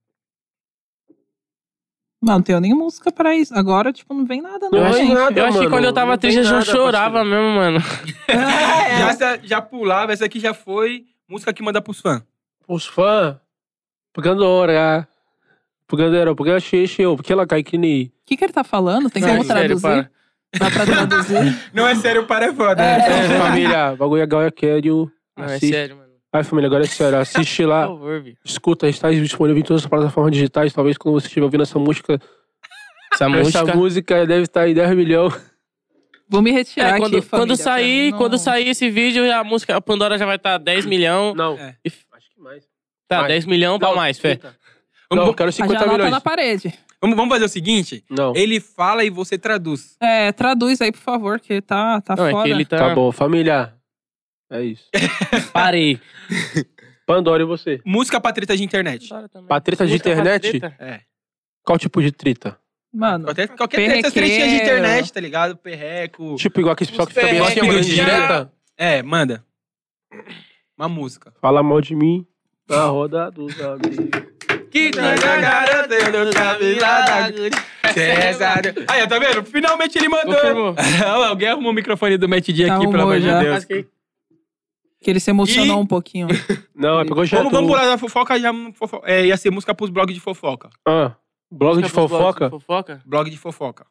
Mano, não tenho nem música pra isso. Agora, tipo, não vem nada, não. Eu Não acho, vem gente. nada. eu acho que mano, quando eu tava não triste, tem eu já nada, chorava parceiro. mesmo, mano. Já, essa- já pulava, essa aqui já foi música que manda pros fãs. Os fãs. Pegando hora. Pegando hora. Pegando xixi. Porque ela cai que nem. O que, que ele tá falando? Tem Não, como sério, traduzir? Dá pra traduzir? Não é sério, para é foda. É. É, família. Bagulho agora é quero. Não, é Assiste. sério, mano. Ai, família, agora é sério. Assiste Por lá. favor, vi. Escuta, está disponível em todas as plataformas digitais. Talvez quando você estiver ouvindo essa música. Essa Essa música. música deve estar em dez milhões. Vou me retirar É, quando, aqui, quando família, sair, pra mim quando não- sair esse vídeo, a música, a Pandora já vai estar dez milhões. Não. É. E- Acho que mais. Tá, Mais. dez milhões pra Não, mais, fé. trinta. Vamos, Não, eu quero A cinquenta janela tá milhões. na parede. vamos, vamos fazer o seguinte: Não. ele fala e você traduz. É, traduz aí, por favor, que tá, tá Não, é foda. que ele tá... Tá bom, família. É isso. Parei. Pandora e você? Música pra treta de internet. Pra treta de Música pra internet? treta? É. Qual tipo de treta? Mano, Qualquer, qualquer treta, essas tretinhas de Perrequeiro. internet, tá ligado? Perreco. Tipo, igual aquele pessoal que fica bem perrengue assim, do mandando dia. direta. É, manda. Uma música. Fala mal de mim na roda dos amigos. Que garota, eu não sabia nada. Aí, tá vendo? Finalmente ele mandou. Confirmou. Alguém arrumou o microfone do Matt D aqui, Arrumou pelo amor já. de Deus. que ele se emocionou E- um pouquinho. Não, é pegou já. Vamos, vamos pular da fofoca, já fofo- é, ia ser música pros blogs de fofoca. Ah, blog de Música pros blogs fofoca? de fofoca? Blog de fofoca.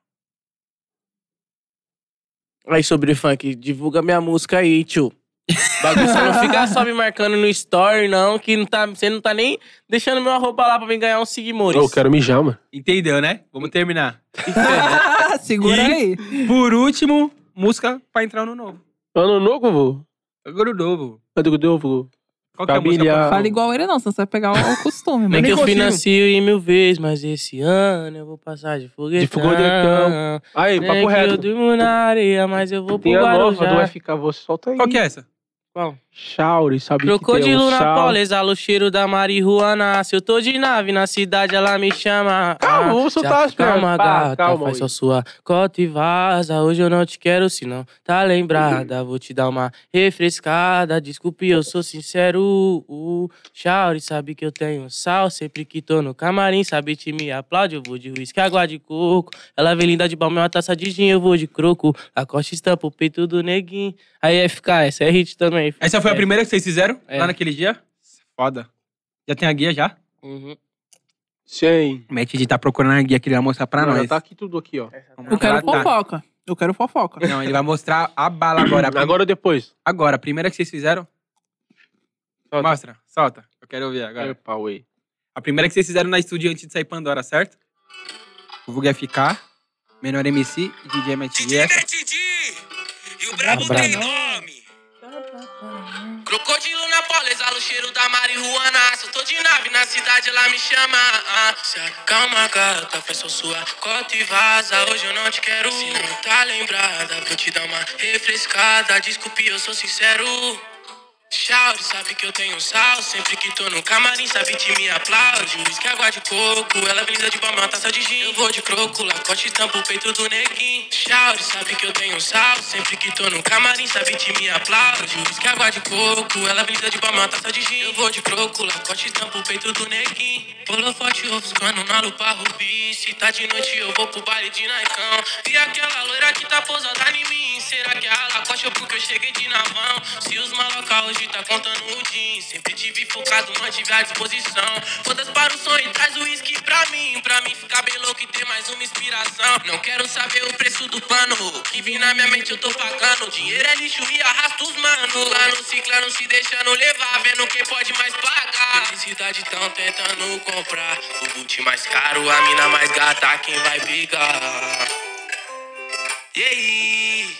Aí, sobre funk, divulga minha música aí, tio. Bagulho, você não fica só me marcando no story, não, que não tá, você não tá nem deixando meu arroba lá pra mim ganhar uns seguidores. Eu quero mijar, mano. Entendeu, né? Vamos terminar. Segura E- aí. Por último, música pra entrar no novo. Ano novo, vô. Agora o novo. Ano novo. Qual que é a Família. música pra... Fala igual ele não, senão você vai pegar o, o costume, Nem mano. que eu consigo. financio em mil vezes, mas esse ano eu vou passar de foguetão. De foguetão. Aí, Nem papo que eu reto. durmo na areia, mas eu vou pro Tem a nova do Guarujá. F K, você solta aí. Qual que é essa? Qual? Chauri, sabe que tem Crocodilo um na sal. pola, exala o cheiro da marihuana. Se eu tô de nave na cidade, ela me chama. Calma, Ah, vamos soltar já- as pernas. Calma, Pá, gata, calma faz aí. só sua cota e vaza. Hoje eu não te quero, se não tá lembrada. Vou te dar uma refrescada. Desculpe, eu sou sincero. Uh, Chauri sabe que eu tenho sal. Sempre que tô no camarim, sabe te me aplaude. Eu vou de uísque, água de coco. Ela vem linda de balme, uma taça de gin. Eu vou de croco. A costa estampa o peito do neguinho. Aí F K, essa é hit também. Essa foi a É. primeira que vocês fizeram? É. Lá naquele dia? Foda. Já tem a guia já? Uhum. Sim. O Matt D tá procurando a guia que ele vai mostrar pra Não, nós. já tá aqui tudo aqui, ó. Eu quero Ah, tá. fofoca. Eu quero fofoca. Não, ele vai mostrar a bala agora. A prim- Agora ou depois? Agora, a primeira que vocês fizeram? Solta. Mostra, solta. Eu quero ouvir agora. Epa, ué. A primeira que vocês fizeram na estúdio antes de sair Pandora, certo? O Vulgo ia ficar. Menor M C, D J M T V. Essa. E o brabo tem nome. Crocodilo na pola, exala o cheiro da marihuana. Se eu tô de nave na cidade, ela me chama. Ah, se acalma, gata, faz só sua cota e vaza. Hoje eu não te quero. Se não tá lembrada, vou te dar uma refrescada. Desculpe, eu sou sincero. Shout, sabe que eu tenho sal. Sempre que tô no camarim, sabe que me aplaude. Whisky, água de coco, ela brinda de palma, uma taça de gin. Eu vou de croco, lacote, tampa o peito do neguinho. Shout, sabe que eu tenho sal. Sempre que tô no camarim, sabe que me aplaude. Whisky, água de coco, ela brinda de palma, uma taça de gin. Eu vou de croco, lacote, tampa o peito do neguinho. Polo forte, ofuscando na lupa rubi. Se tá de noite, eu vou pro baile de Naicão. E aquela loira que tá pousada em mim. Será que é a lacote ou porque eu cheguei de navão? Se os maloca hoje tá contando o jeans. Sempre tive focado, mantive à disposição. Foda-se para o som e traz o uísque pra mim. Pra mim ficar bem louco e ter mais uma inspiração. Não quero saber o preço do pano. Que vim na minha mente eu tô pagando. Dinheiro é lixo e arrasta os mano. Lá no ciclano se deixando levar. Vendo quem pode mais pagar. Felicidade tão tentando comprar. O boot mais caro, a mina mais gata. Quem vai pegar? E aí?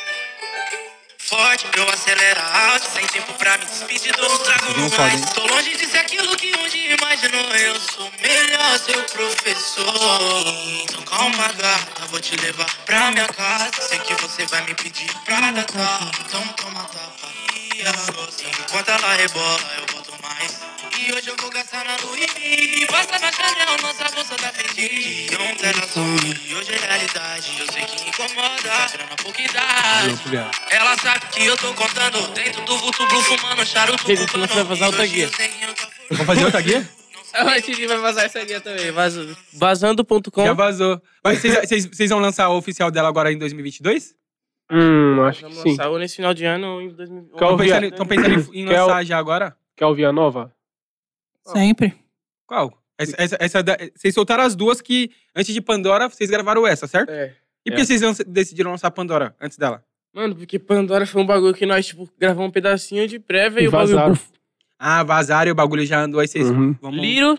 Forte, eu acelero alto, sem tempo pra me despedir, dou um trago no gás. Tô longe de ser aquilo que um dia imaginou. Eu sou melhor, seu professor. Então calma, gata, vou te levar pra minha casa. Sei que você vai me pedir pra datar. Então toma tapa. Enquanto ela rebola, eu boto mais. E hoje eu vou gastar na Louis V. Passa na Chanel, nossa bolsa da Fendi. E ontem era sonho, e hoje é realidade. Eu sei que incomoda, tirando a pouca idade. Ela sabe que eu tô contando. Dentro do vulto blue, fumando charuto. Gente, você não vai fazer outra guia. Vamos fazer outra guia? A gente vai vazar essa guia também. Vaz... Vazando ponto com. Já vazou. Mas vocês- vocês vocês vão lançar o oficial dela agora em dois mil e vinte e dois? Hum, acho que Vamos sim. lançar ou nesse final de ano ou em dois mil e vinte. Qual Estão via- pensando, tão pensando em, em Quer o- lançar já agora? Quer ouvir a nova? Sempre. Qual? Essa, essa, essa da- vocês soltaram as duas que, antes de Pandora, vocês gravaram essa, certo? É. E por que vocês lança- decidiram lançar Pandora antes dela? Mano, porque Pandora foi um bagulho que nós, tipo, gravamos um pedacinho de prévia e, E o bagulho... vazaram. buf, Ah, vazaram e o bagulho já andou, aí vocês Uhum. vamos... Liro...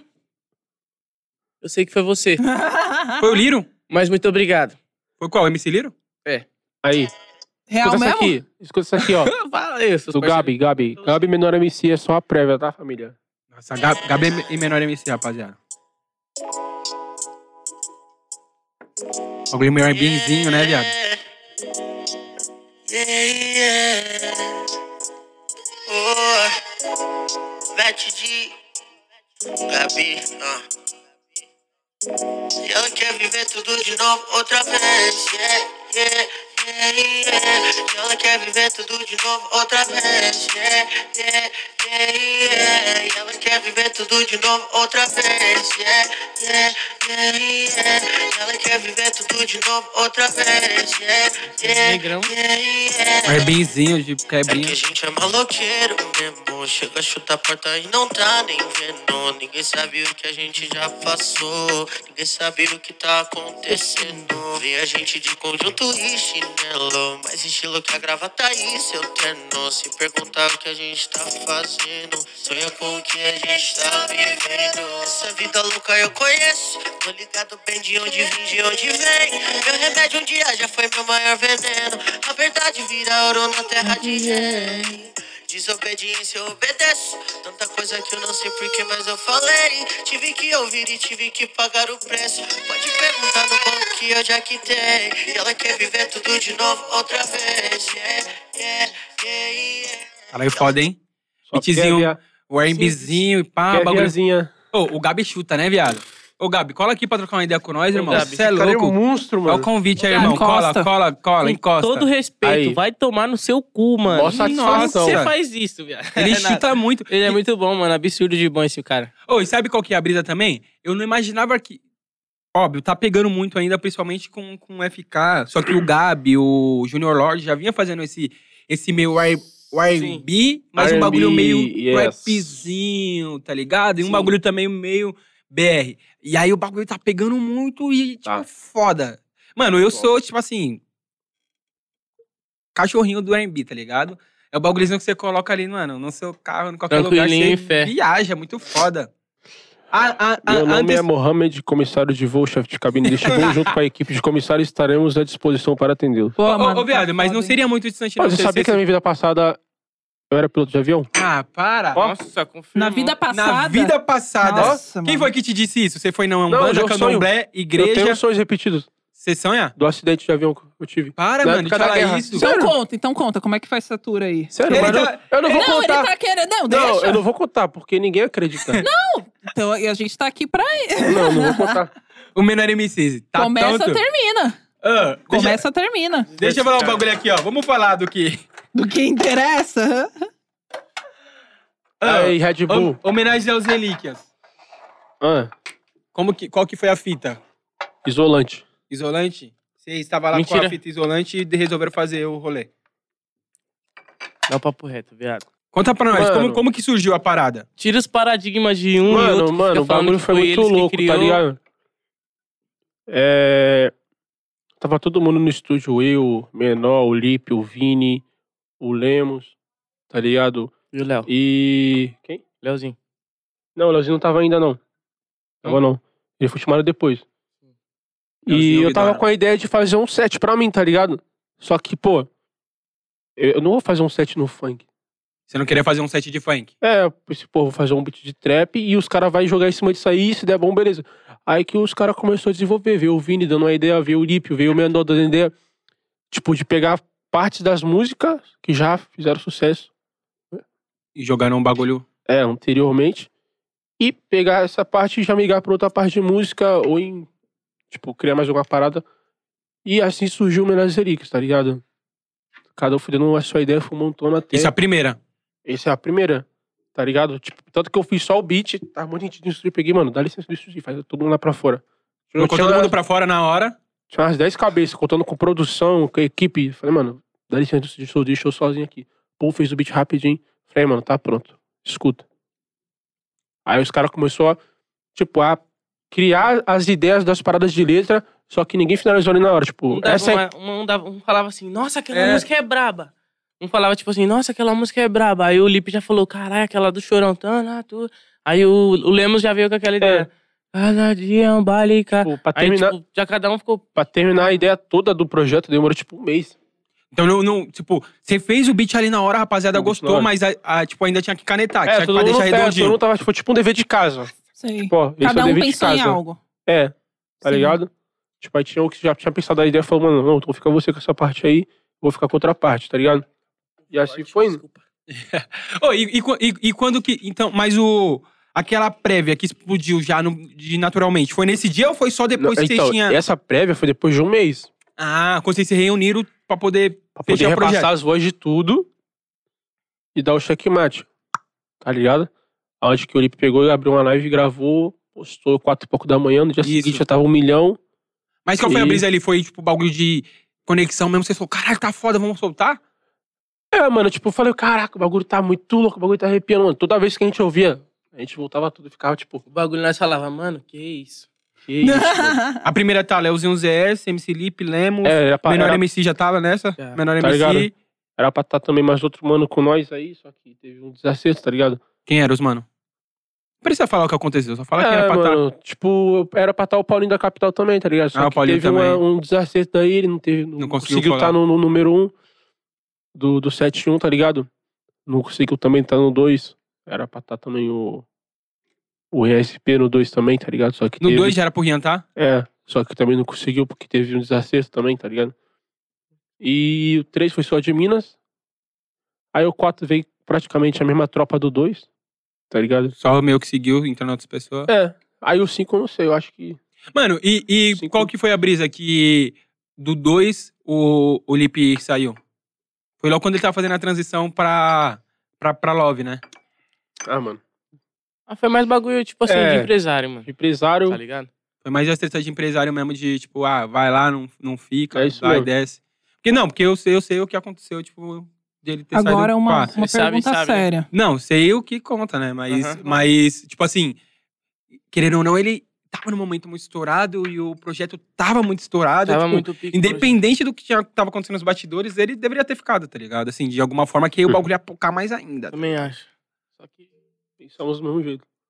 Eu sei que foi você, Foi o Liro? mas muito obrigado. Foi qual? O M C Liro? Aí, Real escuta essa mesmo? aqui. Escuta essa aqui, ó. Fala aí, seus Do parceiros. Gabi, Gabi. Gabi Menor M C é só a prévia, tá, família? Nossa, Gabi, Gabi e Menor M C, rapaziada. O bagulho meio Airbnbzinho, né, viado? Yeah, yeah. Oh, Vete de Gabi, ah. E ela quer viver tudo de novo outra vez, yeah, yeah, yeah, yeah. E ela quer viver tudo de novo outra vez, yeah, yeah, yeah, yeah. E ela quer viver tudo de novo outra vez, yeah, yeah, yeah, yeah. E ela quer viver tudo de novo outra vez, yeah, yeah, Negrão. yeah, yeah. Airbnbzinho de É que quebrinha. a gente é maloqueiro mesmo. Chega, chuta a porta e não tá nem vendo. Ninguém sabe o que a gente já passou. Ninguém sabe o que tá acontecendo. Vê a gente de conjunto e chinelo. Mais estilo que a gravata e seu terno. Se perguntar o que a gente tá fazendo, sonha com o que a gente tá vivendo. Essa vida louca eu conheço. Tô ligado bem de onde vim, de onde vem. Meu remédio um dia já foi meu maior veneno. A verdade vira ouro na terra de rei. Desobediência eu obedeço. Tanta coisa que eu não sei porque, mas eu falei. Tive que ouvir e tive que pagar o preço. Pode perguntar no banco que eu já quitei. E ela quer viver tudo de novo outra vez. Yeah, yeah, yeah, yeah. Caralho, foda, hein? Só Beatzinho, quer o Airbnbzinho e pá, Quer bagulho. viazinha. Ô, o Gabi chuta, né, viado? Ô, Gabi, cola aqui pra trocar uma ideia com nós, irmão. Gabi, Você é Cara, é um louco. monstro, Olha o mano. convite aí, Gabi, irmão. Cola, encosta. cola, cola, Com encosta. todo respeito, Aí. vai tomar no seu cu, mano. Mó satisfação. Como você Nossa. faz isso, viado? Ele É nada. chuta muito. Ele é muito bom, mano. Absurdo de bom esse cara. Ô, e sabe qual que é a brisa também? Eu não imaginava que... Óbvio, tá pegando muito ainda, principalmente com, com o F K. Só que o Gabi, o Junior Lord já vinha fazendo esse, esse meio R- o R and B, mas um R and B, bagulho meio yes. rapzinho, tá ligado? E um Sim. bagulho também meio B R. E aí o bagulho tá pegando muito e, tipo, Tá. foda. Mano, eu sou, tipo assim... Cachorrinho do R and B, tá ligado? É o bagulhozinho que você coloca ali, mano, no seu carro, em qualquer lugar. Tranquilinho, Você fé. viaja, é muito foda. A, a, a, Meu nome antes... é Mohamed, comissário de voo, chefe de cabine deste voo. Junto com a equipe de comissários estaremos à disposição para atendê-lo. Pô, Ô, mano, ô, viado, tá mas foda, não hein? seria muito distante, não. Mas você se- sabia se- que na minha vida passada eu era piloto de avião? Ah, para. Nossa, confirmou. Na vida passada. Na vida passada. Nossa, Quem mano. foi que te disse isso? Você foi na Não, Umbanda, já é um Candomblé, Eu igreja... tenho sonhos repetidos Você sonha? do acidente de avião que eu tive. Para, Na mano, de época da falar guerra. isso. Então Sério? conta, então conta. Como é que faz essa tour aí? Sério, Ele mas tá- eu, eu não vou não, contar. ele tá querendo... Não, Não, deixa. eu não vou contar, porque ninguém acredita. Não, Então a gente tá aqui pra... não, não vou contar. O menor M C, tá Começa, tonto? termina. Ah, deixa, Começa, termina. deixa eu falar um bagulho aqui, ó. Vamos falar do que... Do que interessa. Ah, Aí, Red Bull. hom- homenagem aos relíquias. Ah, Como que, qual que foi a fita? isolante. Isolante? Você estava lá Mentira. com a fita isolante e resolveram fazer o rolê. Dá o papo reto, viado. Conta pra nós, Mano. como, como que surgiu a parada? Tira os paradigmas de um e Mano, outro. mano, fica o falando bagulho que foi muito eles que louco, criou. tá ligado? É... Tava todo mundo no estúdio, eu, Menor, o Lipe, o Vini, o Lemos, tá ligado? E o Léo? E... Quem? Léozinho. Não, o Leozinho não tava ainda, não. Tava não. Ele foi chamado depois. Leozinho E eu tava Vidora. com a ideia de fazer um set pra mim, tá ligado? Só que, pô, eu eu não vou fazer um set no funk. Você não queria fazer um set de funk? É, eu pensei, pô, vou fazer um beat de trap e os caras vão jogar em cima disso aí, se der bom, beleza. Aí que os caras começaram a desenvolver, veio o Vini dando uma ideia, veio o Lípio, veio o Menor dando ideia, tipo, de pegar partes das músicas que já fizeram sucesso, E jogaram um bagulho... é, anteriormente, e pegar essa parte e já migrar pra outra parte de música, ou em, tipo, criar mais alguma parada. E assim surgiu o Menores Relíquias, tá ligado? Cada um foi dando a sua ideia, foi montando até... Isso é a primeira. Essa é a primeira, tá ligado? Tipo, tanto que eu fiz só o beat, tá muito gente no estúdio, peguei, mano, dá licença do estúdio, faz todo mundo lá pra fora. Colocou tinha, todo mundo pra fora na hora. tinha umas dez cabeças, contando com produção, com a equipe. Falei, mano, dá licença do estúdio, deixa eu sozinho aqui. Pô, fez o beat rapidinho. Falei, mano, tá pronto, escuta. Aí os caras começaram a, tipo, a criar as ideias das paradas de letra, só que ninguém finalizou ali na hora, tipo, Um, dava essa é... uma- um, dava- um falava assim, nossa, aquela É. música é braba. Um falava tipo assim, nossa, aquela música é braba. Aí o Lipe já falou, caralho, aquela do Chorão, tá, lá, tu. Aí o, o Lemos já veio com aquela ideia. Cada dia é um baile, cara. Tipo, pra Aí, terminar, tipo, já cada um ficou... pra terminar a ideia toda do projeto demorou tipo um mês. Então, não, não, tipo, você fez o beat ali na hora, a rapaziada Sim, gostou, claro. mas a, a, tipo, ainda tinha que canetar, É, tinha que todo pra mundo, deixar é, todo redondinho. mundo tava, tipo, tipo um dever de casa. Sim. Pô, esse é Cada o um dever de pensou em casa. algo. É, tá Sim. ligado? Tipo, aí tinha um que já tinha pensado a ideia e falou, mano, não, então fica você com essa parte aí, vou ficar com outra parte, tá ligado? E assim foi indo. Desculpa. Ô, e, e, qu- e- e quando que. Então, mas o. Aquela prévia que explodiu já no, de naturalmente, foi nesse dia ou foi só depois Não, que então, vocês tinham. essa prévia foi depois de um mês. Ah, quando vocês se reuniram pra poder Pra poder fechar o projeto. repassar as vozes de tudo e dar o checkmate. Tá ligado? Onde que o Lipe pegou e abriu uma live e gravou, postou quatro e pouco da manhã, no dia Isso. seguinte já tava um milhão. Mas qual foi a E- brisa ali? Foi, tipo, bagulho de conexão mesmo? Você falou, caralho, tá foda, vamos soltar? É, mano, tipo, eu falei, caraca, o bagulho tá muito louco, o bagulho tá arrepiando, mano. Toda vez que a gente ouvia, a gente voltava tudo e ficava, tipo, O bagulho nós falava, mano, que isso? que isso, mano. A primeira tá Leozinho Z S, M C Lipe, Lemos. É, era pra, Menor era, M C já tava nessa? Já. Menor Tá M C. ligado? era pra estar também mais outro mano com nós aí, só que teve um desacerto, tá ligado? Quem era os mano? Não precisa falar o que aconteceu, só fala quem É, era pra tá. mano, tipo, era pra estar o Paulinho da Capital também, tá ligado? Só Ah, o que Paulinho teve uma- também. um desacerto daí, ele não teve, não, Não conseguiu conseguiu colar. estar no, no número um do, do sete um, tá ligado? Não conseguiu também estar no dois. Era pra estar também o o E S P no dois também, tá ligado? Só que No teve, dois já era pro Rian, tá? É, só que também não conseguiu porque teve um desacerto também, tá ligado? E o três foi só de Minas. Aí o quatro veio praticamente a mesma tropa do dois, tá ligado? Só meio que seguiu, entrando outras pessoas. É. Aí o cinco eu não sei, eu acho que... Mano, e, e Cinco. qual que foi a brisa que do dois o, o Lipe saiu? Foi logo quando ele tava fazendo a transição pra, pra, pra Love, né? Ah, mano. Ah, foi mais bagulho, tipo assim, É. de empresário, mano. Empresário... Tá ligado? Foi mais a treta de empresário mesmo, de tipo, ah, vai lá, não, não fica, É isso vai, mesmo. desce. Porque não, porque eu sei, eu sei o que aconteceu, tipo, de ele ter Agora saído. uma, pá. uma Você sabe, pergunta sabe, né? séria. Não, sei o que conta, né? Mas, Aham. mas, tipo assim, querendo ou não, ele tava num momento muito estourado e o projeto tava muito estourado. Tava tipo, muito pique. independente do que tinha, tava acontecendo nos bastidores, ele deveria ter ficado, tá ligado? Assim, de alguma forma que aí o bagulho ia focar mais ainda. Também acho. Só que pensamos do mesmo jeito.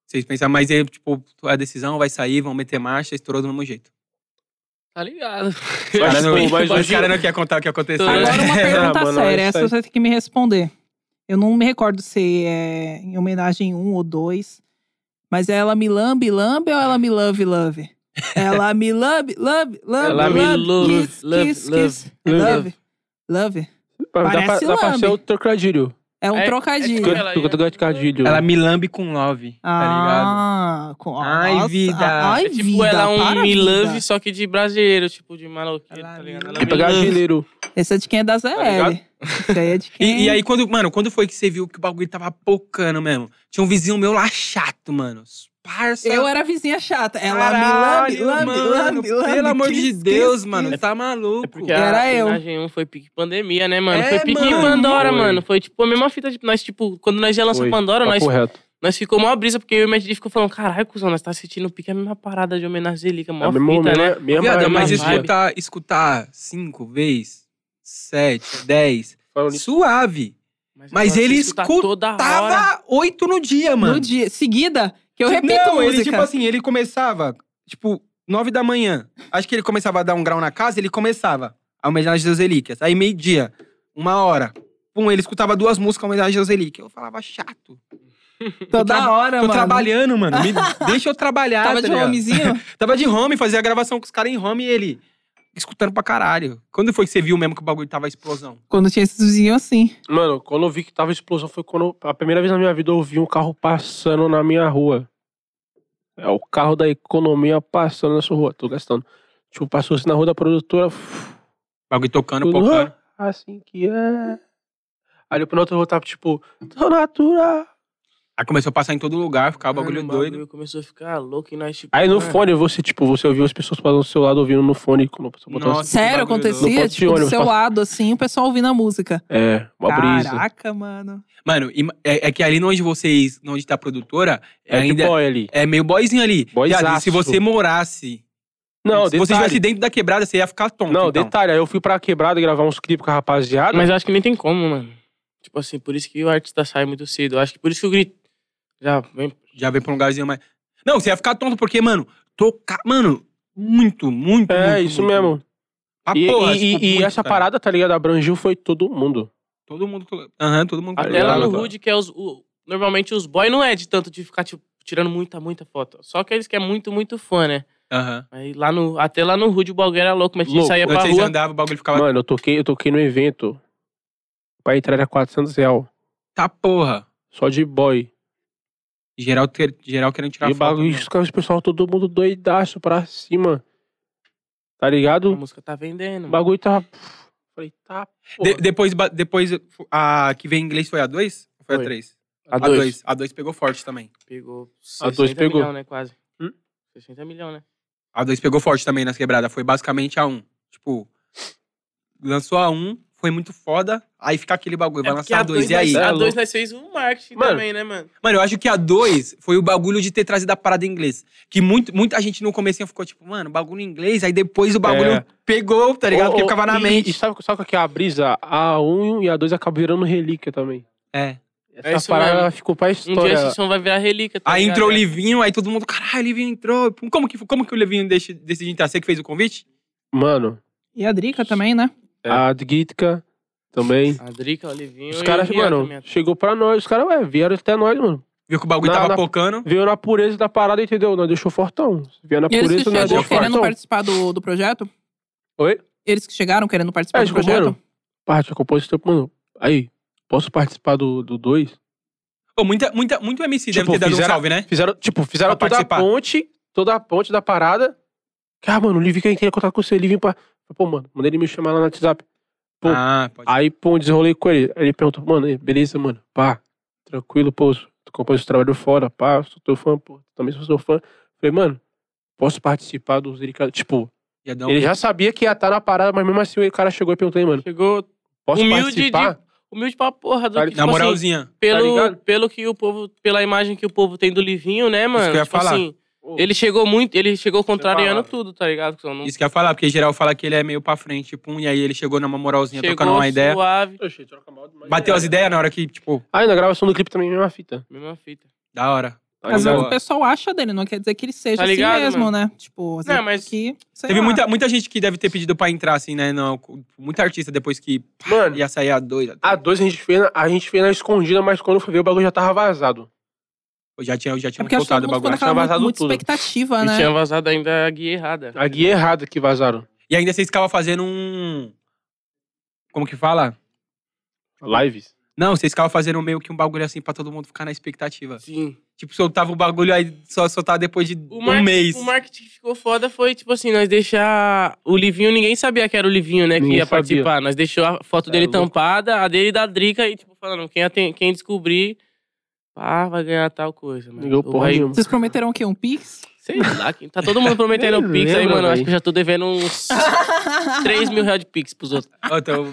Vocês pensam, mas aí, tipo, a decisão vai sair, vão meter marcha, estourou do mesmo jeito. Tá ligado? Os caras não, tipo, mas os hoje- cara não querem contar o que aconteceu. Agora Agora uma né? pergunta Não, mano, séria, isso essa aí. você tem que me responder. Eu não me recordo se é em homenagem um ou dois, mas é ela me lambe, lambe ou ela me love, love? Ela me lambe, lambe, lambe, Ela me lambe, love, kiss, love, kiss, love, kiss. Love, love. Dá pra, Parece dá pra lambe. ser o trocadilho. É um É- trocadilho. é Ela- Tu tu gosta de trocadilho. Ela me lambe com love, tá ligado? Ah, com... Ai, nossa, vida. Ai, É tipo, vida, ela é um para, me vida. love, só que de brasileiro, tipo, de maloqueiro, Ela tá me ligado? love. Ela É me love. brasileiro. Esse é de quem é da Zé L. ligado? Esse aí é de quem... E, e aí, quando, mano, quando foi que você viu que o bagulho tava pocando mesmo? Tinha um vizinho meu lá chato, mano. Parça. Eu era a vizinha chata. Ela Caralho, me lambe, lambe, mano, lambe, lambe. Pelo amor de kiss, Deus, kiss, mano. kiss. Tá maluco. É porque Era a eu. homenagem um foi pique pandemia, né, mano? É, foi pique mano, Pandora, foi. mano. Foi tipo a mesma fita, tipo, nós, tipo, quando nós já lançamos Foi, Pandora, nós, papo reto. nós ficou uma brisa, porque eu e o Matt D ficou falando, caralho, cuzão, nós tá assistindo o pique, é a mesma parada de homenagem Zelica, mó É mesmo, fita, mesmo, né? mesmo, Viado, mesmo mas vibe. escutar, escutar cinco vezes, sete, dez, Falando nisso, suave. Mas agora ele você escuta toda hora. Tava oito no dia, mano. No dia, seguida, que eu repito Não, música. ele, tipo assim, ele começava, tipo, nove da manhã. Acho que ele começava a dar um grau na casa, ele começava a homenagem das relíquias. Aí meio-dia, uma hora. Pum, ele escutava duas músicas a homenagem das relíquias. Eu falava, chato. Toda tra- hora, Tô mano. trabalhando, mano. Me deixa eu trabalhar, Tava tá de ligado? homezinho? Tava de home, fazia a gravação com os caras em home e ele escutando pra caralho. Quando foi que você viu mesmo que o bagulho tava explosão? Quando tinha esses vizinhos assim. Mano, quando eu vi que tava explosão foi quando a primeira vez na minha vida eu vi um carro passando na minha rua. É o carro da economia passando nessa rua. Tô gastando. Tipo, passou assim na rua da produtora. O bagulho tocando, Tudo, pocando. "Ah, assim que é. Aí depois na outra rua tava tipo, tô natural. Aí começou a passar em todo lugar, ficava o Mano, bagulho o doido. bagulho começou a ficar louco e nós, tipo... Aí no mano, fone, você, tipo, você ouviu as pessoas passando do seu lado ouvindo no fone. Quando a pessoa botava Nossa. assim. Sério, bagulho acontecia? louco. Tipo, do Ônibus, seu passa- lado, assim, o pessoal ouvindo a música. É, uma brisa. Caraca, mano. Mano, ima- é, é que ali onde vocês, onde tá a produtora, É ainda de boy ali. é meio boyzinho ali. Boyzaço. Viado, e se você morasse, Não, se você detalhe. estivesse dentro da quebrada, você ia ficar tonto. Não, então. detalhe. Aí eu fui pra quebrada gravar uns clipes com a rapaziada. Mas eu acho que nem tem como, mano. Tipo assim, por isso que o artista sai muito cedo. Eu acho que por isso que o grito... Já vem... Já veio pra um lugarzinho mais... Não, você ia ficar tonto porque, mano, tocar... Mano, muito, muito, É, muito, isso muito. mesmo. Ah, E, porra, e- tipo, e muito, essa cara. parada, tá ligado? Abrangiu foi todo mundo. Todo mundo... to- Aham, todo mundo... Tá Até lá ligado, no cara? Hood, que é os... o- normalmente os boys não é de tanto de ficar, tipo, tirando muita, muita foto. Só que eles que é muito, muito fã, né? Aham. Aí lá no... Até lá no Hood o bagulho era louco, mas a gente Louco. saía Quando pra vocês rua... andavam, o bagulho ficava... Mano, eu toquei, eu toquei no evento. Pra entrar era quatrocentos reais. Tá porra. Só de boy. Geral, ter- geral querendo tirar E o foto. bagulho, mesmo. os caras, o pessoal, todo mundo doidaço pra cima. Tá A ligado? música tá vendendo. O mano. bagulho tava... Falei, tá, porra. De- depois, ba- depois, a que veio em inglês foi a dois? Ou foi a Foi. três? A A dois. dois. A dois pegou forte também. Pegou A dois sessenta pegou. milhão, né? Quase. Hum? sessenta milhões, né? A dois pegou forte também nas quebradas. Foi basicamente a um. Tipo, lançou a um, foi muito foda. Aí fica aquele bagulho, vai É porque lançar a dois. E aí? nós- É A louco. dois nós fez um marketing Mano. também, né, mano? Mano, eu acho que a dois foi o bagulho de ter trazido a parada em inglês. Que muito, muita gente no comecinho ficou tipo, mano, bagulho em inglês. Aí depois o bagulho É. pegou, tá ligado? Ô, Porque ô, ficava na e- mente. E sabe, sabe qual que é a brisa? A um e a dois acabam virando relíquia também. É. Essa É isso parada mesmo. ficou pra Um história. dia esse som vai virar relíquia, tá Aí ligado? entrou o É. Livinho, aí todo mundo, caralho, o Livinho entrou. Como que, como que o Livinho deix- decidiu entrar? Você que fez o convite? Mano, E a Drica também, né? É. a Gitka também. A Drica, o Livinho Os e caras, o Rian mano, também. chegou pra nós. Os caras, ué, vieram até nós, mano. Viu que o bagulho Na- tava na- pocando. Veio na pureza da parada, entendeu? Nós deixou fortão. Veio na E eles que pureza, nós chegou deixou querendo fortão. participar do, do projeto? Oi? Eles que chegaram querendo participar É, do tipo, projeto? mano, parte, compôs esse tempo, mano. Aí, posso participar do dois? Pô, muita, muita, muito M C deve Tipo, ter dado fizeram- um salve, né? Fizeram, tipo, fizeram Pra toda a participar. ponte, toda a ponte da parada. Ah, mano, o Livinho quer queria contar com você, Livinho pra... Pô, mano, mandei ele me chamar lá no WhatsApp. Pô, Ah, pode Aí, pô, desenrolei com ele. Aí ele perguntou, mano, aí, beleza, mano, pá, tranquilo, pô, tu compôs esse trabalho fora, pá, sou teu fã, pô, também sou seu fã. Falei, mano, posso participar dos Zerica? Tipo, Já dá um- ele já sabia que ia estar na parada, mas mesmo assim o cara chegou e perguntou aí, mano, Chegou posso humilde participar? de... Humilde pra porra. Do, Tá- que, tipo Na assim, moralzinha. pelo, ligado? pelo que o povo... Pela imagem que o povo tem do Livinho, né, mano? que eu ia tipo falar. assim... Ele chegou muito... Ele chegou contrariando falava. tudo, tá ligado? Não Isso que eu ia falar, porque geral fala que ele é meio pra frente, tipo, um, e aí ele chegou numa moralzinha, chegou trocando uma ideia. suave. Oxi, troca mal demais. Bateu as ideias na hora que, tipo, Aí na gravação do clipe também, mesma fita. Mesma fita. da hora. Tá Às vezes ligado? o pessoal acha dele, não quer dizer que ele seja Tá assim ligado, mesmo, mano? né? Tipo, às Não, vezes mas- que, sei Teve lá. muita, muita gente que deve ter pedido pra entrar, assim, né? Não, muita artista depois que Mano, ia sair a doida. a dois a gente fez, na- a gente fez na escondida, mas quando foi ver o bagulho já tava vazado. Eu já tinha, eu já É tinha porque acho que todo soltado o mundo ficou bagulho. naquela Tinha muito, vazado muita tudo. expectativa, E né? tinha vazado ainda a guia errada. A guia errada que vazaram. E ainda vocês ficavam fazendo um... Como que fala? Lives. Não, vocês ficavam fazendo meio que um bagulho assim pra todo mundo ficar na expectativa. Sim. Tipo, soltava o bagulho aí só soltava depois de O um marketing, mês. O marketing que ficou foda foi, tipo assim, nós deixar o Livinho, ninguém sabia que era o Livinho, né, que Ninguém ia sabia. participar. Nós deixou a foto É dele louco. tampada, a dele da Drica e, tipo, falando, quem, aten- quem descobrir, pá, vai ganhar tal coisa. Mas, Ninguém ou porra vai, nenhuma. Vocês prometeram o quê? Um Pix? sei lá, que- tá todo mundo prometendo Nem Pix aí, lembro, mano. Acho véi. que eu já tô devendo uns três mil reais de Pix pros outros. Ó, então...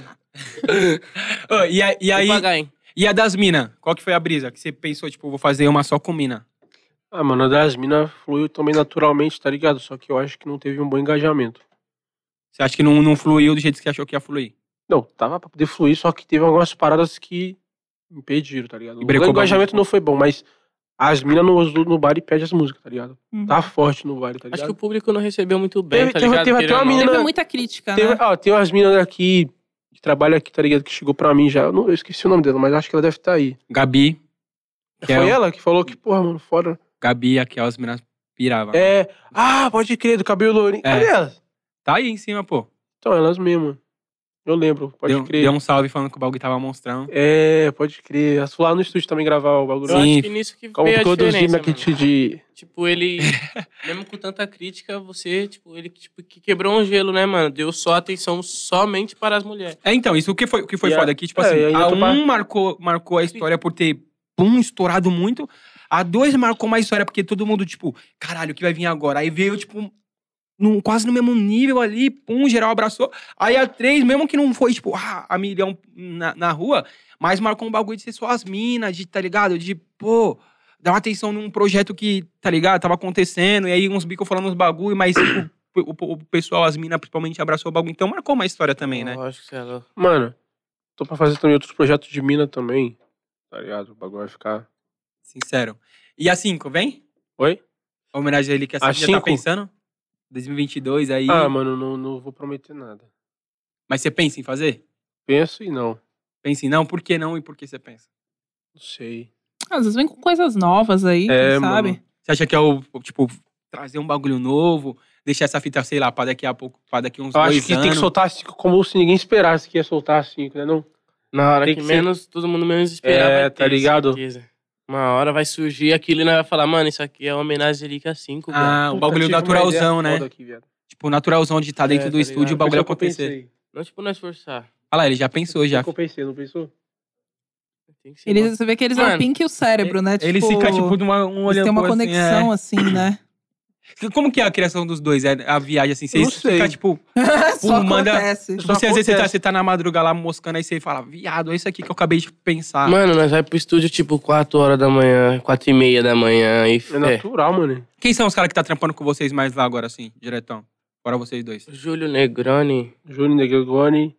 Ô, e, a- e aí, Vou pagar, hein? e a das minas? Qual que foi a brisa? Que você pensou, tipo, vou fazer uma só com mina? Ah, mano, a das minas fluiu também naturalmente, tá ligado? Só que eu acho que não teve um bom engajamento. Você acha que não, não fluiu do jeito que você achou que ia fluir? Não, tava pra poder fluir, só que teve algumas paradas que impediram, tá ligado? E O brecou engajamento bagulho. não foi bom, mas as minas no, no bar e pedem as músicas, tá ligado? Uhum. Tá forte no bar, tá ligado? Acho que o público não recebeu muito bem, Teve- tá teve- ligado? teve até Querendo uma ou não. menina- Teve muita crítica, Tem, né? ó, tem umas minas aqui que trabalham aqui, tá ligado? Que chegou pra mim já. Eu, não, eu esqueci o nome dela, mas acho que ela deve estar aí. Gabi. Foi Kel. ela que falou que, porra, mano, foda. Gabi, aquelas minas piravam. É. Ah, pode crer, do cabelo lourinho. É. Cadê elas? Tá aí em cima, pô. Então, elas mesmo. Eu lembro, pode Deu, crer. deu um salve falando que o bagulho tava monstrão. É, pode crer. Elas foram lá no estúdio também gravar o bagulho. Eu Sim. acho que nisso que Como veio a produzir diferença, na mano. kit de. Tipo, ele... mesmo com tanta crítica, você, tipo, ele tipo, que quebrou um gelo, né, mano? Deu só atenção somente para as mulheres. É, então, isso que foi, o que foi E a- foda aqui, tipo é, assim, e aí a eu tô um pa- marcou, marcou a história por ter, pum, estourado muito. A dois marcou mais história porque todo mundo, tipo, caralho, o que vai vir agora? Aí veio, tipo, num, quase no mesmo nível ali, pum, geral abraçou. Aí a três, mesmo que não foi, tipo, ah, a milhão na, na rua, mas marcou um bagulho de ser só as minas, de, tá ligado? De, pô, dar uma atenção num projeto que, tá ligado? Tava acontecendo, e aí uns bicos falando uns bagulho, mas o, o, o pessoal, as minas, principalmente, abraçou o bagulho. Então marcou uma história também, né? Lógico que você é louco. Mano, tô pra fazer também outros projetos de mina também. Tá ligado? O bagulho vai ficar. Sincero. E a cinco, vem? Oi? A homenagem a ele que a A cinco já tá cinco? pensando? dois mil e vinte e dois aí. Ah, mano, não, não vou prometer nada. Mas você pensa em fazer? Penso e não. Pensa em não, por que não e por que você pensa? Não sei. Às vezes vem com coisas novas aí, É, quem sabe? mano. Você acha que é o, tipo, trazer um bagulho novo, deixar essa fita, sei lá, pra daqui a pouco, pra daqui uns Eu dois acho que anos? tem que soltar cinco como se ninguém esperasse que ia soltar cinco, né? Não? Na hora Tem que, que ser- menos, todo mundo menos esperar, É, vai tá ter, ligado? certeza. Uma hora vai surgir aquilo e nós vai falar, mano, isso aqui é uma homenagem ali que a cinco, Ah, o Puta, bagulho tive uma naturalzão, ideia né? foda aqui, viado. Tipo, naturalzão de estar dentro É, do tá estúdio e o ligado? bagulho Foi só que eu acontecer. pensei. Não, tipo, nós forçar. Olha lá, ele já pensou, já. Foi o que eu pensei, não pensou? Tem que ser Eles, você vê que eles é Mano, o Pink e o cérebro, né? Eles ficam, tipo, de uma, um eles olhando têm uma pro outro, conexão, assim, né? assim, é. Como que é a criação dos dois? É a viagem, assim? Eu não Vocês sei. ficam, tipo... Só Pum, manda- acontece. Tipo, você, às vezes você tá, acontece. você tá na madrugada lá moscando, aí você fala, viado, é isso aqui que eu acabei de pensar. Mano, nós vai pro estúdio, tipo, quatro horas da manhã, quatro e meia da manhã e É fé. natural, mano. Quem são os caras que tá trampando com vocês mais lá agora, assim, diretão? Fora vocês dois. Júlio Negroni, Júnior Negregoni.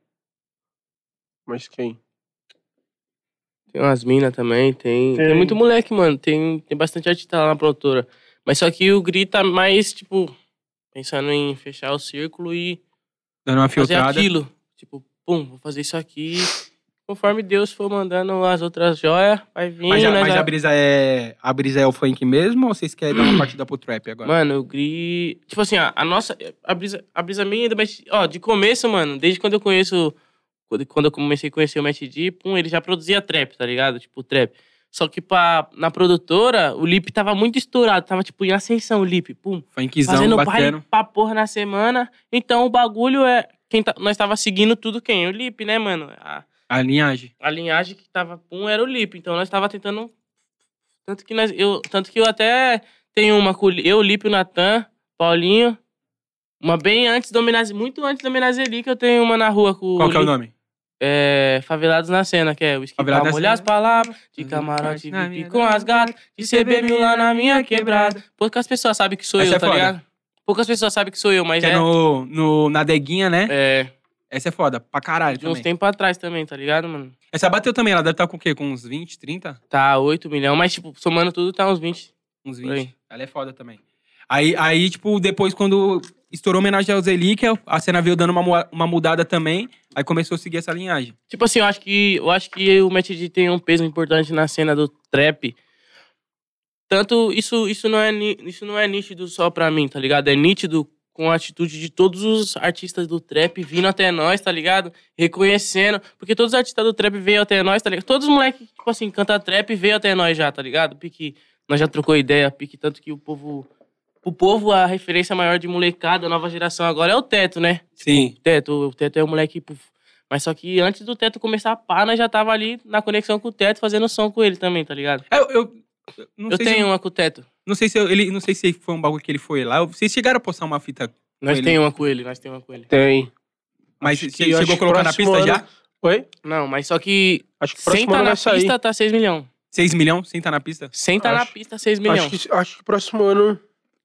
Mas quem? tem umas minas também, tem... tem... Tem. muito moleque, mano. Tem, tem bastante artista lá na produtora. Mas só que o Gri tá mais, tipo, pensando em fechar o círculo e Dando uma fazer filtrada. aquilo. Tipo, pum, vou fazer isso aqui. Conforme Deus for mandando as outras joias, vai vir. Mas, a, nós mas vai- a brisa é. A brisa é o funk mesmo ou vocês querem dar uma partida pro trap agora? Mano, o Gri... Tipo assim, a, a nossa... A brisa, a brisa minha ainda... Mas, ó, de começo, mano, desde quando eu conheço... Quando, quando eu comecei a conhecer o Matt D, pum, ele já produzia trap, tá ligado? Tipo, trap. Só que pra, na produtora, o Lip tava muito estourado. Tava, tipo, em ascensão, o Lip, pum. Funkzão Fazendo batendo. baile pra porra na semana. Então, o bagulho é... Quem tá, nós tava seguindo tudo quem? O Lip, né, mano? A, A linhagem. a linhagem que tava, pum, era o Lip. Então, nós tava tentando... Tanto que, nós, eu, tanto que eu até tenho uma com o Li- eu, o Lip, o Natan, Paulinho... Uma bem antes do Homenagem... Muito antes do Homenagem que eu tenho uma na rua com Qual que é o Lip. nome? É, Favelados na Cena, que é o Favelados pra na molhar as Cena. palavras, de camarote V I P com as gatas, de C B mil lá na minha quebrada. Poucas pessoas sabem que sou Essa eu, é tá foda. ligado? Poucas pessoas sabem que sou eu, mas Que é é, no, no, na Deguinha, né? é Essa é foda, pra caralho de uns também. tempos atrás também, tá ligado, mano? Essa bateu também, ela deve estar com o quê? Com uns vinte, trinta? Tá oito milhões, mas tipo, somando tudo tá uns vinte. Uns Por aí. vinte. Ela é foda também. Aí, aí, tipo, depois quando estourou homenagem aos Relíquia, a cena veio dando uma, mu- uma mudada também. Aí começou a seguir essa linhagem. Tipo assim, eu acho que, eu acho que o Matt D tem um peso importante na cena do trap. Tanto, isso, isso, não é, ni- isso não é nítido só pra mim, tá ligado? É nítido com a atitude de todos os artistas do trap vindo até nós, tá ligado? Reconhecendo. Porque todos os artistas do trap veio até nós, tá ligado? Todos os moleques, tipo assim, canta trap veio até nós já, tá ligado? Pique, nós já trocou ideia, pique tanto que o povo... O povo, a referência maior de molecada, a nova geração agora é o Teto, né? Sim. O Teto, o Teto é o moleque... puf. Mas só que antes do Teto começar a pá, nós já tava ali na conexão com o Teto, fazendo som com ele também, tá ligado? Eu, eu, eu não Eu sei tenho se, uma com o Teto. não sei se eu- ele, não sei se foi um bagulho que ele foi lá. Vocês chegaram a postar uma fita, Nós ele. tem uma com ele, nós tem uma com ele. Tem. mas Acho você que- acho chegou a que colocar na próximo pista ano- já? Oi? Não, mas só que Acho que sem próximo tá ano na vai sair. pista, tá seis milhões. seis milhões sem estar na pista? Sem tá na Acho- pista, seis milhões. Acho que, acho que próximo ano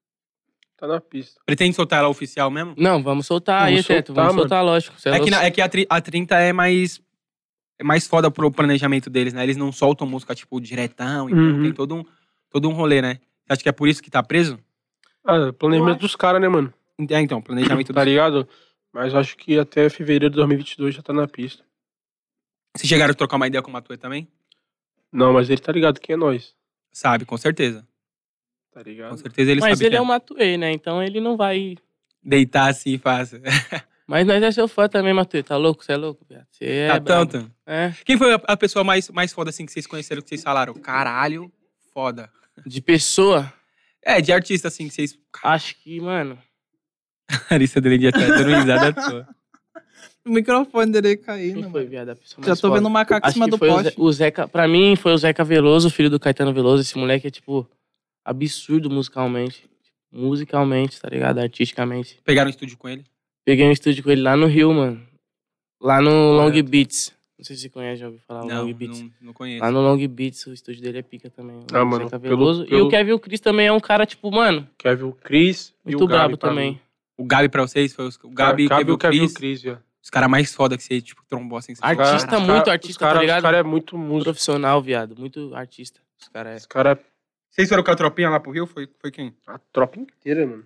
tá na pista. Pretende soltar ela oficial mesmo? Não, vamos soltar Vamos aí, Teto. soltar, Vamos mano. soltar, lógico. Cê é É que, louco. na- é que a, tri- a trinta é mais, é mais foda pro planejamento deles, né? Eles não soltam música, tipo, diretão. Então Uhum. tem todo um, todo um rolê, né? Você acha que é por isso que tá preso? Ah, planejamento dos caras, né, mano? É, então, planejamento Tá do... ligado? Mas acho que até fevereiro de dois mil e vinte e dois já tá na pista. Vocês chegaram a trocar uma ideia com o Matuê também? Não, mas ele tá ligado quem é nós. Sabe, com certeza. Tá Com ligado? certeza ele Mas sabe ele que é o Matuê, né? Então ele não vai... deitar assim fácil. Mas nós é seu fã também, Matuê. Tá louco? Você é louco, viado? Você é tá brabo. tanto. É. Quem foi a, a pessoa mais, mais foda, assim, que vocês conheceram, que vocês falaram? Caralho, foda. De pessoa, É, de artista, assim, que vocês... acho que, mano... A lista dele de atrás, dando risada à toa. O microfone dele caindo, Quem foi, mano. viado? A pessoa Já mais tô foda? vendo o macaco em Acho cima que do foi o, poste. Ze- o Zeca... Pra mim, foi o Zeca Veloso, filho do Caetano Veloso. Esse moleque é, tipo, absurdo musicalmente. Musicalmente, tá ligado? Artisticamente. Pegaram um estúdio com ele? Peguei um estúdio com ele lá no Rio, mano. Lá no Correto. Long Beats. Não sei se você conhece, já ouviu falar Não, Long Beats. não, não conheço. Lá no Long Beats, o estúdio dele é pica também. O Ah, mano, Zeca pelo- Veloso. E pelo- o Kevin Chris também é um cara, tipo, mano, Kevin, o Chris e muito o Gabi brabo pra também. mim. O Gabi pra vocês foi os, o Gabi, Gabi Kevin, o Kevin e Chris, o Chris, viu? os caras mais foda que você, tipo, trombou assim. Você Artista fala, "Caralho". muito Os artista, cara, tá ligado? Os caras é muito músico. Profissional, viado. Muito artista. Os caras é... Os caras Vocês foram com a tropinha lá pro Rio? Foi, foi quem? a tropa inteira, mano.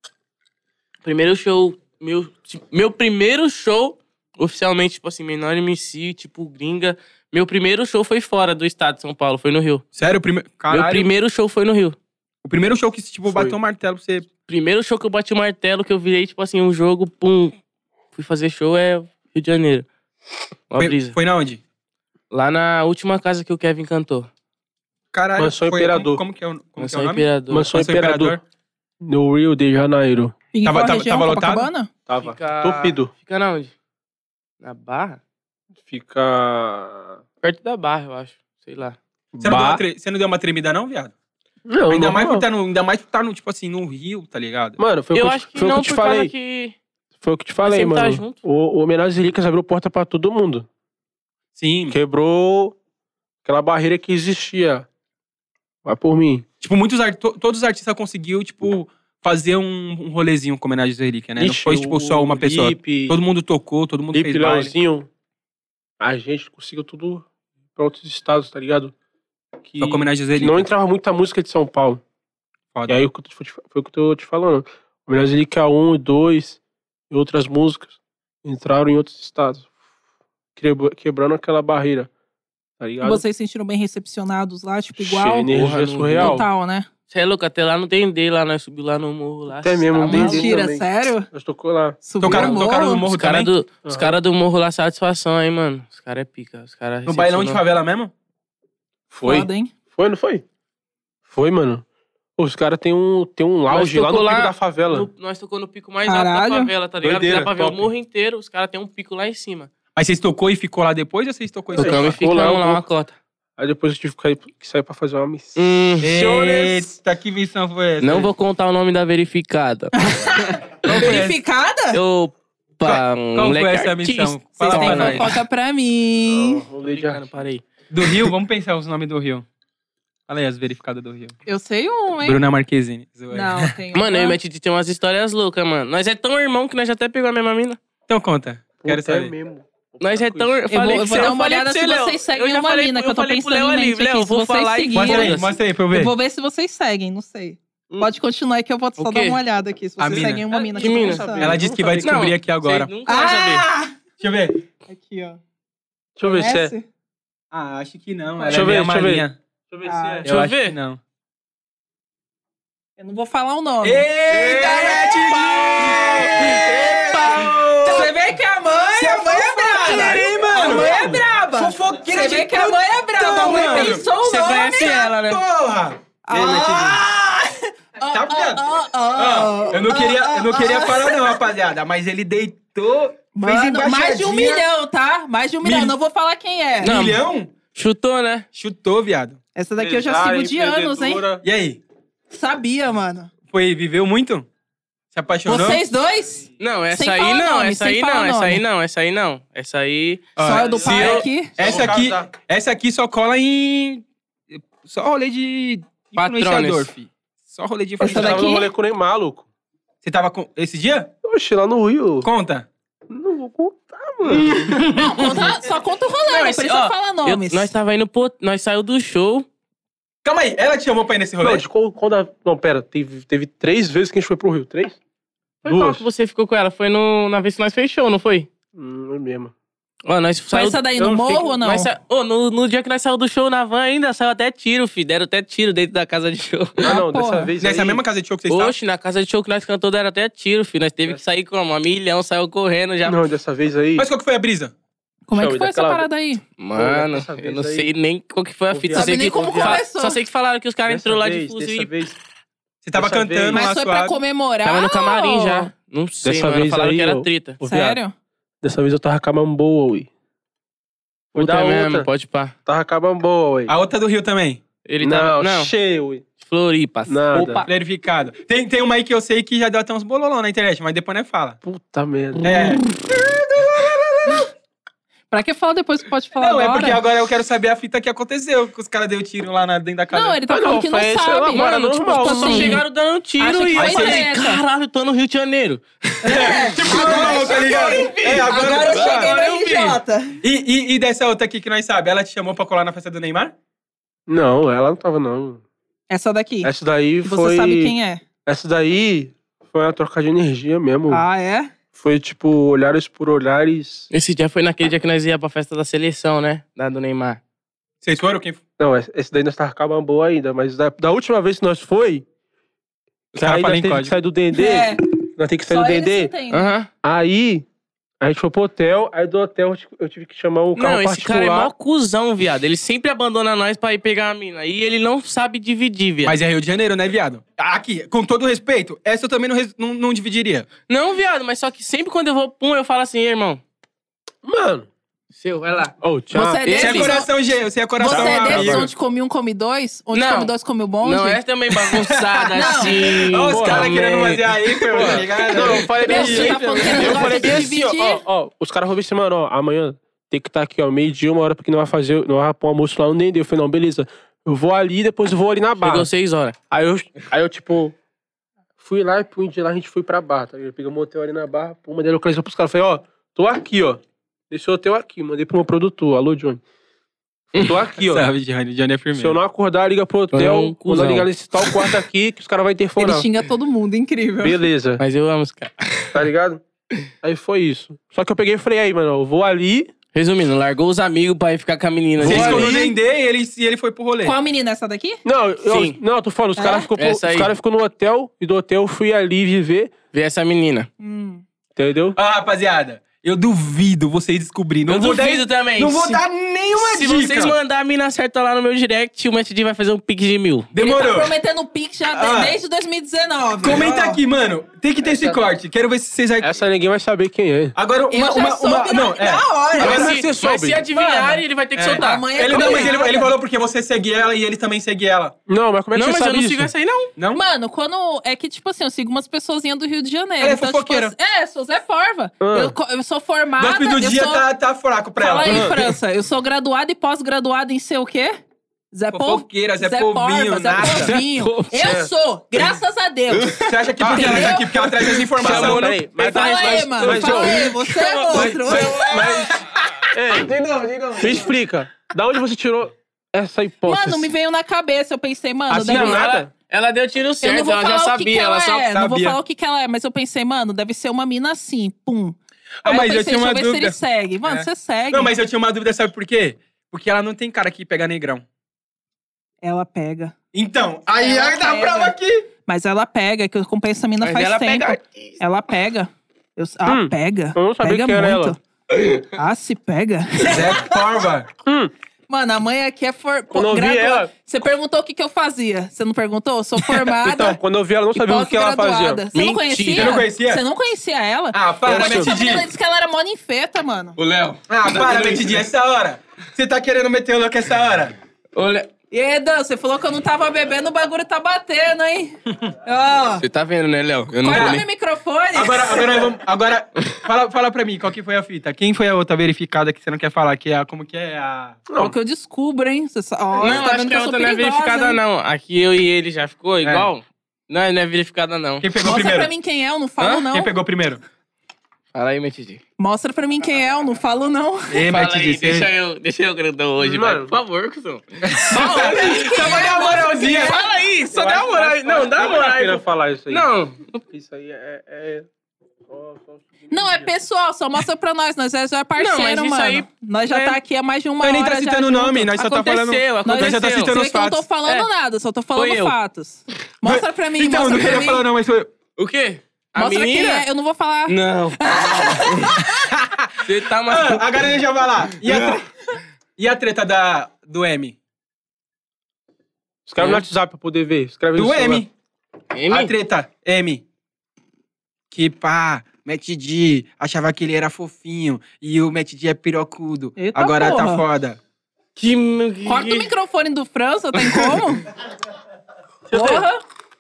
Primeiro show... Meu, tipo, meu primeiro show, oficialmente, tipo assim, menor M C, tipo, gringa. Meu primeiro show foi fora do estado de São Paulo, foi no Rio. Sério? O prime... Caralho. Meu primeiro show foi no Rio. O primeiro show que, tipo, Foi. bateu o martelo pra você... Primeiro show que eu bati o martelo, que eu virei, tipo assim, um jogo, pum. Fui fazer show é Rio de Janeiro. Uma Foi, brisa. foi na onde? Lá na última casa que o Kevin cantou. Caralho. Mansão foi- Imperador. Como, como que é o, como que é Mansão o nome? Imperador. Mansão Mansão Imperador. No Rio de Janeiro. E em Tava- qual tava- região? tava lotado? Copacabana? Tava Fica... tupido. Fica na onde? Na Barra? Fica... Perto da Barra, eu acho. Sei lá. Você não, deu uma Ba- tre- você não deu uma tremida não, viado? Não, ainda, não, mais por não. tá no, ainda mais por tá no, tipo assim, no Rio, tá ligado? Mano, foi, eu o que, acho que foi o não, que eu te por causa falei. que... Foi o que eu te falei, sempre tá mano. junto. O, o Homenagem Relíquias abriu porta pra todo mundo. Sim. Quebrou aquela barreira que existia. Vai por mim. Tipo, muitos art- to- todos os artistas conseguiu, tipo, fazer um, um rolezinho com homenagem à relíquia, né? não Ixi, foi, tipo, só uma o pessoa. Lipe, Todo mundo tocou, todo mundo Lipe, fez baile. Leozinho. A gente conseguiu tudo pra outros estados, tá ligado? Que, Só com homenagem à que relíquia. não entrava muita música de São Paulo. Foda. E aí o que eu tô te- foi o que eu tô te falando. Homenagem Relíquia um e dois e outras músicas entraram em outros estados. Quebra- Quebrando aquela barreira. Tá ligado? Vocês se sentiram bem recepcionados lá, tipo, Che- igual? Energia Porra, no surreal. Total, né? Você é louco, até lá no Dendê, lá, nós subimos lá no morro lá. Até mesmo, tá no Dendê maluco. Mentira, também. sério? Nós tocou lá. Subiu Tocaram, o morro? tocaram no morro Os caras também? do, os Aham. cara do morro lá, satisfação aí, mano. Os caras é pica. Os cara No bailão de recepcionou. favela mesmo? Foi. Foda, hein? Foi, não foi? Foi, mano. Pô, os caras têm um, tem um lounge lá no tocou pico lá da favela. No- nós tocou no pico mais alto Caralho. da favela, tá ligado? Doideira, Dá pra ver top. o morro inteiro, os caras têm um pico lá em cima. Mas vocês tocou e ficou lá depois ou vocês tocou e saiu? Tocamos e ficou ficamos lá lá, um uma pouco. cota. Aí depois eu tive que sair, que sair pra fazer uma missão. Hum, Eita, que missão foi essa? não vou contar o nome da verificada. Qual foi essa? Verificada? Eu... Pá, um qual foi moleque essa artista. missão? Vocês Fala têm pra nós. fofoca pra mim. Rolê de Brincando, arte. parei. Do Rio, vamos pensar os nomes do Rio. Fala aí as verificadas do Rio. Eu sei um, hein? Bruna Marquezine. Não, tem Mano, eu e uma. o Matt D tem umas histórias loucas, mano. Nós é tão irmão que nós já até pegou a mesma mina. Então conta. Quero Puta, é saber. mesmo. Nós é tão... Eu vou, eu vou dar uma olhada se vocês seguem uma mina, que eu tô pensando em mente aqui. Se vou vocês falar e... Mostra aí, seguirem... mostra aí pra eu ver. Eu vou ver se vocês seguem, não sei. Hum. Pode continuar aí que eu vou só O dar quê? uma olhada aqui. Se A vocês mina. seguem uma mina. Que eu tô mina? pensando. Ela disse que vai descobrir Não, aqui agora. Você nunca vai saber. Ah! Deixa eu ver. Aqui, ó. Deixa eu ver se é. Conhece? Ah, acho que não. Ela Deixa eu é ver, meio deixa eu ver. malinha. Deixa eu ver Ah, se é. Deixa eu acho ver. que não. Eu não vou falar o nome. Eita, Você vê que a mãe, a mãe é braba. hein, A mano? mãe é braba. Fofoqueira Você de vê que a mãe é braba. A mãe mano. pensou o Você nome. conhece ela, né? Porra! Ah! Tá vendo? Ah, ah, Ó, eu não ah, queria, ah, eu não ah, queria ah. falar não, rapaziada, mas ele deitou, fez Mano, mais de um embaixadinha. milhão, tá? Mais de um milhão. Mil- Não vou falar quem é. Não. Milhão? Chutou, né? Chutou, viado. Essa daqui eu já sigo de anos, hein? E aí? Sabia, mano. Foi, viveu muito? Se apaixonou? Vocês dois? Não, essa Sem aí falar não, nome, essa sem aí falar não, essa aí nome. não, essa aí não. Essa aí... Ó, Só eu do se pai eu- aqui? Essa Vou aqui, casar. essa aqui só cola em... Só rolê de influenciador, Patrones. fi. Só rolê de Essa Eu tava influenciador. daqui? no rolê com o Neymar, louco. Você tava com... Esse dia? Oxe, lá no Rio. Conta. Não vou contar, mano. Não, conta- só conta o rolê, não, Não, esse- precisa ó, falar Eu- nomes. nós tava indo pro... Nós saiu do show. Calma aí, ela te chamou pra ir nesse rolê? Não, de quando, quando a- não, pera. Teve, teve três vezes que a gente foi pro Rio. Três? Foi qual Duas. que você ficou com ela? Foi no, na vez que nós fez show, não foi? Hum, é mesmo. Ó, nós Foi saiu... essa daí eu no não fiquei- morro ou não? Nós sa... Ô, no, no dia que nós saímos do show na van ainda, saiu até tiro, filho. Deram até tiro dentro da casa de show. Ah, não, porra. dessa vez Nessa aí... mesma casa de show que vocês estavam? Oxe, na casa de show que nós cantou deram até tiro, filho. Nós teve que sair como? Uma milhão, saiu correndo já. Não, dessa vez aí... Mas qual que foi a brisa? Como é que Show, foi essa daquela- parada aí? Mano, Dessa eu vez não aí- sei nem qual que foi a fita. Só Sabe sei nem que, como fa- começou. Só sei que falaram que os caras dessa entrou lá de vez, fuzil Dessa e vez, Você tava Dessa cantando vez- Mas lá foi pra suave. comemorar? tava no camarim ou- já. Não sei, Dessa mano. vez Falaram aí, que era eu- treta. Ô, viado, Sério? Dessa vez eu tava com a mão boa, ui. O Puta da mesmo, outra, pode pá. tava com a mão boa, ui. A outra do Rio também. Ele não, tava... Não, cheio, ui. Floripa. Nada. Opa. Verificado. Tem, tem uma aí que eu sei que já deu até uns bololão na internet, mas depois não fala. Puta merda. É. Pra que falar depois que pode falar Não, é agora? porque agora eu quero saber a fita que aconteceu, que os caras deu tiro lá na, dentro da casa. Não, ele tá Ah, falando não, que não foi esse sabe. agora, Mano, tipo, normal, só assim. chegaram dando tiro Acha que e foi eu falei, treta. caralho, tô no Rio de Janeiro. Tipo, não, tá ligado? É, agora, Agora eu cheguei Agora no eu vi. R J. E, e, e dessa outra aqui que nós sabe, ela te chamou pra colar na festa do Neymar? Não, ela não tava, não. Essa daqui. Essa daí Você foi... sabe quem é. Essa daí foi uma troca de energia mesmo. Ah, é? Foi tipo, olhares por olhares. Esse dia foi naquele dia que nós ia pra festa da seleção, né? Da do Neymar. Vocês foram? Quem foi? Não, esse daí nós tava com a mão boa ainda, mas da, da última vez que nós foi, Os que caras ainda falam em teve que código. sair do Dendê, É. nós temos que sair Só do eles Dendê. entendem. Aham. Aí, a gente foi pro hotel, aí do hotel eu tive- eu tive que chamar um carro Não, esse particular. cara é mó cuzão, viado. Ele sempre abandona nós pra ir pegar a mina. E ele não sabe dividir, viado. Mas é Rio de Janeiro, né, viado? Aqui, com todo respeito, essa eu também não, res- não, não dividiria. Não, viado, mas só que sempre quando eu vou pum, eu falo assim, irmão. Mano, Seu, vai lá. ô, tchau. Você é Você é desses, coração G, você é coração você é amigo. desses onde come um, come dois? Onde Não. come dois, come o bonde? Não é também bagunçada Não. assim. Olha os Pô, caras querendo man. fazer aí, pô, tá ligado? Não, eu falei bem Não, assim. você tá falando que Eu negócio falei de bem assim, ó, dividir. ó, ó. Os caras falaram assim, mano, ó, amanhã tem que estar aqui, ó, meio-dia, uma hora, porque não vai fazer, não vai pôr almoço lá no Dendê. Eu falei, não, beleza. Eu vou ali, depois eu vou ali na barra. Chegou seis horas. Aí eu, aí eu, tipo, fui lá e pum, de lá a gente foi pra barra, tá ligado? Peguei um motel ali na barra, pum, mandei a localização pros caras. Falei, ó, tô aqui, ó. Deixa o hotel aqui. Mandei pro meu produtor. Alô, Johnny. Tô aqui, ó. Sabe, Johnny, Johnny é Se firmeza. eu não acordar, liga pro Johnny é hotel. um Quando cuzão. eu ligar nesse tal quarto aqui, que os caras vão Ele interfonar. xinga todo mundo, incrível. Beleza, Mas eu amo os caras. tá ligado? Aí foi isso. Só que eu peguei e falei, aí, mano, eu vou ali. Resumindo, largou os amigos pra ir ficar com a menina. Vocês Vou ficou no ali. Dendê e ele, e ele foi pro rolê. Qual menina é essa daqui? Não, eu, Sim. não, eu tô falando, os É? caras ficou, pro- Essa aí. os caras ficou no hotel e do hotel eu fui ali viver, Ver essa menina. Hum. entendeu? Ah, rapaziada, eu duvido vocês descobrirem. Não eu vou duvido dar, também. Não vou Se- dar nenhuma Se dica. vocês mandarem a mina certa lá no meu direct, o Match D vai fazer um pique de mil. Ele Demorou. tá prometendo o Pix já de- Ah. desde dois mil e dezenove. Comenta Ó. aqui, mano. Tem que ter esse corte. Quero ver se vocês... Essa ninguém vai saber quem é. Agora, Eu uma... já uma, soube uma na, não, é. na hora. Agora Mas você se, mas soube. se adivinharem, ele vai ter que É. soltar. Amanhã é Ele, não, mas ele, combinado. ele falou porque você segue ela e ele também segue ela. Não, mas como é que Não, você mas eu sabe não isso? sigo essa aí, não. Não? Mano, quando. É que, tipo assim, eu sigo umas pessoazinhas do Rio de Janeiro. Ela é então, fofoqueira. Tipo, assim, é, sou Zé Porva. Ah. Eu, co- eu sou formada. Gosto do eu dia sou... tá, tá fraco pra Fala ela. aí, Ah. França. Eu sou graduada e pós-graduada em ser o quê? Zé Povo. Fofoqueira, Zé Povinho, Porva, Zé nada. Povinho. Eu sou, graças a Deus. Você acha que por que ela tá aqui? Porque ela traz essa informação. Chamou, né? peraí, mas- Fala aí, mas- mano. mas, Fala ó, aí, você é Mas, monstro. mas, mas, Ei, De novo, de novo. me explica. Da onde você tirou essa hipótese? Mano, me veio na cabeça. Eu pensei, mano, Assim, deve... não, nada? Ela, ela deu tiro Eu certo, não vou ela já falar o que, sabia, que ela ela só é. Não vou sabia. falar o que, que ela é, mas eu pensei, mano, deve ser uma mina assim, pum. Ah, Aí mas eu eu pensei, tinha uma deixa eu ver dúvida. se ele segue. Mano, É. você segue. Não, mas eu tinha uma dúvida, sabe por quê? Porque ela não tem cara que pega negrão. Ela pega. Então, aí Ela aí dá a pega. prova aqui. Mas ela pega, que eu acompanho essa mina Mas faz ela tempo. pega... Ela pega. Eu... Ah, Hum, pega. eu não sabia pega quem era muito. Ah, se pega. Zé Corva. Hum, Mano, a mãe aqui é for... Quando eu vi graduada. ela- Você perguntou o que, que eu fazia. Você não perguntou? Eu sou formada. então, quando eu vi ela, eu não e sabia o que ela fazia. pós-graduada. Você não Mentira. conhecia? Você não conhecia? Você não conhecia ela? Ah, para, Essa Mete menina D. disse que ela era mó ninfeta, mano. O Léo. Ah, para, Mete D, essa hora. Você tá querendo meter o louco essa hora? Ô, Léo. E aí, Dan, você falou que eu não tava bebendo, o bagulho tá batendo, hein? Ó, Você tá vendo, né, Léo? Eu não corta vou meu nem... microfone. Agora, agora, vamos, agora fala, fala pra mim, qual que foi a fita? Quem foi a outra verificada que você não quer falar? Que é a, como que é a... Qual que eu descubro, hein? Você sa- Ó, Não, você tá acho vendo que a eu sou outra não é perigosa, verificada, hein? não. Aqui eu e ele já ficou igual. Não, não é verificada, não. Quem pegou Mostra primeiro? pra mim quem é, eu não falo Hã? não. Quem pegou primeiro? Fala aí, Metidi. Mostra pra mim quem é, eu não falo não. Ei, Fala Mete aí, D, deixa você... eu, deixa eu grandão hoje, Mano. vai. Por favor, cuzão. Só vai dar uma moralzinha. Fala aí, só Eu dá acho- uma moral aí. acho- Não, acho dá que uma não vale moral a aí. pena falar isso aí. Não, Isso aí é... é... só- só- Não, é pessoal, só mostra pra nós. Nós é, já é parceiro, Não, mas isso mano. aí Nós já é- tá aqui há mais de uma Nós hora nem tá já citando o junto. nome, nós só tá falando... aconteceu, Nós já tá aconteceu. citando Você os vê que eu não tô fatos. falando É. nada, só tô falando Foi eu. fatos. Mostra pra mim, Então, mostra não pra queria mim. falar não, mas foi... o quê? A Mostra quem menina? é, eu não vou falar. Não. Você tá Ah, mais... a galera já vai lá. E a, tre- e a treta da, do M? Escreve no WhatsApp pra poder ver. Escreve no Do celular. M. M? A treta, M. Que pá, Matt D achava que ele era fofinho e o Matt D é pirocudo. Eita Agora porra. tá foda. Que... Corta o microfone do França, tem como? Porra!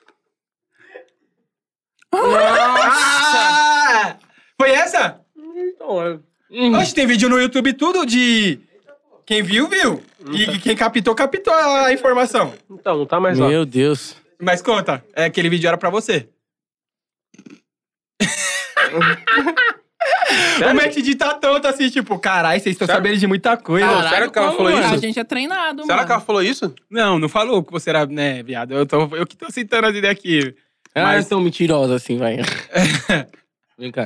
Ah! Foi essa? Então, é... Hum. Oxe, tem vídeo no YouTube tudo de... Quem viu, viu. E quem captou, captou a informação. então, não tá mais lá. Meu Deus. Mas conta, é, aquele vídeo era pra você. O Matt D tá tonto assim, tipo, caralho, vocês estão Sério? sabendo de muita coisa. Caralho, Sério que ela como, falou mano? isso? A gente é treinado, Será mano. que ela falou isso? Não, não falou que você era, né, viado. Eu, tô, eu que tô citando as ideias aqui. Ah, Mas- tão mentirosa assim, vai. Vem cá.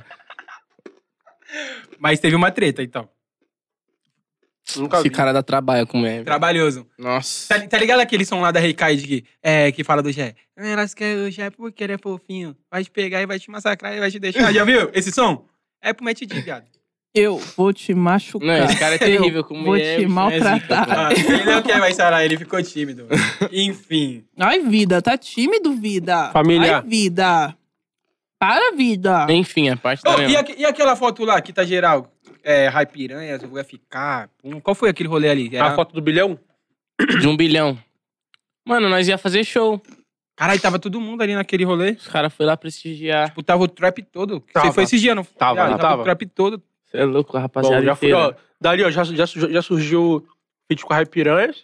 Mas teve uma treta, então. Nunca Esse vi. cara dá trabalho com ele. Trabalhoso. Nossa. Tá, tá ligado aquele som lá da Recaide que, é, que fala do Jé? Ah, elas querem o Jé porque ele é fofinho. Vai te pegar e vai te massacrar e vai te deixar. Já viu esse som? É pro Matt D, viado. Eu vou te machucar. Não, esse cara é terrível com Vou mulher. te bicho, não é zica, maltratar. pô. Ah, ele não quer mais sarar, ele ficou tímido. Enfim. Ai, vida, tá tímido, vida. Família. Ai, vida. Para, vida. Enfim, a parte Oh, da e, minha. aque- e aquela foto lá que tá geral? É, Rai Piranhas, o F K. Pum, qual foi aquele rolê ali? Era... A foto do bilhão? De um bilhão. Mano, nós ia fazer show. Caralho, tava todo mundo ali naquele rolê. Os caras foram lá prestigiar. Tipo, tava o trap todo. Tava. Você foi esses dias, não? Tava, Viado, não tava. tava? o trap todo. Você é louco, a Bom, rapaziada já fui, inteira. ó. Dali, ó, já, já, já surgiu vídeo com a Rai Piranhas.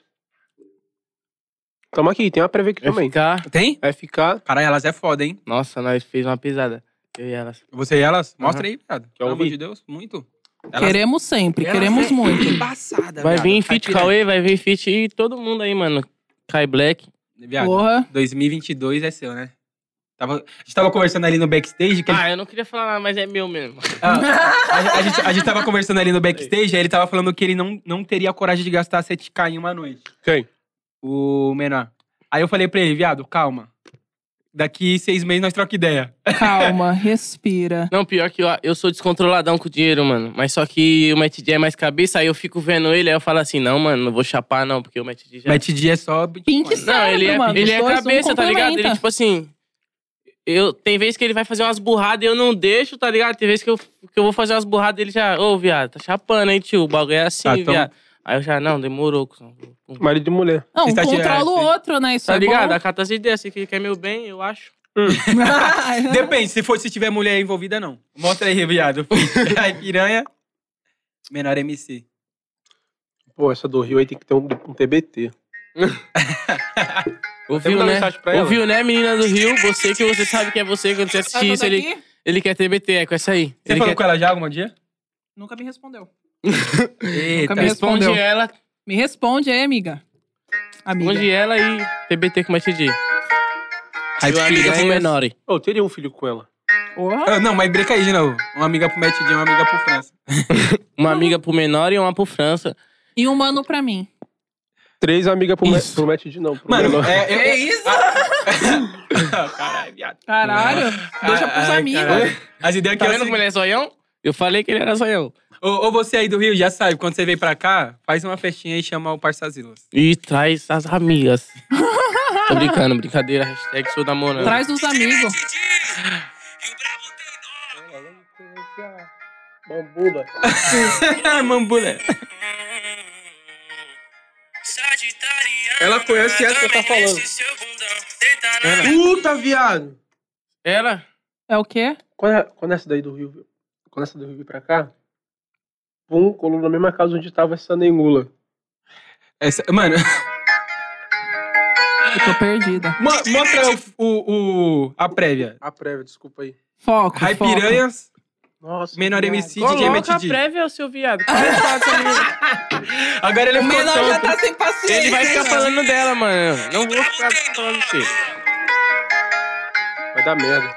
Tamo aqui, tem uma prévia aqui Vai também. ficar... Tem? Vai ficar... Caralho, elas é foda, hein? Nossa, nós fez uma pesada. Eu e elas. Você e elas? Mostra aí, viado. Pelo ouvir? amor de Deus, muito. Elas- Queremos sempre, elas queremos é muito. Embaçada, Vai viado. vir Rai feat Piranha. Cauê, vai vir feat e todo mundo aí, mano. Kai Black. Viado, Porra. dois mil e vinte e dois é seu, né? Tava, a gente tava conversando ali no backstage. Que ele- Ah, eu não queria falar nada, mas é meu mesmo. Ah, a, a gente, a gente tava conversando ali no backstage, aí ele tava falando que ele não, não teria coragem de gastar sete K em uma noite. Quem? O menor. Aí eu falei pra ele, viado, calma. Daqui seis meses nós troca ideia. Calma, respira. Não, pior que eu, eu sou descontroladão com o dinheiro, mano. Mas só que o Matt D é mais cabeça, aí eu fico vendo ele, aí eu falo assim, não, mano, não vou chapar não, porque o Matt D já... Matt D é só Bitcoin. Pink Não, ele é, mano, ele os é dois, um cabeça, tá ligado? Ele, complementa. tipo assim... Eu, tem vezes que ele vai fazer umas burradas e eu não deixo, tá ligado? Tem vezes que eu, que eu vou fazer umas burradas e ele já... Ô, viado, tá chapando, hein, tio? O bagulho é assim, Tá, então- viado. Aí eu já, não, demorou, cuzão. Pum. Marido de mulher. Não, um Você tá controla tirando, o sim. outro, né? Isso Tá é ligado? bom. Acata as ideias, se quer meu bem, eu acho. Depende, se for se tiver mulher envolvida, não. Mostra aí, viado. Aí, piranha, menor M C. Pô, essa do Rio aí tem que ter um, um T B T. Ouviu, mandar né? mensagem pra ela. Ouviu, né, menina do Rio? Você que você sabe que é você, quando você assistir Essa isso, ele, daqui ele quer T B T, é com essa aí. Você ele falou quer... com ela já algum dia? Nunca me respondeu. Eita. me Responde respondeu. ela, Me responde aí, amiga. Amiga. responde ela e T B T com mais T D. Aí Uma amiga pro piranhas. menor. Eu teria um filho com ela. Porra. Ah, não, mas breca aí de novo. Uma amiga pro Matt D e uma amiga pro França. Uma amiga pro menor e uma pro França. E um mano pra mim. Três amigas pro, Isso. pro Matt de não. Pro Mano, menor. é... é, é... isso? Caralho, viado. Caralho. Deixa pros Ai, amigos. caralho. As ideias que Tá eu vendo como ele é zoião? Eu falei que ele era zoião. Ou, ou você aí do Rio, já sabe, quando você vem pra cá, faz uma festinha e chama o Parçazilas. E traz as amigas. Tô brincando, brincadeira. Hashtag sou namorando. Traz os amigos. Bambula. Mambulé. Ela conhece essa que eu tô falando. Puta, viado. Ela? É o quê? Quando, é- quando essa daí do Rio... Quando essa do Rio vir pra cá... Pum, colou na mesma casa onde tava essa Nengula. Essa, mano, Eu tô perdida. mo- mostra o, o, o- a prévia. A prévia, desculpa aí. Foco, Rai foco. Piranhas, Nossa. Menor viado. M C, D J Coloca Matt a D. prévia, seu viado. Qual é o fato ali? Agora ele O ficou menor já tonto. tá sem paciência. Ele vai ficar né? falando dela, mano. Não vou ficar falando de você. Vai dar merda.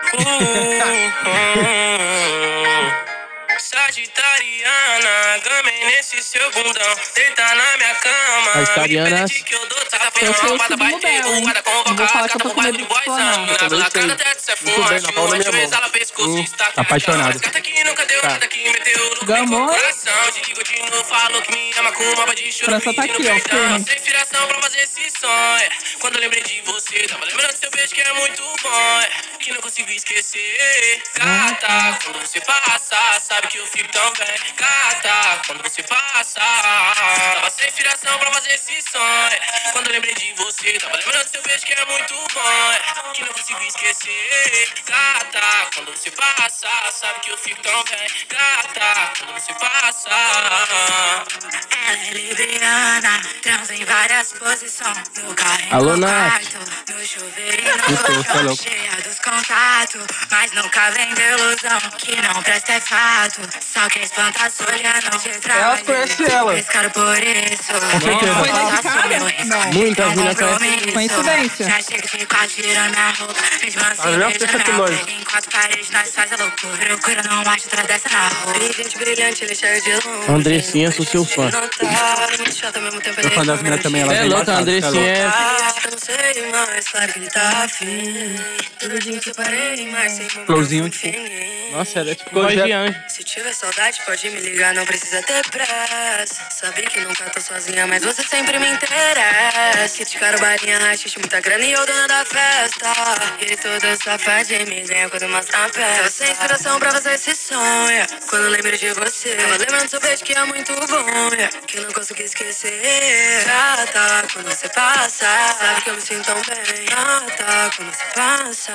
Sagitariana, gamei nesse seu bundão, deita na minha cama. Sagitariana. Me pede que eu dou, tá Eu sei o fazendo signo vai ter dela, o hein? guarda Não vou falar que eu tô com medo de explanar. Na também bela sei. cara dessa é Muito bem, fumante, na palma da minha vez mão. ela pescoço, está com apaixonado. Gata que nunca deu, gata que meteu no Gamou, hein? coração. Te ligo de novo, falou que me ama com uma de choro. França tá pedindo aqui, ó, perdão. firme. Sem inspiração pra fazer esse som, é. Quando eu lembrei de você, tava lembrando do seu beijo que é muito bom, é. Que não consigo esquecer. Gata, quando você passa, sabe que eu fico tão bem. Gata, quando você passa, tava sem inspiração pra fazer esse som, é. Quando eu lembrei de você, tava lembrando do seu beijo que é muito bom, é. Que não consigo esquecer. Gata, quando você passa, sabe que eu fico tão bem. Gata, quando você passa. Ela é libriana, transa em várias posições. No carro e Alô, no Nath. quarto, no chuveiro e no Desculpa, tá colchão, louco. cheia dos contatos. Mas nunca vende ilusão, que não presta é fato. Só quem espanta a solidão de trás. Elas conhecem ela. Mais caro por isso. Com certeza. Foi desse cara? Não. Muitas meninas conhecem. Coincidência. Já chega de quatro, tirando minha roupa. Mesmo assim, Ah, já beija pensa que na nós. boca. Em quatro paredes, nós faz a loucura. Procura, não acha atrás dessa na rua. Brilhante, brilhante, ele chega de longe. Andressinha, sou seu fã. Não tá, muito chato, ao mesmo tempo Tô ele fã das meninas também, ela Cê é vem louca, embaçada, Andressinha cê é é... Ah, eu não sei mais, claro que ele tá afim. Todo dia que eu parei, mas sem momento Florzinho, sem tipo. ninguém. Nossa, ela é tipo voz de anjo. Se tiver saudade, pode me ligar, não precisa ter pressa. Sabe que nunca tô sozinha, mas você sempre me interessa. Criticaram balinha, rachixe, muita grana e eu dona da festa. E todo safado de mim, ganha quando mostra a peça. Tava sem inspiração pra fazer esse som, yeah. Quando eu lembro de você, tava lembrando do seu beijo que é muito bom, yeah. Que não consegui esquecer. Gata, quando você passa, sabe que eu me sinto tão bem. Gata, quando você passa.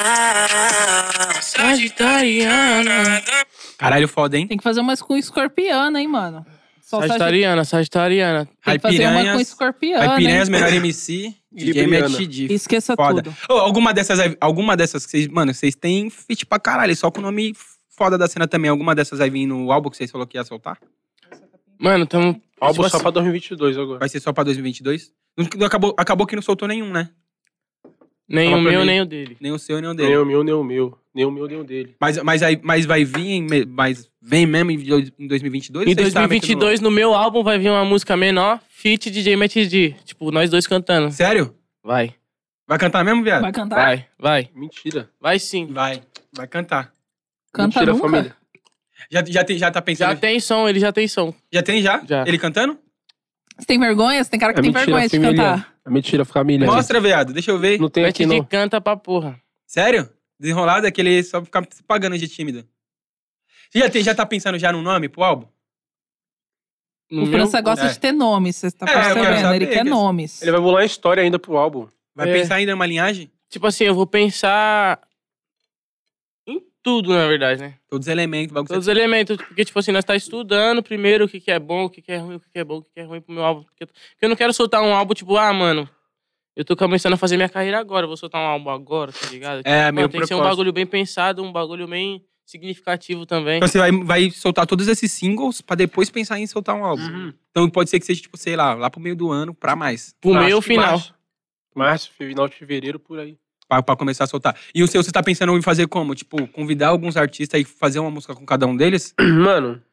Sagitariana. Caralho, foda, hein? Tem que fazer umas com escorpiana, hein, mano? Só Sagitariana, Sagitariana. Tem Rai que fazer uma com Piranhas, escorpiana, Rai Piranhas, hein? Menor M C, D J Libriana. Matt D. Esqueça Foda. tudo. Ô, alguma dessas, aí- alguma dessas que vocês, mano, vocês têm feat pra caralho, só com o nome foda da cena também. Alguma dessas vai vir no álbum que vocês falaram que ia soltar? Mano, tamo... Álbum tipo só assim, pra dois mil e vinte e dois agora. Vai ser só pra dois mil e vinte e dois? Não- não Acabou, acabou que não soltou nenhum, né? Nem Fala o pra meu, mim. nem o dele. Nem o seu, nem o Nem dele. o meu, nem o meu. Nem o meu, nem o dele. Mas, mas, aí, mas vai vir, em me- mas vem mesmo em dois- em dois mil e vinte e dois? Em Ou vocês dois mil e sabem vinte que e dois, no meu álbum, vai vir uma música menor, feat D J Matt D. Tipo, nós dois cantando. não- Sério? Vai, Vai cantar mesmo, viado? Vai cantar? vai, vai. Mentira. Vai sim. Vai. Vai cantar. Canta Mentira, nunca? família. Já, já, tem, já tá pensando? Já tem som, ele já tem som. Já tem já? Já. Ele cantando? Você tem vergonha? Você tem cara que É tem mentira, vergonha de família. cantar. É mentira, família. Mostra, viado. Deixa eu ver. Não tem Matt aqui, D não. canta pra porra. Sério? Desenrolado é que ele só fica se pagando de tímido. Você já, tem, já tá pensando já no nome pro álbum? No O meu... França gosta é. de ter nomes, você tá É, eu quero percebendo? saber Ele quer que- nomes. Ele vai bolar a história ainda pro álbum. Vai É. pensar ainda numa linhagem? Tipo assim, eu vou pensar em tudo, na verdade, né? Todos os elementos, bagulho. Todos os elementos, porque, tipo assim, nós tá estudando primeiro o que, que é bom, o que, que é ruim, o que, que é bom, o que, que é ruim pro meu álbum. Porque eu, porque eu não quero soltar um álbum, tipo, ah, mano, eu tô começando a fazer minha carreira agora, eu vou soltar um álbum agora, tá ligado? É, Mano, meio tem que ser um precoce. bagulho bem pensado, um bagulho bem significativo também. Então você vai, vai soltar todos esses singles pra depois pensar em soltar um álbum. Uhum. Então pode ser que seja, tipo, sei lá, lá pro meio do ano pra mais. Pro Acho meio ou que final. Março, março, final de fevereiro, por aí. Pra, pra começar a soltar. E o seu, você tá pensando em fazer como? Tipo, convidar alguns artistas e fazer uma música com cada um deles? Mano.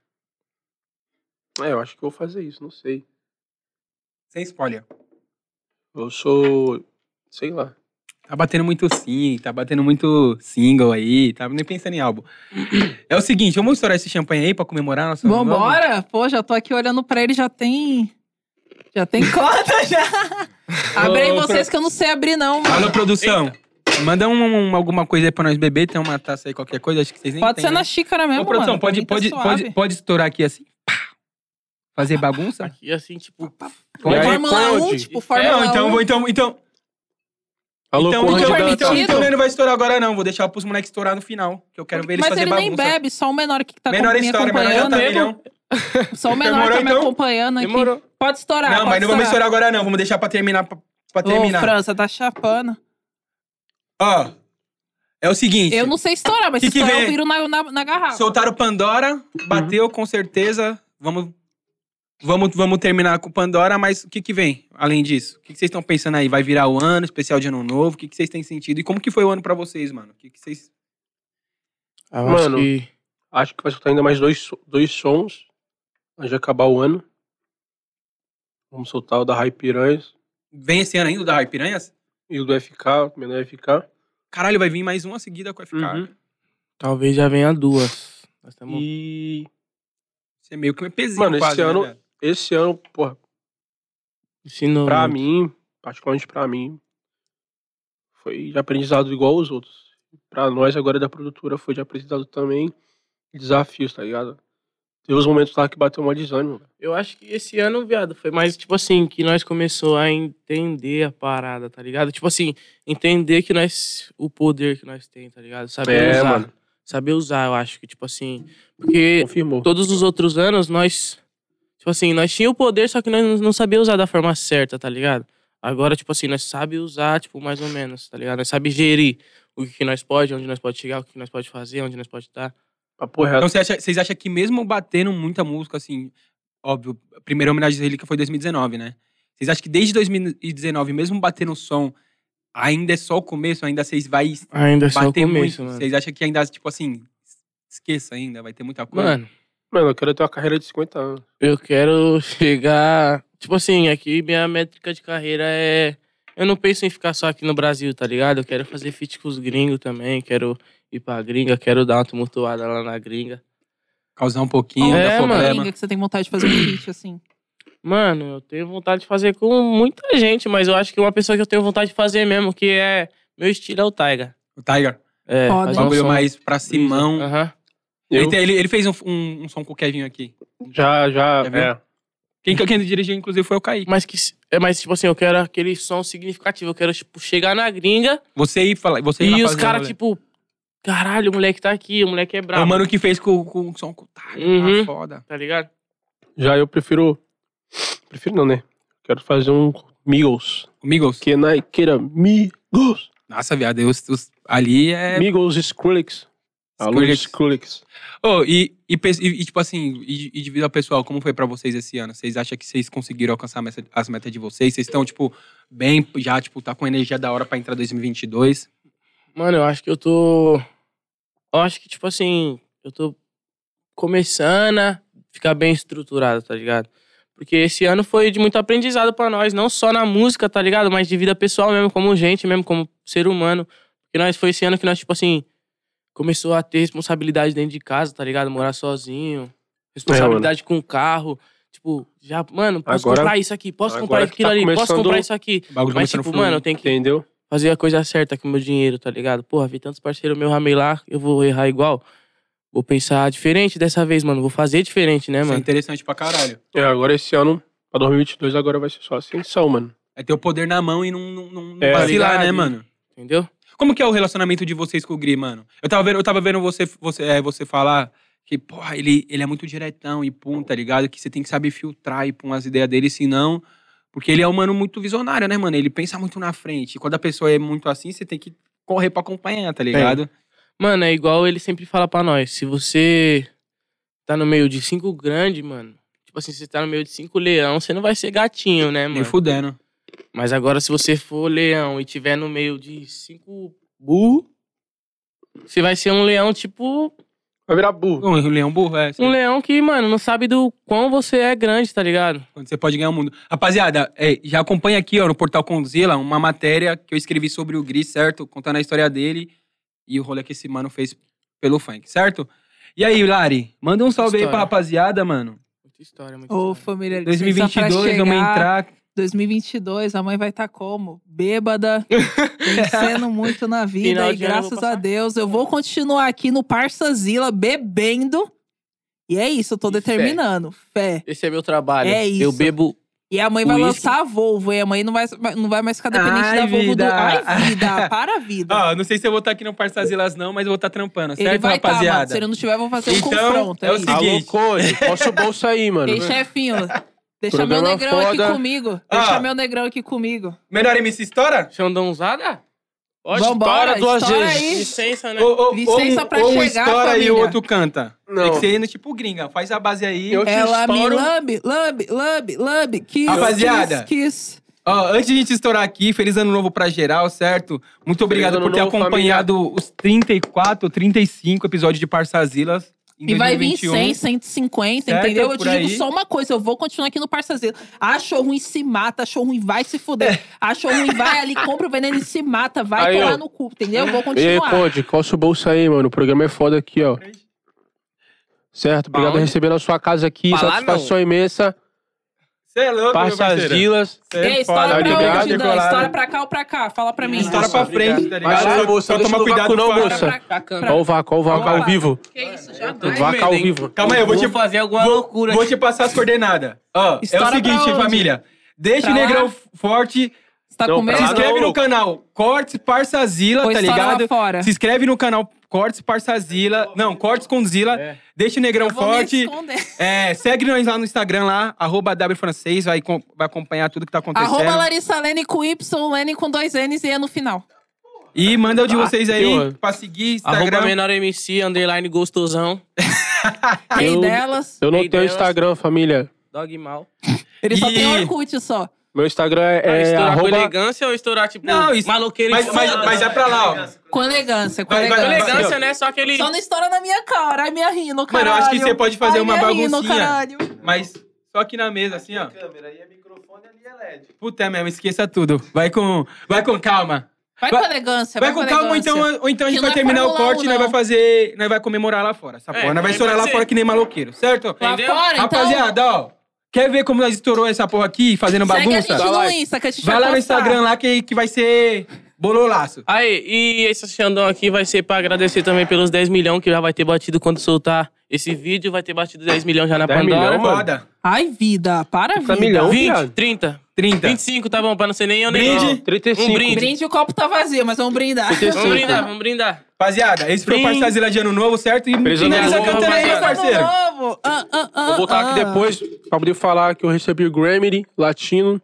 É, eu acho que eu vou fazer isso, não sei. Sem spoiler. Eu sou. Sei lá. Tá batendo muito sim, tá batendo muito single aí, tá nem pensando em álbum. É o seguinte, vamos estourar esse champanhe aí pra comemorar nosso ano novo? Vambora! Pô, já tô aqui olhando pra ele, já tem... Já tem cota, já. Abre aí Ô, vocês que eu não sei abrir, não, mano. Alô, produção. Manda um, um- alguma coisa aí pra nós beber, tem uma taça aí, qualquer coisa, acho que vocês nem Pode têm, ser né? na xícara mesmo, Ô, produção, mano. Pra pode, mim tá pode, suave. pode, pode estourar aqui assim? Pá. Fazer bagunça? Aqui, assim, tipo... Pode E aí, Fórmula um, Conde? tipo, Fórmula Não, então, um. vou, então, então, Alô, então, Conde então, da- então, permitido? então ele não vai estourar agora não, vou deixar pros moleques estourar no final, que eu quero ver eles Mas fazer ele bagunça. nem bebe, só o menor aqui que tá Menor com- me história, menor já acompanhando. tá milhão. Só o menor Demorou, tá me então? acompanhando aqui. Demorou. Pode estourar, Não, pode mas não vamos estourar. estourar agora não, vamos deixar pra terminar, pra, pra Ô, terminar. França, tá chapando. Ó, é o seguinte, Eu não sei estourar, mas Que se que estourar vem? eu viro na, na, na garrafa. soltaram Pandora, bateu com certeza, vamos... Vamos, vamos terminar com Pandora, mas o que que vem além disso? O que que vocês estão pensando aí? Vai virar o ano, especial de ano novo? O que que vocês têm sentido? E como que foi o ano pra vocês, mano? O que que vocês... Eu Mano. acho que... Acho que vai soltar ainda mais dois, so- dois sons antes de acabar o ano. Vamos soltar o da Rai Piranhas Vem esse ano ainda o da Hype Piranhas? e o do F K, também do F K. Caralho, vai vir mais uma seguida com o F K. Uhum. Talvez já venha duas. Nós tamo... E Você é meio que um EPzinho Mano, esse quase, ano- né, velho? esse ano, porra, Ensinou pra muito. mim, particularmente pra mim, foi de aprendizado igual aos outros. Pra nós agora da produtora foi de aprendizado também, desafios, tá ligado? Teve uns momentos lá que bateu um desânimo. Eu acho que esse ano, viado, foi mais, tipo assim, que nós começou a entender a parada, tá ligado? Tipo assim, entender que nós... O poder que nós tem, tá ligado? Saber É, usar. mano. Saber usar, eu acho que, tipo assim... Porque Confirmou. todos os outros anos, nós... Tipo assim, nós tínhamos o poder, só que nós não sabíamos usar da forma certa, tá ligado? Agora, tipo assim, nós sabemos usar, tipo, mais ou menos, tá ligado? Nós sabemos gerir o que nós pode, onde nós pode chegar, o que nós pode fazer, onde nós pode estar. Papo reto. Então você acha- vocês acham que mesmo batendo muita música, assim... Óbvio, a primeira homenagem dele que foi em dois mil e dezenove, né? Vocês acham que desde dois mil e dezenove, mesmo batendo o som, ainda é só o começo? Ainda vocês vai Ainda é só o bater começo, muito? mano. Vocês acham que ainda, tipo assim... Esqueça ainda, vai ter muita coisa? Mano, Mano, eu quero ter uma carreira de cinquenta anos. eu quero chegar... Tipo assim, aqui minha métrica de carreira é... Eu não penso em ficar só aqui no Brasil, tá ligado? Eu quero fazer feat com os gringos também, quero ir pra gringa, quero dar uma tumultuada lá na gringa. Causar um pouquinho, É, dar mano. problema. Amiga, que você tem vontade de fazer um feat, assim. Mano, eu tenho vontade de fazer com muita gente, mas eu acho que uma pessoa que eu tenho vontade de fazer mesmo, que é... Meu estilo é o Taiga. O Tiger, É, Foda. fazer um bagulho som. mais pra Simão. Aham. Eu Ele, tem- ele, ele fez um, um, um som com o Kevin aqui. já, já, Já viu? é. Quem, quem dirigiu, inclusive, foi o Kaique. Mas que... É, mas, tipo assim, eu quero aquele som significativo. Eu quero, tipo, chegar na gringa Você ir falar. Você ir lá e os fazer caras, rolê. tipo... Caralho, o moleque tá aqui, o moleque é É brabo. o mano que fez com, com o som com o Tiger. Uhum. Tá foda. Tá ligado? Já eu prefiro. Prefiro não, né? Quero fazer um Migos. Migos. Que na queira Migos. Nossa, viado, os, os- ali é... Migos Skrillex. Alô, Skrillex. Skrillex. Oh, e, e, pe- e, e, tipo assim, e, e devido ao pessoal, como foi pra vocês esse ano? Vocês acham que vocês conseguiram alcançar a meta- as metas de vocês? Vocês estão, tipo, bem, já, tipo, tá com energia da hora pra entrar dois mil e vinte e dois? Mano, eu acho que eu tô... Eu acho que, tipo assim, eu tô começando a ficar bem estruturado, tá ligado? Porque esse ano foi de muito aprendizado pra nós, não só na música, tá ligado? Mas de vida pessoal mesmo, como gente mesmo, como ser humano. Porque nós, foi esse ano que nós, tipo assim, começou a ter responsabilidade dentro de casa, tá ligado? Morar sozinho, responsabilidade com o carro. Tipo, já, mano, posso Agora- comprar isso aqui, posso agora comprar que aquilo tá ali, posso começando- comprar isso aqui. O bagulho Mas, começando a tipo, fluir. mano, eu tenho que Entendeu? fazer a coisa certa com o meu dinheiro, tá ligado? Porra, vi tantos parceiros meus ramei lá, eu vou errar igual. Vou pensar diferente dessa vez, mano. Vou fazer diferente, né, Isso é mano? interessante pra caralho. É, agora esse ano, pra dois mil e vinte e dois, agora vai ser só ascensão, mano. É ter o poder na mão e não, não, não não É, vacilar, ligado? né, mano? Entendeu? Como que é o relacionamento de vocês com o Gri, mano? Eu tava vendo, eu tava vendo você, você, é, você falar que, porra, ele, ele é muito diretão e pum, tá ligado? Que você tem que saber filtrar e pum as ideias dele, senão... Porque ele é um mano muito visionário, né, mano? Ele pensa muito na frente. E quando a pessoa é muito assim, você tem que correr pra acompanhar, tá ligado? Mano, é igual ele sempre fala pra nós. Se você tá no meio de cinco grandes, mano... Tipo assim, se você tá no meio de cinco leão, você não vai ser gatinho, né, mano? Nem fudendo. Mas agora, se você for leão e tiver no meio de cinco burro, você vai ser um leão, tipo... Vai virar burro. Um leão burro, é. Um leão que, mano, não sabe do quão você é grande, tá ligado? Quando você pode ganhar o mundo. Rapaziada, é, já acompanha aqui, ó, no Portal Condzilla, uma matéria que eu escrevi sobre o Gris, certo? Contando a história dele e o rolê que esse mano fez pelo funk, certo? E aí, Lari, manda um salve aí pra rapaziada, mano. Muita história, muita Ô, história. família, dois mil e vinte e dois, licença pra vamos chegar. entrar. dois mil e vinte e dois, a mãe vai estar como? Bêbada, vencendo muito na vida. Final E de ano eu vou graças a passar. Deus, eu vou continuar aqui no Parsazilla bebendo. E é isso, eu tô E determinando. Fé. Esse é meu trabalho. É isso. Eu bebo... E a mãe vai Uísque. lançar a Volvo, e a mãe não vai, não vai mais ficar dependente Ai, da Volvo vida. do... Ai, vida, para a vida. Ó, não sei se eu vou estar aqui no Parçazilas não, mas eu vou estar trampando, certo, Ele vai tá, mano. rapaziada? Se ele não tiver, eu vou fazer um Então, confronto. é o isso. seguinte. Alô, Code, posta o bolso aí, mano. Ei, chefinho, deixa meu Programa negrão aqui foda. comigo. Deixa Ah. meu negrão aqui comigo. Melhor M C Estoura? Xandãozada? Pode, Vambora, estoura duas estoura vezes. aí. Licença, né? Ou, ou, Licença ou, pra ou um chegar, estoura e família. o outro canta. Não. Tem que ser indo tipo gringa. Faz a base aí. Eu te Ela me estouro. lambe, lambe, lambe, lambe. Kiss, Rapaziada. kiss, kiss. Ó, antes de a gente estourar aqui, feliz ano novo pra geral, certo? Muito obrigado ano por ter novo, acompanhado os trinta e quatro, trinta e cinco episódios de Parçazilas. em E vai vir dois mil e vinte e um. cem, cento e cinquenta, Certo, entendeu? Eu por te digo aí. só uma coisa, eu vou continuar aqui no Parçazilla. Achou ruim, se mata. Achou ruim, vai se fuder. Achou ruim, vai ali, compra o veneno e se mata. Vai Aí, tomar ó. no cu, entendeu? Eu vou E aí, continuar. Code, costa o bolso aí, mano. O programa é foda aqui, ó. Certo? Obrigado por Aonde? receber na sua casa aqui. Falar Satisfação imensa. Você é louco, meu parceiro. Parçazilas. Cê é Ei, foda, história tá pra ligado? onde, Dan? Decolado. História pra cá ou pra cá? Fala pra mim. História pra frente, tá ligado? Mas Só- aí, moça, só deixa toma no cuidado vácuo não, com a- moça. Pra- pra- Ó o vácuo, ó o vácuo ao Opa. vivo. Que isso, O jamais. vácuo ao vivo. Calma aí, eu vou te... Vou fazer alguma vou, loucura Vou aqui. te passar as coordenadas. Ó, é o História seguinte, pra onde? família. Deixa Pra o Negrão lá? forte. Você tá Não, com pra Se medo? lá inscreve não, no louco. canal Cortes Parçazilla, Põe tá história lá ligado? fora. Se inscreve no canal Cortes Parçazilla. Não, Cortes Condzilla. É. Deixa o Negrão Eu vou me forte. esconder. É, segue nós lá no Instagram, lá, arroba W Francês, vai, com- vai acompanhar tudo que tá acontecendo. Arroba Larissa Lene com Y, Lene com dois N's e E no final. E manda o de vocês aí eu- pra seguir, Arroba Instagram. menor M C, underline gostosão. Rei Eu- delas. Eu não Ei, tenho delas. Instagram, família. Dog mal. Ele só E- tem Orkut só. Meu Instagram é, Ah, é estourar com arroba... elegância ou estourar, tipo, Não, isso- maloqueiro Mas, e mas, foda? mas é pra lá, ó. Com elegância, com Vai- vai- Com elegância. elegância, né? Só aquele... Só não estoura na minha cara. Ai, minha rino, caralho. Mano, eu acho que você pode fazer Ai, uma minha rino, baguncinha. caralho. Mas só aqui na mesa, assim, ó. Câmera, aí é microfone, ali é L E D. Puta é mesmo, esqueça tudo. Vai com, vai com calma. Vai, Vai- com elegância, Vai vai, com calma, ou elegância. então, ou então a gente Que vai não é terminar o Fórmula corte um, e nós não. vai fazer. Nós vai comemorar lá fora. Essa É, porra. Nós vai também estourar pode lá ser. fora que nem maloqueiro, certo? Lá Entendeu? fora, então... Rapaziada, ó. Quer ver como nós estourou essa porra aqui, fazendo Segue a bagunça? gente no like. Insta, que a gente Vai lá no postar. Instagram lá que, que vai ser bololaço. Aí, e esse Xandão aqui vai ser pra agradecer também pelos dez milhões que já vai ter batido quando soltar esse vídeo. Vai ter batido dez milhões já na dez Pandora. milhão, mano? Foda. Ai, vida, para, vida. milhão. vinte, viado. trinta. trinta. vinte e cinco, tá bom? Pra não ser nem eu nem Brinde. eu. trinta e cinco. Um brinde. Brinde, o copo tá vazio, mas vamos brindar. Vamos brindar, vamos brindar. Rapaziada, esse foi o Brinde. Parçazilla de Ano Novo, certo? E Feliz finaliza ano novo, cantando aí, meu rapaziada. parceiro. Novo. Ah, ah, ah, Vou voltar aqui ah. depois pra poder falar que eu recebi o Grammy Latino.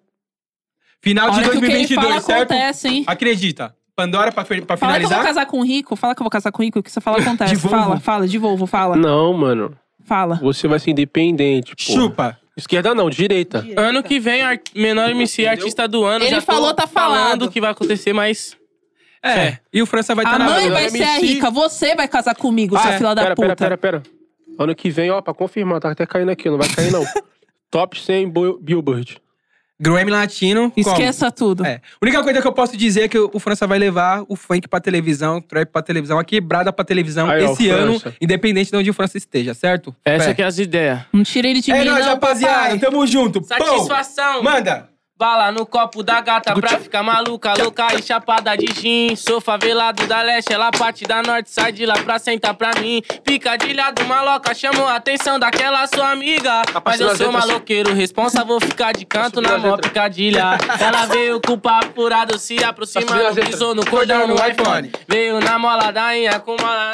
Final de Olha que o que ele dois mil e vinte e fala dois, certo? acontece, hein? Acredita. Pandora pra, fe- pra Fala que eu vou finalizar? casar com o Rico. Fala que eu vou casar com o Rico. O que você fala acontece. De Volvo. Fala, fala, de Volvo, fala. Não, mano. Fala. Você vai ser independente, pô. Chupa. Esquerda não, direita. Ano que vem, ar- menor M C, artista do ano. Ele já tô falou, tá falado. falando o que vai acontecer, mas... É. É. E o França vai estar A na mãe banda. vai ser a rica. Você vai casar comigo, sua é. fila da Pera, puta. pera, pera, pera. Ano que vem, ó, pra confirmar, tá até caindo aqui, não vai cair não. Top cem Bo- Billboard. Grammy Latino. como? Esqueça tudo. É. A única coisa que eu posso dizer é que o França vai levar o funk pra televisão, o trap pra televisão, a quebrada pra televisão Aí, ó, esse ano, França. independente de onde o França esteja, certo? Essa Fé. que é as ideias. Não tira ele de É mim, nóis, não, rapaziada. papai. Tamo junto. Pô, Satisfação. manda. Bala no copo da gata pra ficar maluca, louca e chapada de gin. Sou favelado da leste, ela parte da norte, sai de lá pra sentar pra mim. Picadilha do maloca chamou a atenção daquela sua amiga. Mas eu sou maloqueiro, responsa, vou ficar de canto na mó picadilha. Ela veio com o papo furado, se aproximando, pisou no cordão no iPhone. Veio na mola da inha com mola...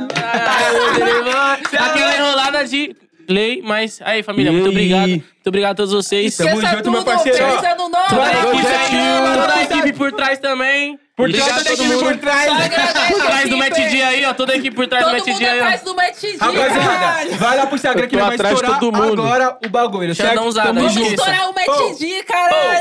Aquela enrolada de... Play, mas aí família, muito obrigado. Muito obrigado a todos vocês. Tamo Esqueça junto, meu tudo, parceiro. feliz ano novo. Toda a equipe, Projetinho. toda a equipe por trás também. Por Obrigado trás a da todo equipe mundo. por trás. Só agradece Por trás do aqui, Match Fê. D aí, ó. Toda a equipe por trás do Todo Match mundo D aí, atrás ó. do Match D, Rapaziada, caralho. vai lá pro Instagram que Eu ele tô vai atrás de estourar todo mundo. agora o bagulho, certo? Xandãozada, Tamo Vamos Isso. junto. estourar o Ô, Match D, caralho.